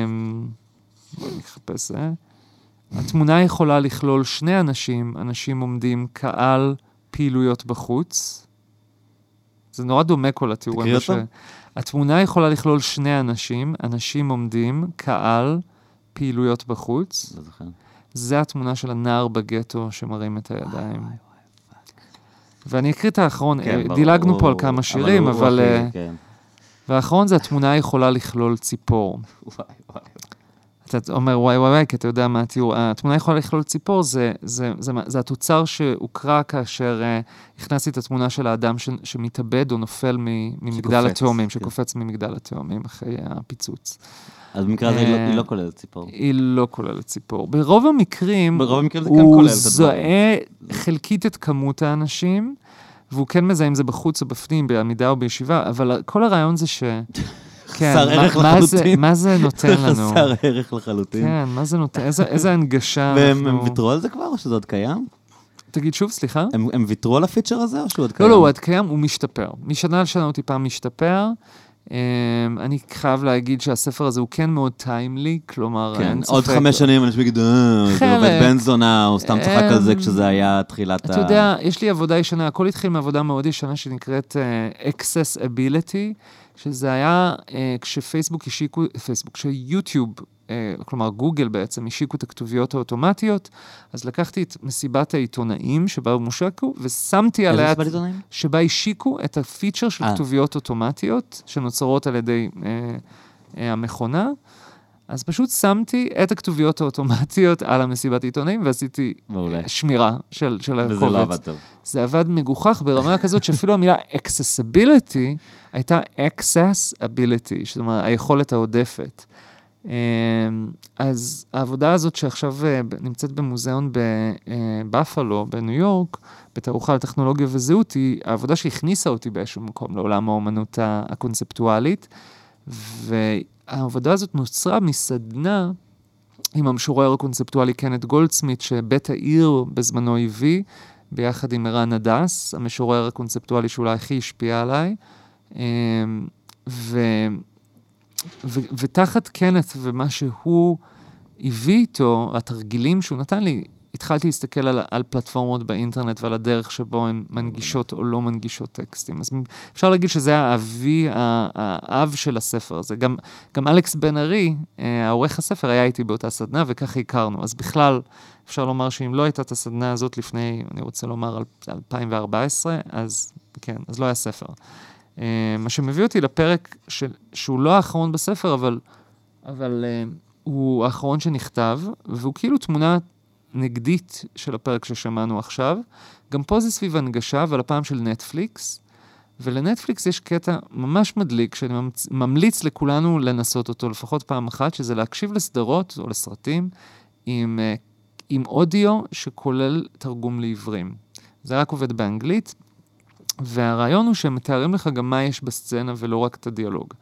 נחפש זה. התמונה יכולה לכלול שני אנשים, אנשים עומדים, קהל, פעילויות בחוץ. זה נורא דומה כל התיאורים. תקריא אותו? התמונה יכולה לכלול שני אנשים, אנשים עומדים, קהל, פעילויות בחוץ. לא זוכר. זה התמונה של הנער בגטו שמרים את הידיים. ואני אקריא את האחרון, דילגנו פה על כמה שירים, אבל... והאחרון זה התמונה יכולה לכלול ציפור. אתה אומר וואי וואי וואי, כי אתה יודע מה התיאור. התמונה יכולה לכלול ציפור, זה התוצר שהוקרא כאשר הכנסתי את התמונה של האדם שמתאבד או נופל ממגדל התאומים, שקופץ ממגדל התאומים אחרי הפיצוץ. אז במקרה הזה היא לא כוללת ציפור. היא לא כוללת ציפור. ברוב המקרים, הוא זוהה חלקית את כמות האנשים, והוא כן מזהה אם זה בחוץ או בפנים, בעמידה או בישיבה, אבל כל הרעיון זה ש... חסר ערך לחלוטין. מה זה נותן לנו? חסר ערך לחלוטין. כן, מה זה נותן? איזה הנגשה אנחנו... והם ויתרו על זה כבר, או שזה עוד קיים? תגיד שוב, סליחה. הם ויתרו על הפיצ'ר הזה, או שהוא עוד קיים? לא, לא, הוא עוד קיים, הוא משתפר. משנה לשנה הוא טיפה משתפר. אני חייב להגיד שהספר הזה הוא כן מאוד טיימלי, כלומר, כן, עוד חמש שנים אנשים יגידו, זה עובד בן זונה, או סתם צחק על זה כשזה היה תחילת ה... אתה יודע, יש לי עבודה ישנה, הכל התחיל מעבודה מאוד ישנה שנקראת Accessibility, שזה היה כשפייסבוק השיקו, פייסבוק, כשיוטיוב, כלומר גוגל בעצם, השיקו את הכתוביות האוטומטיות, אז לקחתי את מסיבת העיתונאים שבה הוא מושקו, ושמתי עליה... איזה מסיבת עיתונאים? שבה השיקו את הפיצ'ר של כתוביות אוטומטיות, שנוצרות על ידי המכונה, אז פשוט שמתי את הכתוביות האוטומטיות על המסיבת עיתונאים, ועשיתי שמירה של הקובץ. וזה לא עבד טוב. זה עבד מגוחך ברמה כזאת, שאפילו המילה accessibility הייתה accessibility, זאת אומרת, היכולת העודפת. אז העבודה הזאת שעכשיו נמצאת במוזיאון בבאפלו, בניו יורק, בתערוכה על טכנולוגיה וזהות, היא העבודה שהכניסה אותי באיזשהו מקום לעולם האומנות הקונספטואלית, והעבודה הזאת נוצרה מסדנה עם המשורר הקונספטואלי קנט גולדסמית, שבית העיר בזמנו הביא, ביחד עם ערן הדס, המשורר הקונספטואלי שאולי הכי השפיע עליי, ו, ו, ותחת קנת ומה שהוא הביא איתו, התרגילים שהוא נתן לי, התחלתי להסתכל על, על פלטפורמות באינטרנט ועל הדרך שבו הן מנגישות או לא מנגישות טקסטים. אז אפשר להגיד שזה האבי, האב של הספר הזה. גם, גם אלכס בן ארי, העורך הספר, היה איתי באותה סדנה, וככה הכרנו. אז בכלל, אפשר לומר שאם לא הייתה את הסדנה הזאת לפני, אני רוצה לומר, אלפיים וארבע עשרה, אז כן, אז לא היה ספר. מה שמביא אותי לפרק של, שהוא לא האחרון בספר, אבל, אבל הוא האחרון שנכתב, והוא כאילו תמונה נגדית של הפרק ששמענו עכשיו. גם פה זה סביב הנגשה, אבל הפעם של נטפליקס. ולנטפליקס יש קטע ממש מדליק, שאני ממליץ לכולנו לנסות אותו לפחות פעם אחת, שזה להקשיב לסדרות או לסרטים עם, עם אודיו שכולל תרגום לעברים. זה רק עובד באנגלית, והרעיון הוא שהם מתארים לך גם מה יש בסצנה ולא רק את הדיאלוג.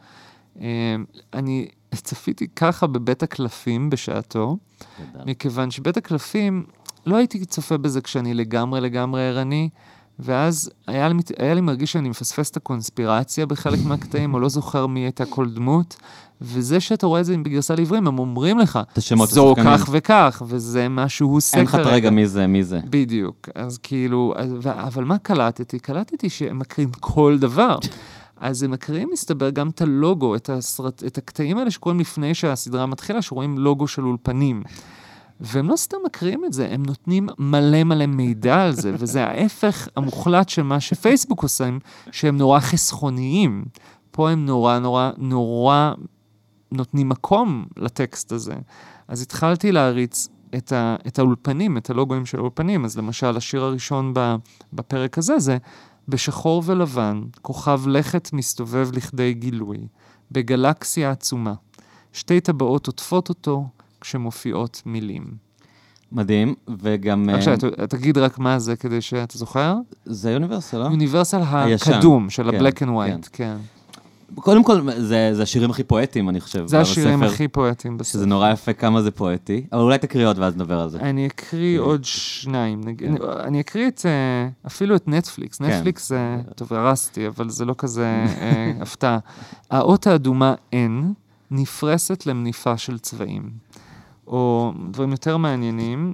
אני צפיתי ככה בבית הקלפים בשעתו, מכיוון שבית הקלפים, לא הייתי צופה בזה כשאני לגמרי לגמרי ערני, ואז היה לי, היה לי מרגיש שאני מפספס את הקונספירציה בחלק מהקטעים, או לא זוכר מי הייתה כל דמות, וזה שאתה רואה את זה בגרסה לעברים, הם אומרים לך, זו כך וכך, וזה משהו הוא סקר. אין לך תרגע מי זה, מי זה. בדיוק, אז כאילו, אבל מה קלטתי? קלטתי שהם מקרים כל דבר. אז הם מקריאים, מסתבר, גם את הלוגו, את, הסרט, את הקטעים האלה שקוראים לפני שהסדרה מתחילה, שרואים לוגו של אולפנים. והם לא סתם מקריאים את זה, הם נותנים מלא מלא מידע על זה, וזה ההפך המוחלט של מה שפייסבוק עושים, שהם נורא חסכוניים. פה הם נורא נורא נורא נותנים מקום לטקסט הזה. אז התחלתי להריץ את, ה, את האולפנים, את הלוגוים של האולפנים. אז למשל, השיר הראשון בפרק הזה זה, בשחור ולבן, כוכב לכת מסתובב לכדי גילוי, בגלקסיה עצומה. שתי טבעות עוטפות אותו כשמופיעות מילים. מדהים, וגם... עכשיו, תגיד רק מה זה כדי שאתה זוכר? זה יוניברסל, לא? יוניברסל הקדום של ה-Black and White, כן. קודם כל, זה, זה השירים הכי פואטיים, אני חושב. זה השירים הכי פואטיים בספר. שזה נורא יפה כמה זה פואטי, אבל אולי תקריא עוד ואז נדבר על זה. אני אקריא עוד שניים. אני אקריא את, אפילו את נטפליקס. נטפליקס זה, טוב, הרסתי, אבל זה לא כזה הפתעה. האות האדומה N נפרסת למניפה של צבעים. או דברים יותר מעניינים.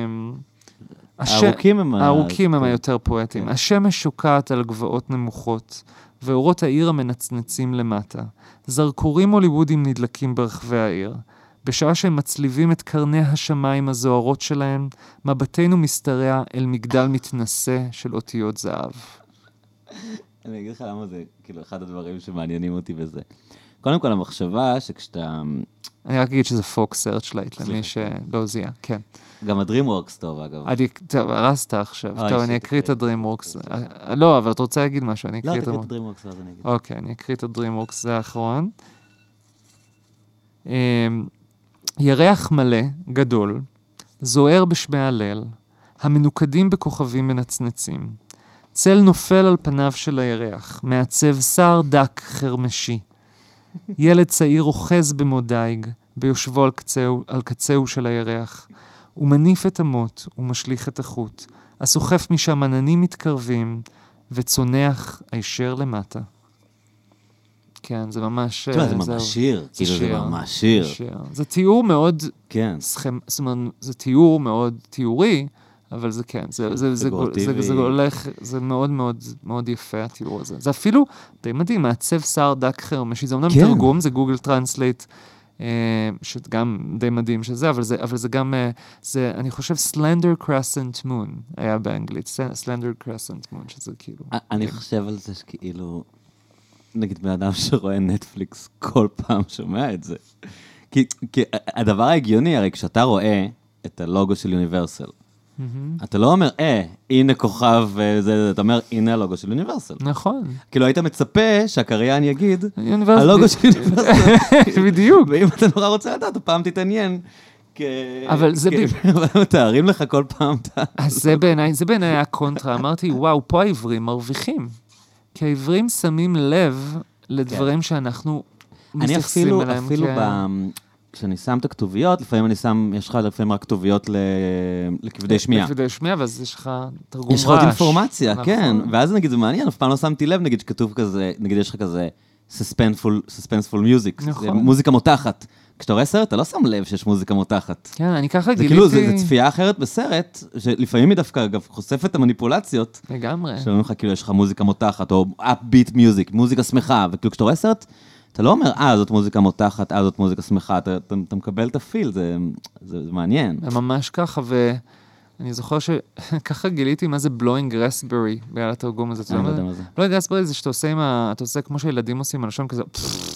הארוכים הם... הארוכים הם היותר פואטיים. השמש שוקעת על גבעות נמוכות. ואורות העיר המנצנצים למטה. זרקורים הוליוודים נדלקים ברחבי העיר. בשעה שהם מצליבים את קרני השמיים הזוהרות שלהם, מבטנו מסתרע אל מגדל מתנשא של אותיות זהב. אני אגיד לך למה זה כאילו אחד הדברים שמעניינים אותי בזה. קודם כל המחשבה שכשאתה... אני רק אגיד שזה פוקס סרצ'לייט למי שלא זיהה, כן. גם הדרימוורקס טוב, אגב. טוב, הרסת עכשיו. טוב, אני אקריא את הדרימוורקס. לא, אבל אתה רוצה להגיד משהו, אני אקריא את הדרימוורקס. לא, תקריא את הדרימוורקס, אז אני אגיד. אוקיי, אני אקריא את הדרימוורקס, זה האחרון. ירח מלא, גדול, זוהר בשמי הליל, המנוקדים בכוכבים מנצנצים. צל נופל על פניו של הירח, מעצב שר דק חרמשי. ילד צעיר אוחז במודייג, ביושבו על קצהו, על קצהו של הירח. הוא מניף את המוט ומשליך את החוט. הסוחף משם עננים מתקרבים, וצונח הישר למטה. כן, זה ממש... תשמע, זה ממש שיר. כאילו זה ממש שיר. זה תיאור מאוד... כן. זאת אומרת, זה תיאור מאוד תיאורי, אבל זה כן, זה, זה, זה, זה, זה הולך, זה מאוד מאוד מאוד יפה התיאור הזה. זה אפילו, די מדהים, מעצב שר דק חרמשי, זה אומנם כן. תרגום, זה גוגל טרנסלייט, שגם די מדהים שזה, אבל זה, אבל זה גם, זה, אני חושב, Slender Crescent Moon היה באנגלית, Slender Crescent Moon, שזה כאילו... אני חושב על זה שכאילו, נגיד בן אדם שרואה נטפליקס כל פעם שומע את זה. כי, כי הדבר ההגיוני, הרי כשאתה רואה את הלוגו של יוניברסל, אתה לא אומר, אה, הנה כוכב, אתה אומר, הנה הלוגו של יוניברסל. נכון. כאילו היית מצפה שהקריין יגיד, הלוגו של יוניברסל. בדיוק. ואם אתה נורא רוצה לדעת, פעם תתעניין. אבל זה... מתארים לך כל פעם. אז זה בעיניי, זה בעיניי הקונטרה. אמרתי, וואו, פה העברים מרוויחים. כי העברים שמים לב לדברים שאנחנו מתייחסים אליהם. אפילו כשאני שם את הכתוביות, לפעמים אני שם, יש לך לפעמים רק כתוביות לכבדי שמיעה. לכבדי שמיעה, ואז יש לך תרגום רעש. יש לך עוד אינפורמציה, כן. ואז נגיד, זה מעניין, אף פעם לא שמתי לב, נגיד, שכתוב כזה, נגיד, יש לך כזה suspenseful music, זה מוזיקה מותחת. כשאתה רואה סרט, אתה לא שם לב שיש מוזיקה מותחת. כן, אני ככה גיליתי... זה כאילו, זה צפייה אחרת בסרט, שלפעמים היא דווקא, אגב, חושפת את המניפולציות. לגמרי. שאומרים לך, כאילו, יש לך מוזיקה מותחת, או upbeat music, מוזיקה שמחה, וכאילו, כשאתה רואה סרט, אתה לא אומר, אה, זאת מוזיקה מותחת, אה, זאת מוזיקה שמחה, אתה, אתה, אתה מקבל את הפיל, זה, זה, זה מעניין. זה ממש ככה, ואני זוכר שככה גיליתי מה זה blowing raspberry, בגלל התרגום הזה. אני לא יודע מה זה. blowing raspberry זה שאתה עושה עם ה... אתה עושה כמו שילדים עושים, הלשון כזה...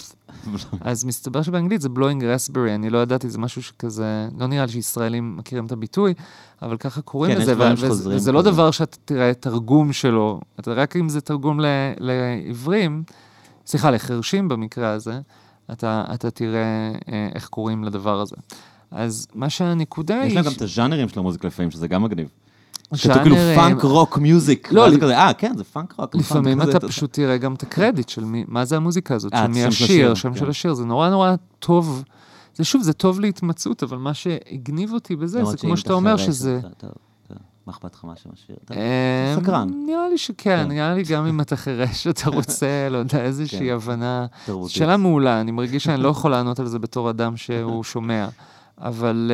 אז מסתבר שבאנגלית זה blowing raspberry, אני לא ידעתי, זה משהו שכזה... לא נראה לי שישראלים מכירים את הביטוי, אבל ככה קוראים לזה, וזה לא דבר שאתה תראה תרגום שלו, אתה רק אם זה תרגום לעברים, סליחה, לחרשים במקרה הזה, אתה, אתה תראה אה, איך קוראים לדבר הזה. אז מה שהנקודה היא... יש להם גם את הז'אנרים של המוזיקה לפעמים, שזה גם מגניב. כתוב כאילו פאנק רוק מיוזיק. לא, אה, כן, זה פאנק רוק. לפעמים אתה פשוט תראה גם את הקרדיט של מה זה המוזיקה הזאת, של מי השיר, שם של השיר, זה נורא נורא טוב. זה שוב, זה טוב להתמצאות, אבל מה שהגניב אותי בזה, זה כמו שאתה אומר שזה... מה אכפת לך מה שמשאיר? אתה סקרן. נראה לי שכן, נראה לי גם אם אתה חירש, אתה רוצה, לא יודע, איזושהי הבנה. שאלה מעולה, אני מרגיש שאני לא יכול לענות על זה בתור אדם שהוא שומע. אבל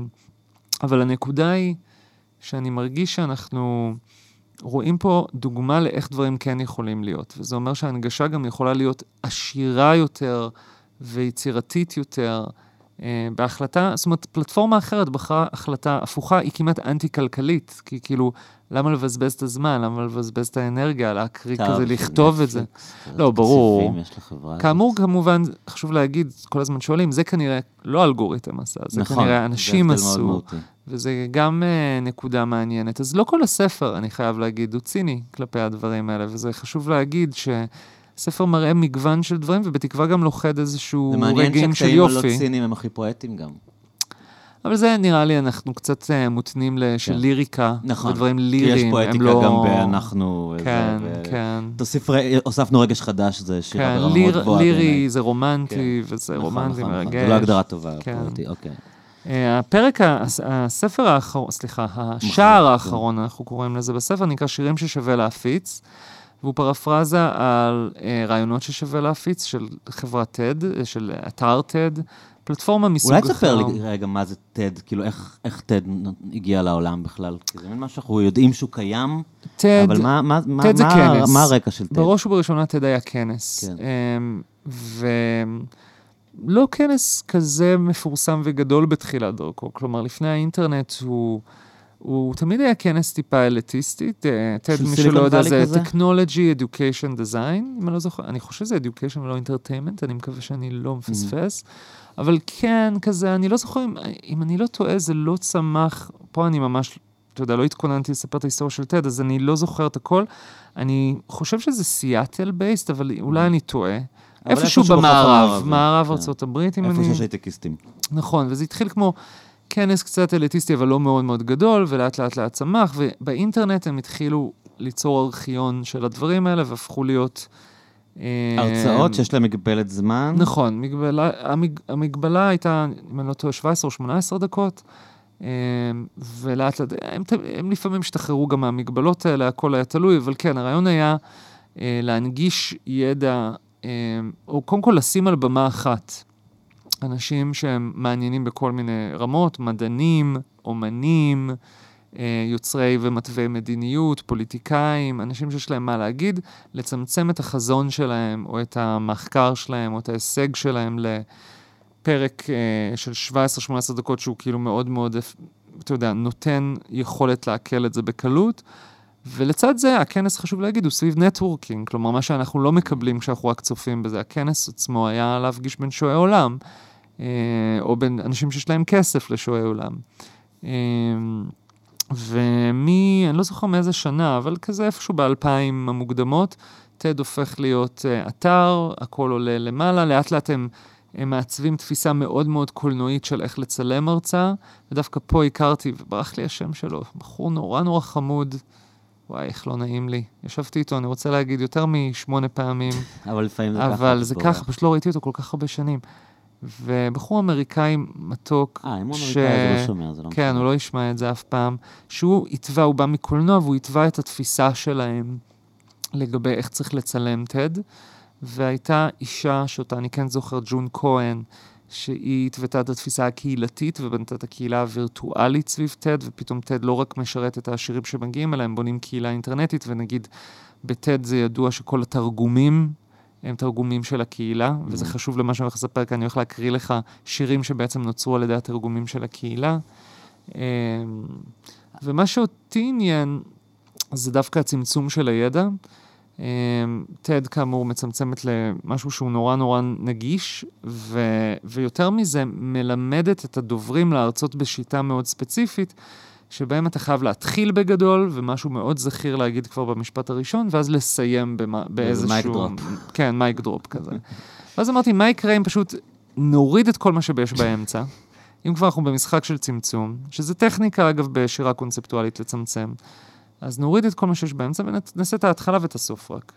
הנקודה היא שאני מרגיש שאנחנו רואים פה דוגמה לאיך דברים כן יכולים להיות. וזה אומר שההנגשה גם יכולה להיות עשירה יותר ויצירתית יותר, בהחלטה, זאת אומרת, פלטפורמה אחרת בחרה החלטה הפוכה, היא כמעט אנטי-כלכלית, כי כאילו, למה לבזבז את הזמן, למה לבזבז את האנרגיה, להקריא כזה, לכתוב את זה. לא, ברור. כאמור, כמובן, חשוב להגיד, כל הזמן שואלים, זה כנראה לא אלגוריתם עשה, זה כנראה אנשים עשו, וזה גם נקודה מעניינת. אז לא כל הספר, אני חייב להגיד, הוא ציני כלפי הדברים האלה, וזה חשוב להגיד ש... ספר מראה מגוון של דברים, ובתקווה גם לוחד איזשהו רגעים של יופי. זה מעניין שהקטעים הלא ציניים הם הכי פואטיים גם. אבל זה נראה לי, אנחנו קצת מותנים של ליריקה, ודברים ליריים. כי יש פואטיקה גם באנחנו. כן, כן. תוסיף, הוספנו רגש חדש, זה שיר ברמות גבוהה. לירי זה רומנטי, וזה רומנטי מרגש. זה לא הגדרה טובה, פואטי, אוקיי. הפרק, הספר האחרון, סליחה, השער האחרון, אנחנו קוראים לזה בספר, נקרא שירים ששווה להפיץ. והוא פרפרזה על אה, רעיונות ששווה להפיץ, של חברת TED, של אתר TED, פלטפורמה מסוג אחר. אולי תספר לי רגע מה זה TED, כאילו איך, איך TED הגיע לעולם בכלל? כי זה מין משהו שאנחנו יודעים שהוא קיים, TED, אבל מה, מה, מה, TED זה מה, כנס. מה הרקע של TED? בראש ובראשונה TED היה כנס. כן. ולא כנס כזה מפורסם וגדול בתחילת דרכו, כלומר לפני האינטרנט הוא... הוא תמיד היה כנס טיפה אליטיסטי, TED מי שלא יודע זה Technology, Education, Design, אם אני לא זוכר, אני חושב שזה Education ולא Entertainment, אני מקווה שאני לא מפספס, אבל כן, כזה, אני לא זוכר, אם אני לא טועה, זה לא צמח, פה אני ממש, אתה יודע, לא התכוננתי לספר את ההיסטוריה של TED, אז אני לא זוכר את הכל, אני חושב שזה סיאטל בייסט, אבל אולי אני טועה, איפשהו במערב, מערב ארצות הברית, איפה שיש הייטקיסטים. נכון, וזה התחיל כמו כנס קצת אליטיסטי, אבל לא מאוד מאוד גדול, ולאט לאט לאט צמח, ובאינטרנט הם התחילו ליצור ארכיון של הדברים האלה, והפכו להיות... הרצאות שיש להם מגבלת זמן? נכון, מגבלה, המג, המגבלה הייתה, אם אני לא טועה, שבע עשרה או שמונה עשרה דקות, ולאט לאט, הם, הם לפעמים השתחררו גם מהמגבלות האלה, הכל היה תלוי, אבל כן, הרעיון היה להנגיש ידע, או קודם כל לשים על במה אחת, אנשים שהם מעניינים בכל מיני רמות, מדענים, אומנים, יוצרי ומתווי מדיניות, פוליטיקאים, אנשים שיש להם מה להגיד, לצמצם את החזון שלהם, או את המחקר שלהם, או את ההישג שלהם לפרק של שבע עשרה שמונה עשרה דקות, שהוא כאילו מאוד מאוד, אתה יודע, נותן יכולת להקל את זה בקלות, ולצד זה, הכנס חשוב להגיד, הוא סביב נטוורקינג, כלומר, מה שאנחנו לא מקבלים כשאנחנו רק צופים בזה, הכנס עצמו היה להפגיש בין שועי עולם, או בין אנשים שיש להם כסף לשועי עולם. ומי, אני לא זוכר מאיזה שנה, אבל כזה איפשהו באלפיים המוקדמות, TED הופך להיות אתר, הכל עולה למעלה, לאט לאט הם, הם מעצבים תפיסה מאוד מאוד קולנועית של איך לצלם הרצאה, ודווקא פה הכרתי, וברח לי השם שלו, בחור נורא נורא חמוד, וואי, איך לא נעים לי. ישבתי איתו, אני רוצה להגיד יותר משמונה פעמים. אבל לפעמים זה ככה. אבל זה ככה, פשוט לא ראיתי אותו כל כך הרבה שנים. ובחור אמריקאי מתוק, אה, אם הוא אמריקאי זה לא שומע, זה לא כן, הוא לא ישמע את זה אף פעם, שהוא התווה, הוא בא מקולנוע, והוא התווה את התפיסה שלהם לגבי איך צריך לצלם טד, והייתה אישה שאותה אני כן זוכר, ג'ון כהן, שהיא התוותה את התפיסה הקהילתית, ובנתה את הקהילה הווירטואלית סביב טד, ופתאום טד לא רק משרת את העשירים שמגיעים אליהם, בונים קהילה אינטרנטית, ונגיד בטד זה ידוע שכל התרגומים, הם תרגומים של הקהילה, וזה חשוב למה שאני הולך לספר, כי אני הולך להקריא לך שירים שבעצם נוצרו על ידי התרגומים של הקהילה. ומה שאותי עניין, זה דווקא הצמצום של הידע. טד כאמור מצמצמת למשהו שהוא נורא נורא נגיש, ו... ויותר מזה מלמדת את הדוברים להרצות בשיטה מאוד ספציפית, שבהם אתה חייב להתחיל בגדול, ומשהו מאוד זכיר להגיד כבר במשפט הראשון, ואז לסיים במה... באיזשהו... מייק דרופ. כן, מייק דרופ כזה. ואז אמרתי, מה יקרה אם פשוט נוריד את כל מה שיש באמצע, אם כבר אנחנו במשחק של צמצום, שזה טכניקה אגב בשירה קונספטואלית לצמצם, אז נוריד את כל מה שיש באמצע, ונעשה את ההתחלה ואת הסוף רק.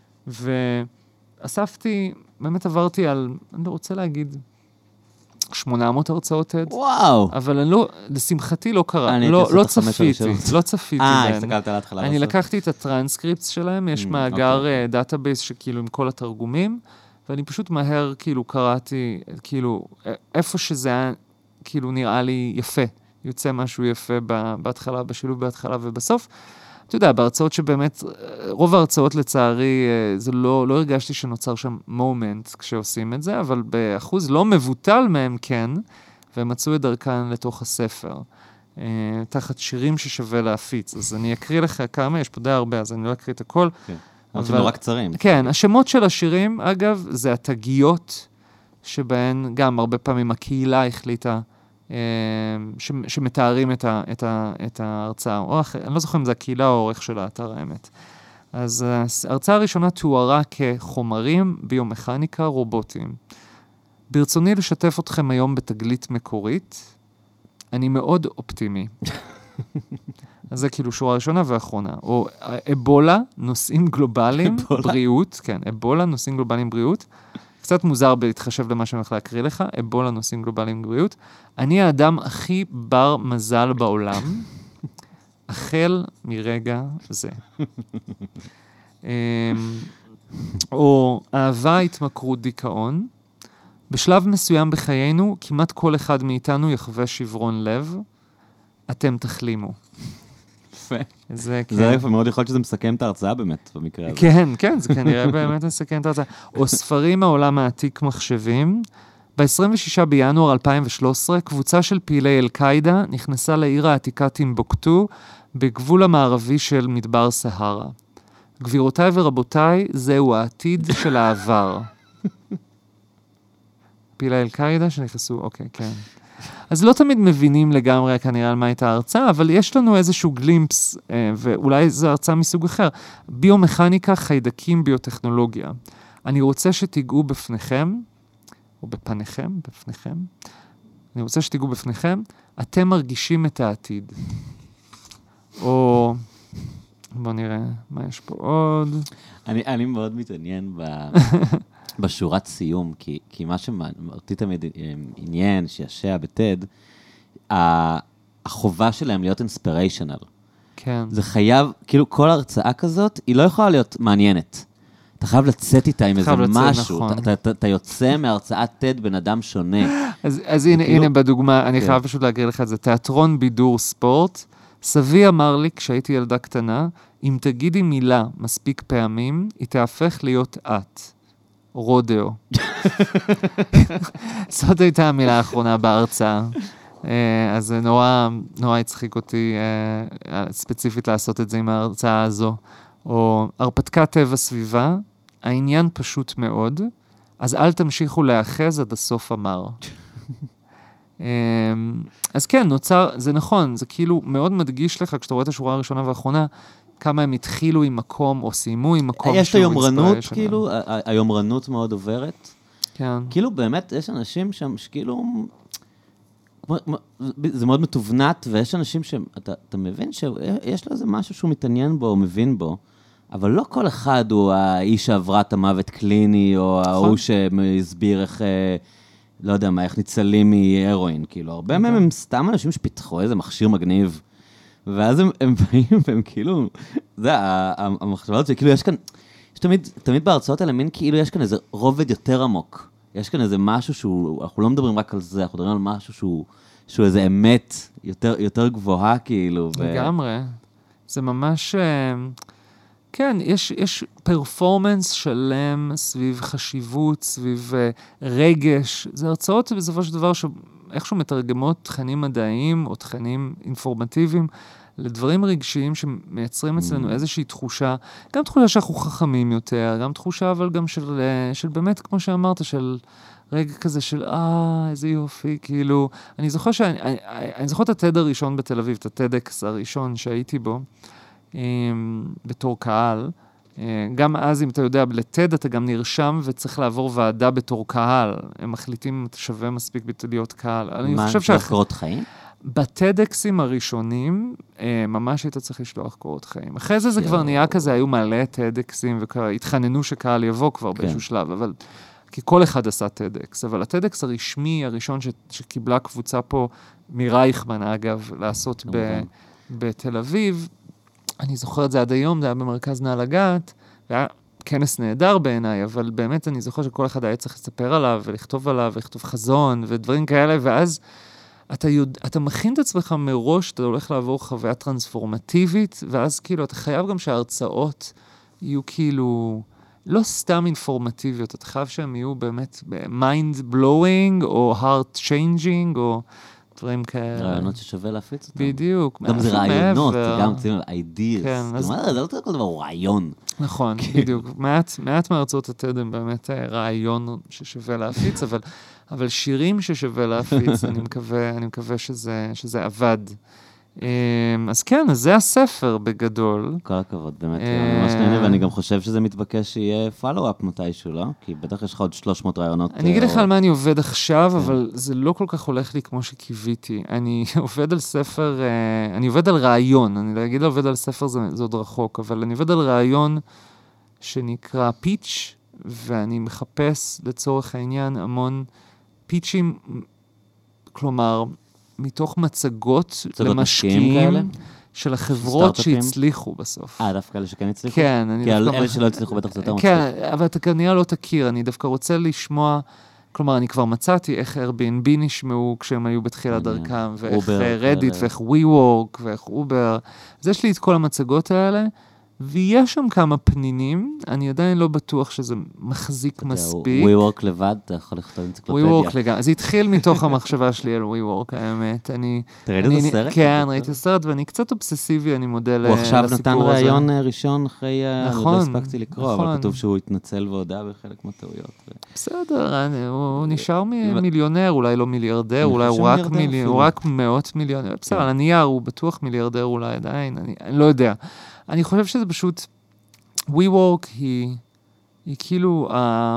ואספתי, באמת עברתי על, אני לא רוצה להגיד, שמונה מאות הרצאות טד. וואו. אבל אני לא, לשמחתי לא קרה. לא, לא צפיתי, לא צפיתי. אה, הסתכלת על ההתחלה. אני לקחתי את הטרנסקריפטס שלהם, יש מאגר דאטאבייס שכאילו עם כל התרגומים, ואני פשוט מהר כאילו קראתי, כאילו, איפה שזה היה, כאילו נראה לי יפה. יוצא משהו יפה בהתחלה, בשילוב בהתחלה ובסוף. אתה יודע, בהרצאות שבאמת, רוב ההרצאות לצערי, זה לא, לא הרגשתי שנוצר שם מומנט כשעושים את זה, אבל באחוז לא מבוטל מהם כן, והם מצאו את דרכן לתוך הספר, תחת שירים ששווה להפיץ. אז אני אקריא לך כמה, יש פה די הרבה, אז אני לא אקריא את הכל. כן, אבל זה נורא קצרים. כן, השמות של השירים, אגב, זה התגיות, שבהן גם הרבה פעמים הקהילה החליטה, ש, שמתארים את, ה, את, ה, את ההרצאה, או אחר, אני לא זוכר אם זה הקהילה או העורך של האתר האמת. אז ההרצאה הראשונה תוארה כחומרים, ביומכניקה, רובוטים. ברצוני לשתף אתכם היום בתגלית מקורית, אני מאוד אופטימי. אז זה כאילו שורה ראשונה ואחרונה. או אבולה, נושאים גלובליים, בריאות, כן, אבולה, נושאים גלובליים, בריאות, קצת מוזר בהתחשב למה שאני הולך להקריא לך, אבולה נושאים גלובליים בריאות. אני האדם הכי בר מזל בעולם, החל מרגע זה. או אהבה, התמכרות, דיכאון. בשלב מסוים בחיינו, כמעט כל אחד מאיתנו יחווה שברון לב. אתם תחלימו. יפה. זה כן. זה יפה, מאוד יכול להיות שזה מסכם את ההרצאה באמת, במקרה הזה. כן, כן, זה כנראה באמת מסכם את ההרצאה. או ספרים מהעולם העתיק מחשבים. ב-עשרים ושישה בינואר אלפיים ושלוש עשרה, קבוצה של פעילי אל-קאידה נכנסה לעיר העתיקה טימבוקטו, בגבול המערבי של מדבר סהרה. גבירותיי ורבותיי, זהו העתיד של העבר. פעילי אל-קאידה שנכנסו, אוקיי, כן. אז לא תמיד מבינים לגמרי כנראה על מה הייתה ההרצאה, אבל יש לנו איזשהו גלימפס, ואולי זו הרצאה מסוג אחר. ביומכניקה, חיידקים, ביוטכנולוגיה. אני רוצה שתיגעו בפניכם, או בפניכם, בפניכם. אני רוצה שתיגעו בפניכם, אתם מרגישים את העתיד. או, בוא נראה, מה יש פה עוד? אני, אני מאוד מתעניין ב... בשורת סיום, כי, כי מה שאותי תמיד עניין, שישע בטד, החובה שלהם להיות אינספיריישנל. כן. זה חייב, כאילו כל הרצאה כזאת, היא לא יכולה להיות מעניינת. אתה חייב לצאת איתה עם איזה משהו. נכון. אתה, אתה, אתה יוצא מהרצאת טד בן אדם שונה. אז, אז הנה, כאילו... הנה בדוגמה, אני כן. חייב פשוט להגיד לך את זה. תיאטרון בידור ספורט. סבי אמר לי, כשהייתי ילדה קטנה, אם תגידי מילה מספיק פעמים, היא תהפך להיות את. רודאו. זאת הייתה המילה האחרונה בהרצאה. אז זה נורא, נורא הצחיק אותי ספציפית לעשות את זה עם ההרצאה הזו. או הרפתקת טבע סביבה, העניין פשוט מאוד, אז אל תמשיכו להאחז עד הסוף אמר. אז כן, נוצר, זה נכון, זה כאילו מאוד מדגיש לך, כשאתה רואה את השורה הראשונה והאחרונה, כמה הם התחילו עם מקום, או סיימו עם מקום. יש את היומרנות, כאילו, היומרנות מאוד עוברת. כן. כאילו, באמת, יש אנשים שם שכאילו, זה מאוד מתובנת, ויש אנשים שאתה מבין שיש לו איזה משהו שהוא מתעניין בו, או מבין בו, אבל לא כל אחד הוא האיש שעברה את המוות קליני, או ההוא שהסביר איך לא יודע מה, איך ניצלים מהרואין, כאילו, הרבה מהם הם סתם אנשים שפיתחו איזה מכשיר מגניב, ואז הם, הם באים והם כאילו, זה, המחשבות שכאילו יש כאן, יש תמיד, תמיד בהרצאות האלה, מין כאילו יש כאן איזה רובד יותר עמוק, יש כאן איזה משהו שהוא, אנחנו לא מדברים רק על זה, אנחנו מדברים על משהו שהוא, שהוא איזה אמת יותר, יותר גבוהה, כאילו. לגמרי. זה ממש, כן, יש, יש פרפורמנס שלם סביב חשיבות, סביב רגש. זה הרצאות בסופו של דבר שאיכשהו מתרגמות תכנים מדעיים או תכנים אינפורמטיביים לדברים רגשיים שמייצרים אצלנו איזושהי תחושה, גם תחושה שאנחנו חכמים יותר, גם תחושה אבל גם של, של באמת, כמו שאמרת, של רגע כזה של, אה, איזה יופי, כאילו, אני זוכר שאני, אני, אני זוכר את הטד הראשון בתל אביב, את הטדקס הראשון שהייתי בו, בתור קהל. גם אז, אם אתה יודע, לטד אתה גם נרשם וצריך לעבור ועדה בתור קהל. הם מחליטים אם אתה שווה מספיק להיות קהל. מה, לשלוח קורות חיים? בטדקסים הראשונים, ממש היית צריך לשלוח קורות חיים. אחרי זה זה כבר נהיה כזה, היו מלא טדקסים, והתחננו שקהל יבוא כבר באיזשהו שלב, אבל כי כל אחד עשה טדקס. אבל הטדקס הרשמי הראשון שקיבלה קבוצה פה, מרייכמן אגב, לעשות בתל אביב, אני זוכר את זה עד היום, זה היה במרכז נעל הגת, והיה כנס נהדר בעיניי, אבל באמת אני זוכר שכל אחד היה צריך לספר עליו, ולכתוב עליו, ולכתוב חזון, ודברים כאלה, ואז אתה, יודע, אתה מכין את עצמך מראש, אתה הולך לעבור חוויה טרנספורמטיבית, ואז כאילו אתה חייב גם שההרצאות יהיו כאילו לא סתם אינפורמטיביות, אתה חייב שהם יהיו באמת mind blowing, או heart changing, או דברים כאלה. רעיונות ששווה להפיץ אותם. בדיוק. גם זה רעיונות, זה גם ציון על ideas. כן. זה לא כל דבר, הוא רעיון. נכון, בדיוק. מעט מארצות התדם באמת רעיון ששווה להפיץ, אבל שירים ששווה להפיץ, אני מקווה שזה עבד. אז כן, אז זה הספר בגדול. כל הכבוד, באמת, אני ממש נהנה, ואני גם חושב שזה מתבקש שיהיה פולו-אפ מתישהו, לא? כי בטח יש לך עוד שלוש מאות רעיונות. אני אגיד לך על מה אני עובד עכשיו, אבל זה לא כל כך הולך לי כמו שקיוויתי. אני עובד על ספר, אני עובד על רעיון, אני לא אגיד עובד על ספר, זה עוד רחוק, אבל אני עובד על רעיון שנקרא פיץ', ואני מחפש לצורך העניין המון פיצ'ים, כלומר, מתוך מצגות למשקיעים של החברות שהצליחו בסוף. אה, דווקא אלה שכן הצליחו? כן. כי אלה שלא הצליחו בטח זה יותר מצליח. כן, אבל אתה כנראה לא תכיר, אני דווקא רוצה לשמוע, כלומר, אני כבר מצאתי איך Airbnb נשמעו כשהם היו בתחילת דרכם, ואיך רדיט, ואיך WeWork, ואיך אובר. אז יש לי את כל המצגות האלה, ויש שם כמה פנינים, אני עדיין לא בטוח שזה מחזיק מספיק. WeWork לבד, אתה יכול לכתוב אנציקלופדיה. WeWork לגמרי, זה התחיל מתוך המחשבה שלי על WeWork, האמת. אתה ראית את הסרט? כן, ראיתי את הסרט, ואני קצת אובססיבי, אני מודה לסיפור הזה. הוא עכשיו נתן רעיון ראשון אחרי, לא הספקתי לקרוא, אבל כתוב שהוא התנצל והודע בחלק מהטעויות. בסדר, הוא נשאר מיליונר, אולי לא מיליארדר, אולי הוא רק מאות מיליונר. בסדר, על הנייר הוא בטוח מיליארדר אולי עדיין, אני לא יודע. אני חושב שזה פשוט, WeWork היא, היא כאילו,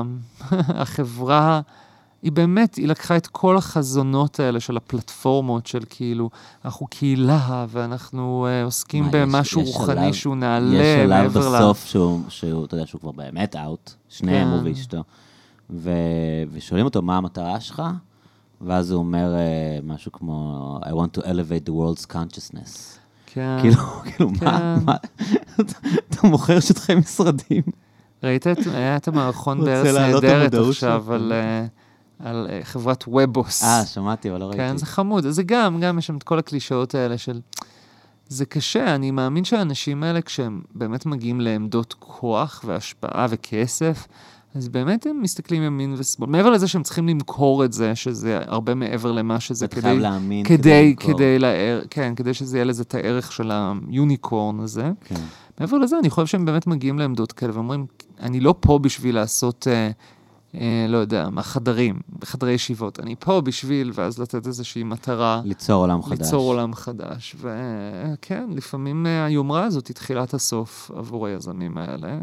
החברה, היא באמת, היא לקחה את כל החזונות האלה של הפלטפורמות, של כאילו, אנחנו קהילה, ואנחנו uh, עוסקים מה, במשהו יש, רוחני יש שהוא נעלה מעבר לה. יש שלב בסוף שהוא, שהוא, אתה יודע, שהוא כבר באמת אאוט, שניהם הוא ואשתו, ו, ושואלים אותו מה המטרה שלך, ואז הוא אומר uh, משהו כמו, I want to elevate the world's consciousness. כן. כאילו, כאילו, מה, מה, אתה מוכר שטחי משרדים. ראית את המערכון בארץ נהדרת עכשיו על חברת ובוס. אה, שמעתי, אבל לא ראיתי. כן, זה חמוד. זה גם, גם יש שם את כל הקלישאות האלה של... זה קשה, אני מאמין שהאנשים האלה, כשהם באמת מגיעים לעמדות כוח והשפעה וכסף, אז באמת הם מסתכלים ימין ושמאל. מעבר לזה שהם צריכים למכור את זה, שזה הרבה מעבר למה שזה, כדי... חייב להאמין כדי, כדי להער, כן, כדי שזה יהיה לזה את הערך של היוניקורן הזה. כן. מעבר לזה, אני חושב שהם באמת מגיעים לעמדות כאלה, ואומרים, אני לא פה בשביל לעשות, אה, אה, לא יודע, מהחדרים, בחדרי ישיבות. אני פה בשביל, ואז לתת איזושהי מטרה. ליצור עולם חדש. ליצור עולם חדש. וכן, לפעמים היומרה הזאת היא תחילת הסוף עבור היזמים האלה.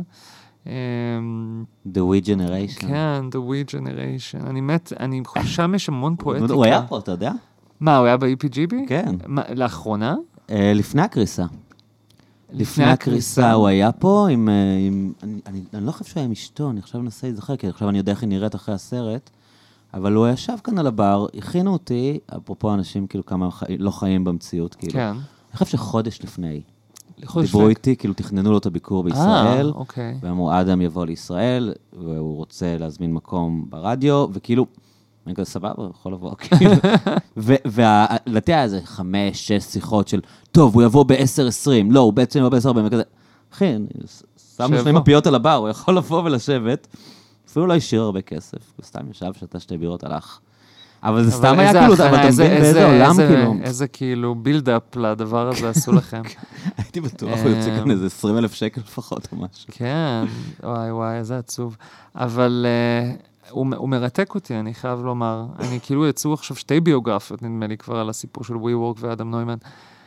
The We Generation. כן, The We Generation. אני מת, אני חושב יש המון פואטיקה. הוא היה פה, אתה יודע? מה, הוא היה ב-E P G B? כן. לאחרונה? לפני הקריסה. לפני הקריסה הוא היה פה עם... אני לא חושב שהוא היה עם אשתו, אני עכשיו מנסה להיזכר, כי עכשיו אני יודע איך היא נראית אחרי הסרט, אבל הוא ישב כאן על הבר, הכינו אותי, אפרופו אנשים כאילו כמה חי, לא חיים במציאות, כאילו. כן. אני חושב שחודש לפני, לחודש דיברו לפני. איתי, כאילו תכננו לו את הביקור בישראל, אה, אוקיי. ואמרו, אדם יבוא לישראל, והוא רוצה להזמין מקום ברדיו, וכאילו, אני כזה סבבה, הוא יכול לבוא, כאילו. ולתי היה איזה חמש, שש שיחות של, טוב, הוא יבוא ב-עשר עשרים, לא, הוא בעצם יבוא ב-עשר ארבעים, וכזה, אחי, שמנו שני מפיות על הבר, הוא יכול לבוא ולשבת, אפילו לא השאיר הרבה כסף, הוא סתם ישב, שתה שתי בירות, הלך. אבל זה סתם היה כאילו, אבל אתה מבין באיזה עולם כאילו. איזה כאילו בילדאפ לדבר הזה עשו לכם. הייתי בטוח, הוא יוצא כאן איזה עשרים אלף שקל לפחות או משהו. כן, וואי וואי, איזה עצוב. אבל הוא מרתק אותי, אני חייב לומר. אני כאילו יצאו עכשיו שתי ביוגרפיות, נדמה לי כבר על הסיפור של WeWork ואדם נוימן.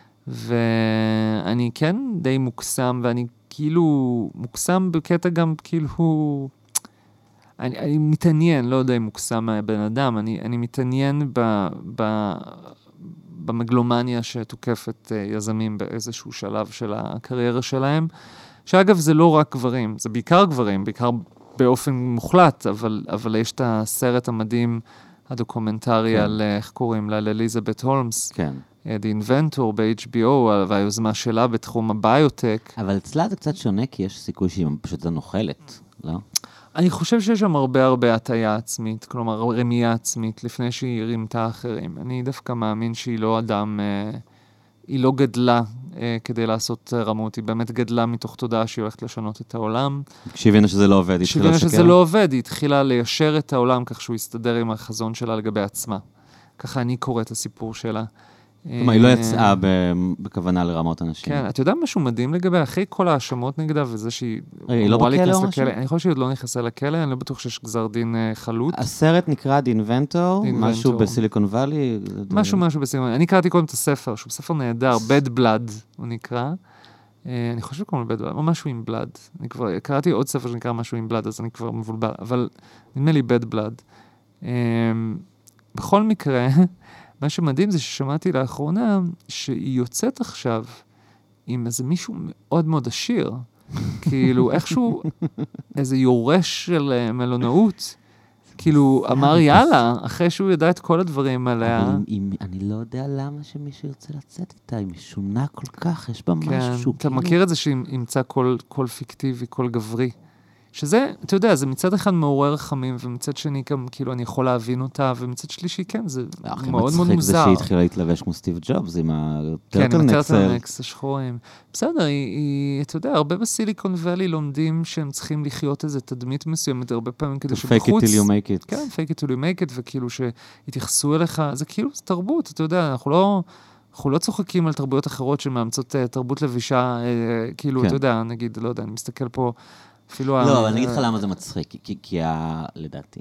ואני כן די מוקסם, ואני כאילו מוקסם בקטע גם כאילו... אני, אני מתעניין, לא יודע אם מוקסם מהבן אדם, אני, אני מתעניין ב, ב, במגלומניה שתוקפת יזמים באיזשהו שלב של הקריירה שלהם, שאגב זה לא רק גברים, זה בעיקר גברים, בעיקר באופן מוחלט, אבל, אבל יש את הסרט המדהים, הדוקומנטרי כן. על, איך קוראים לה, לאליזבת הולמס, כן. The Inventor ב-H B O, והיוזמה שלה בתחום הביוטק. אבל אצלה זה קצת שונה, כי יש סיכוי שהיא פשוט נוחלת, לא? אני חושב שיש שם הרבה הרבה הטיה עצמית, כלומר רמייה עצמית, לפני שהיא רימתה אחרים. אני דווקא מאמין שהיא לא אדם, אה, היא לא גדלה אה, כדי לעשות רמות, היא באמת גדלה מתוך תודעה שהיא הולכת לשנות את העולם. כשהבינה שזה לא עובד, היא התחילה לשקר? כשהבינה שזה לא עובד, היא התחילה ליישר את העולם כך שהוא יסתדר עם החזון שלה לגבי עצמה. ככה אני קורא את הסיפור שלה. כלומר, היא לא יצאה בכוונה לרמות אנשים. כן, אתה יודע משהו מדהים לגבי, אחרי כל האשמות נגדה, וזה שהיא... היא לא בכלא או משהו? אני חושב שהיא עוד לא נכנסה לכלא, אני לא בטוח שיש גזר דין חלוט. הסרט נקרא The Inventor, משהו בסיליקון ואלי? משהו, משהו בסיליקון. אני קראתי קודם את הספר, שהוא ספר נהדר, Bad Blood, הוא נקרא. אני חושב שקוראים לו Bad Blood, או משהו עם בלאד. אני כבר קראתי עוד ספר שנקרא משהו עם בלאד, אז אני כבר מבולבל, אבל נדמה לי Bad Blood. בכל מקרה, מה שמדהים זה ששמעתי לאחרונה שהיא יוצאת עכשיו עם איזה מישהו מאוד מאוד עשיר, כאילו איכשהו איזה יורש של מלונאות, כאילו אמר יאללה, אחרי שהוא ידע את כל הדברים עליה. אבל אני לא יודע למה שמישהו ירצה לצאת איתה, היא משונה כל כך, יש בה משהו. אתה מכיר את זה שימצא קול פיקטיבי, קול גברי. שזה, אתה יודע, זה מצד אחד מעורר רחמים, ומצד שני גם, כאילו, אני יכול להבין אותה, ומצד שלישי, כן, זה מאוד מאוד מוזר. מצחיק זה שהיא התחילה להתלבש כמו סטיב ג'ובס, עם הטרטלנקס. כן, עם הטרטלנקס השחורים. בסדר, היא, אתה יודע, הרבה בסיליקון ואלי לומדים שהם צריכים לחיות איזו תדמית מסוימת, הרבה פעמים כדי שבחוץ... fake it till you make it. כן, fake it till you make it, וכאילו שהתייחסו אליך, זה כאילו, זה תרבות, אתה יודע, אנחנו לא... אנחנו לא צוחקים על תרבויות אחרות שמאמצות תרבות לבישה, כאילו, אתה יודע, נגיד, לא יודע, אני מסתכל פה לא, אבל אני אגיד לך למה זה מצחיק, כי לדעתי,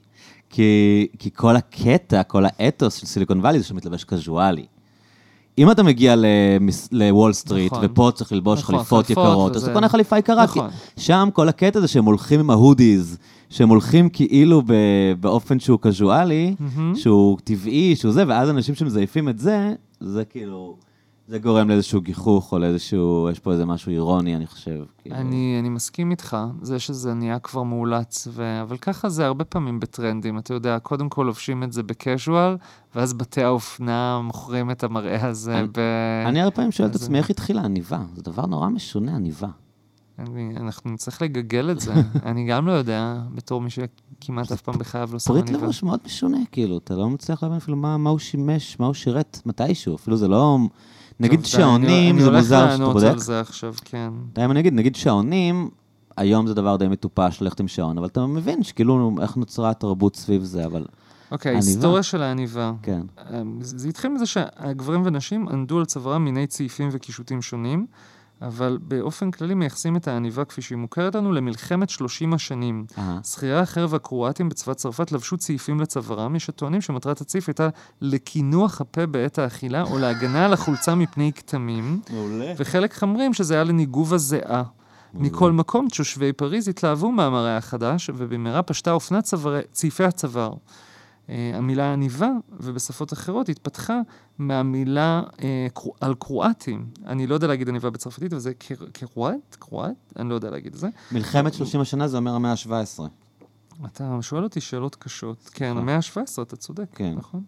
כי כל הקטע, כל האתוס של סיליקון ואלי זה שמתלבש קזואלי. אם אתה מגיע לוול סטריט, ופה צריך ללבוש חליפות יקרות, אז אתה קונה חליפה יקרה, שם כל הקטע זה שהם הולכים עם ההודיז, שהם הולכים כאילו באופן שהוא קזואלי, שהוא טבעי, שהוא זה, ואז אנשים שמזייפים את זה, זה כאילו... זה גורם לאיזשהו גיחוך, או לאיזשהו, יש פה איזה משהו אירוני, אני חושב. אני, אני מסכים איתך, זה שזה נהיה כבר מאולץ, ו... אבל ככה זה הרבה פעמים בטרנדים, אתה יודע, קודם כל לובשים את זה בקז'ואל, ואז בתי האופנה מוכרים את המראה הזה אני, ב... אני הרבה פעמים שואל את עצמי, איך התחילה עניבה? זה דבר נורא משונה, עניבה. אני, אנחנו נצטרך לגגל את זה, אני גם לא יודע, בתור מי שכמעט אף פעם בחייו לא שם עניבה. עניבה. פריט לבוש מאוד משונה, כאילו, אתה לא מצליח להבין אפילו מה, מה הוא שימש, מה הוא שירת מתישהו, אפילו זה לא... נגיד שעונים, זה מוזר שאתה בודק. אני הולך לענות על זה עכשיו, כן. אני אגיד, נגיד שעונים, היום זה דבר די מטופש ללכת עם שעון, אבל אתה מבין שכאילו איך נוצרה התרבות סביב זה, אבל... אוקיי, היסטוריה של העניבה. כן. זה התחיל מזה שהגברים ונשים ענדו על צווארם מיני צעיפים וקישוטים שונים, אבל באופן כללי מייחסים את העניבה כפי שהיא מוכרת לנו למלחמת שלושים השנים. שכירי החרב הקרואטים בצבא צרפת לבשו צעיפים לצווארם, יש הטוענים שמטרת הצעיף הייתה לכינוח הפה בעת האכילה, או להגנה על החולצה מפני כתמים, וחלק חמרים שזה היה לניגוב הזיעה. מכל מקום, תושבי פריז התלהבו מהמראה החדש, ובמהרה פשטה אופנת צעיפי הצוואר. המילה עניבה, ובשפות אחרות, התפתחה מהמילה אה, קרו, על קרואטים. אני לא יודע להגיד עניבה בצרפתית, אבל זה קרואט? קרואט? אני לא יודע להגיד את זה. מלחמת שלושים השנה זה אומר המאה ה-שבע עשרה. אתה שואל אותי שאלות קשות. כן, המאה ה-שבע עשרה, אתה צודק, נכון?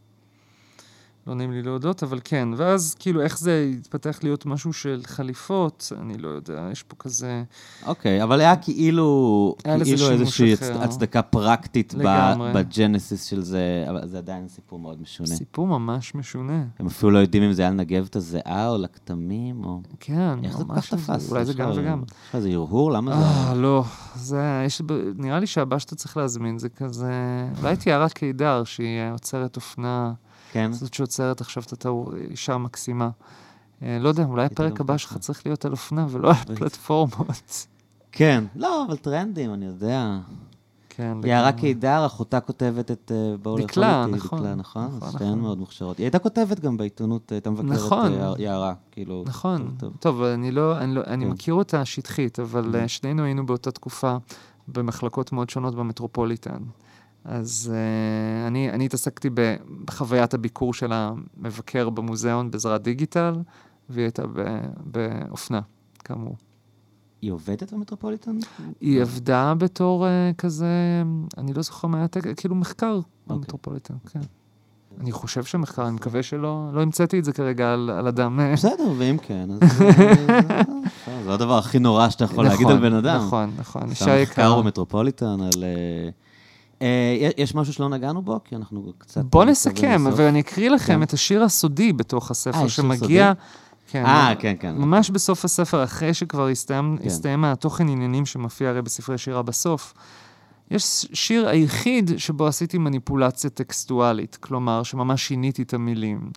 לא נעים לי להודות, אבל כן. ואז כאילו איך זה התפתח להיות משהו של חליפות, אני לא יודע, יש פה כזה... אוקיי, אבל היה כאילו, כאילו איזושהי הצדקה פרקטית בג'נסיס של זה, אבל זה עדיין סיפור מאוד משונה. סיפור ממש משונה. הם אפילו לא יודעים אם זה היה לנגב את הזיעה או לכתמים, או... כן, איך זה כך תפס? אולי זה גם וגם. יש לך איזה הרהור? למה זה... אה, לא. זה, יש, נראה לי שהבא שאתה צריך להזמין, זה כזה... אולי תיארת קידר, שהיא עוצרת אופנה... כן. זאת שעוצרת עכשיו את התאור, אישה מקסימה. לא יודע, אולי הפרק הבא שלך צריך להיות על אופנה, ולא על פלטפורמות. כן. לא, אבל טרנדים, אני יודע. כן. יערה קידר, אחותה כותבת את... דקלה, נכון. דקלה, נכון? שתיהן מאוד מוכשרות. היא הייתה כותבת גם בעיתונות, הייתה מבקרת יערה, כאילו... נכון. טוב, אני לא... אני מכיר אותה שטחית, אבל שנינו היינו באותה תקופה במחלקות מאוד שונות במטרופוליטן. אז uh, אני, אני התעסקתי בחוויית הביקור של המבקר במוזיאון בעזרת דיגיטל, והיא הייתה באופנה, כאמור. היא עובדת במטרופוליטן? היא עבדה בתור uh, כזה, אני לא זוכר מה היה, כאילו מחקר okay. במטרופוליטן, כן. אני חושב שמחקר, אני מקווה שלא, לא המצאתי את זה כרגע על, על אדם. בסדר, ואם כן, אז זה הדבר הכי נורא שאתה יכול להגיד על בן אדם. נכון, נכון. שם מחקר במטרופוליטן על... יש משהו שלא נגענו בו? כי אנחנו קצת... בוא נסכם, ואני אקריא לכם את השיר הסודי בתוך הספר שמגיע... אה, כן, כן. ממש בסוף הספר, אחרי שכבר הסתיים התוכן עניינים שמופיע הרי בספרי שירה בסוף. יש שיר היחיד שבו עשיתי מניפולציה טקסטואלית, כלומר, שממש שיניתי את המילים.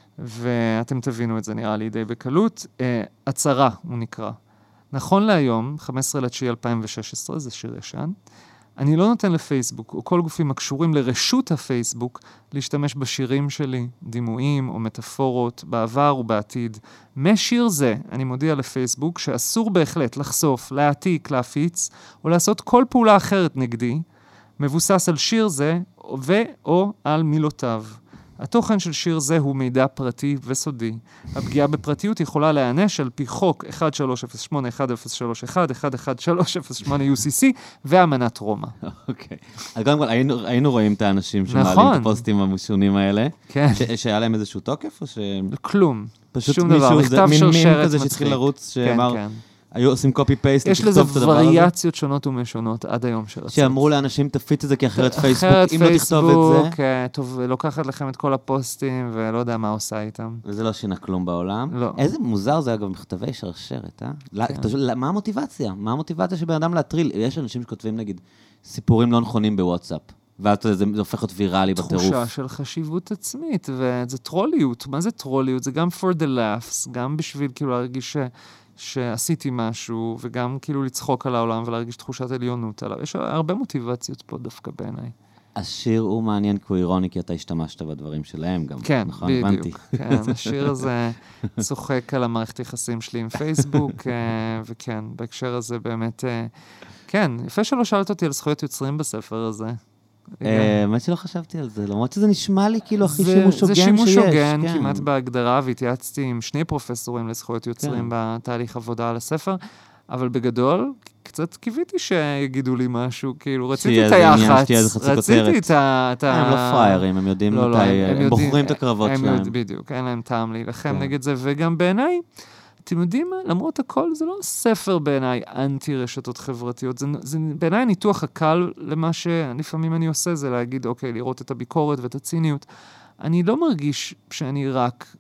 ואתם תבינו את זה נראה לי די בקלות. הצהרה, הוא נקרא. נכון להיום, חמישה עשר לספטמבר אלפיים ושש עשרה, זה שיר ישן, אני לא נותן לפייסבוק, או כל גופים הקשורים לרשות הפייסבוק, להשתמש בשירים שלי, דימויים או מטאפורות, בעבר ובעתיד. משיר זה, אני מודיע לפייסבוק, שאסור בהחלט לחשוף, להעתיק, להפיץ, או לעשות כל פעולה אחרת נגדי, מבוסס על שיר זה, ו/או על מילותיו. התוכן של שיר זה הוא מידע פרטי וסודי. הפגיעה בפרטיות יכולה להיענש על פי חוק אחת שלוש אפס שמונה אחת אפס שלוש אחת אחת אחת שלוש אפס שמונה יו סי סי ואמנת רומא. אוקיי. אז קודם כל, היינו רואים את האנשים שמעלים את הפוסטים המשונים האלה. כן. שהיה להם איזשהו תוקף או ש... כלום. פשוט מישהו, זה מין מים כזה שהתחיל לרוץ, שאמר... היו עושים קופי פייסט, יש לזה וריאציות שונות ומשונות עד היום שרצות. שאמרו לאנשים, תפיץ את זה כי אחרת פייסבוק, אם לא תכתוב את זה. טוב, לוקחת לכם את כל הפוסטים, ולא יודע מה עושה איתם. וזה לא שינה כלום בעולם. לא. איזה מוזר זה, אגב, מכתבי שרשרת, אה? מה המוטיבציה? מה המוטיבציה שבן אדם להטריל? יש אנשים שכותבים, נגיד, סיפורים לא נכונים בוואטסאפ, ואז זה הופך להיות ויראלי בטירוף. תחושה של חשיבות עצמית, וזה טרוליות. מה זה טרוליות? זה גם for the laughs, גם בשביל כאילו להרגיש שעשיתי משהו, וגם כאילו לצחוק על העולם ולהרגיש תחושת עליונות עליו. יש הרבה מוטיבציות פה דווקא בעיניי. השיר הוא מעניין כי הוא אירוני, כי אתה השתמשת בדברים שלהם גם. כן, נכון? בדיוק. הבנתי. כן, השיר הזה צוחק על המערכת יחסים שלי עם פייסבוק, וכן, בהקשר הזה באמת, כן, יפה שלא שאלת אותי על זכויות יוצרים בספר הזה. באמת שלא חשבתי על זה, למרות שזה נשמע לי כאילו הכי שימוש הוגן שיש. זה שימוש הוגן כמעט בהגדרה, והתייעצתי עם שני פרופסורים לזכויות יוצרים בתהליך עבודה על הספר, אבל בגדול, קצת קיוויתי שיגידו לי משהו, כאילו רציתי את היח"צ, רציתי את ה... הם לא פריירים, הם יודעים מתי, הם בוחרים את הקרבות שלהם. בדיוק, אין להם טעם להילחם נגד זה, וגם בעיניי, אתם יודעים מה? למרות הכל, זה לא ספר בעיניי אנטי רשתות חברתיות. זה, זה בעיניי הניתוח הקל למה שלפעמים אני עושה, זה להגיד, אוקיי, לראות את הביקורת ואת הציניות. אני לא מרגיש שאני רק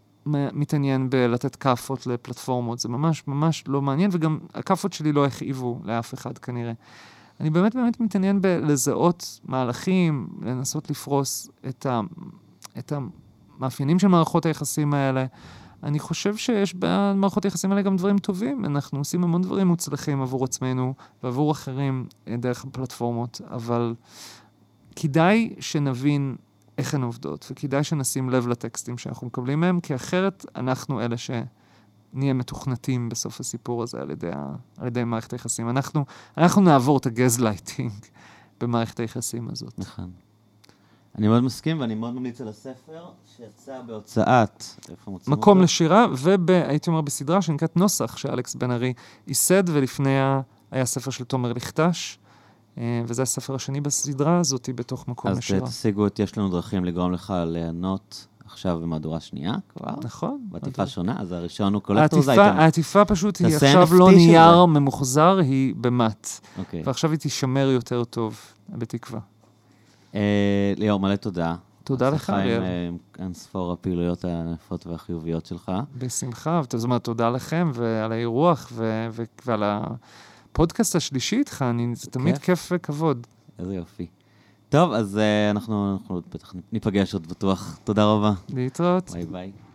מתעניין בלתת קפות לפלטפורמות. זה ממש ממש לא מעניין, וגם הקפות שלי לא הכאיבו לאף אחד כנראה. אני באמת באמת מתעניין בלזהות מהלכים, לנסות לפרוס את, ה, את המאפיינים של מערכות היחסים האלה, אני חושב שיש במערכות היחסים האלה גם דברים טובים. אנחנו עושים המון דברים מוצלחים עבור עצמנו ועבור אחרים דרך הפלטפורמות, אבל כדאי שנבין איך הן עובדות, וכדאי שנשים לב לטקסטים שאנחנו מקבלים מהם, כי אחרת אנחנו אלה שנהיה מתוכנתים בסוף הסיפור הזה על ידי, על ידי מערכת היחסים. אנחנו, אנחנו נעבור את הגזלייטינג במערכת היחסים הזאת. נכון. אני מאוד מסכים, ואני מאוד ממליץ על הספר שיצא בהוצאת... מקום אותו? לשירה, והייתי אומר בסדרה שנקראת נוסח, שאלכס בן ארי ייסד, ולפניה היה ספר של תומר לכתש, וזה הספר השני בסדרה הזאת בתוך מקום נשירה. אז תשיגו את יש לנו דרכים לגרום לך ליהנות עכשיו במהדורה שנייה כבר. נכון. בעטיפה שונה, אז הראשון הוא קולקטורס אייטם. העטיפה פשוט היא עכשיו לא נייר ממוחזר, היא במט. ועכשיו היא תישמר יותר טוב, בתקווה. ליאור, מלא תודה. תודה לך, אריאל. אין ספור הפעילויות הענפות והחיוביות שלך. בשמחה, זאת אומרת, תודה לכם ועל האירוח ועל הפודקאסט השלישי איתך, זה תמיד כיף וכבוד. איזה יופי. טוב, אז אנחנו בטח ניפגש עוד בטוח. תודה רבה. להתראות. ביי ביי.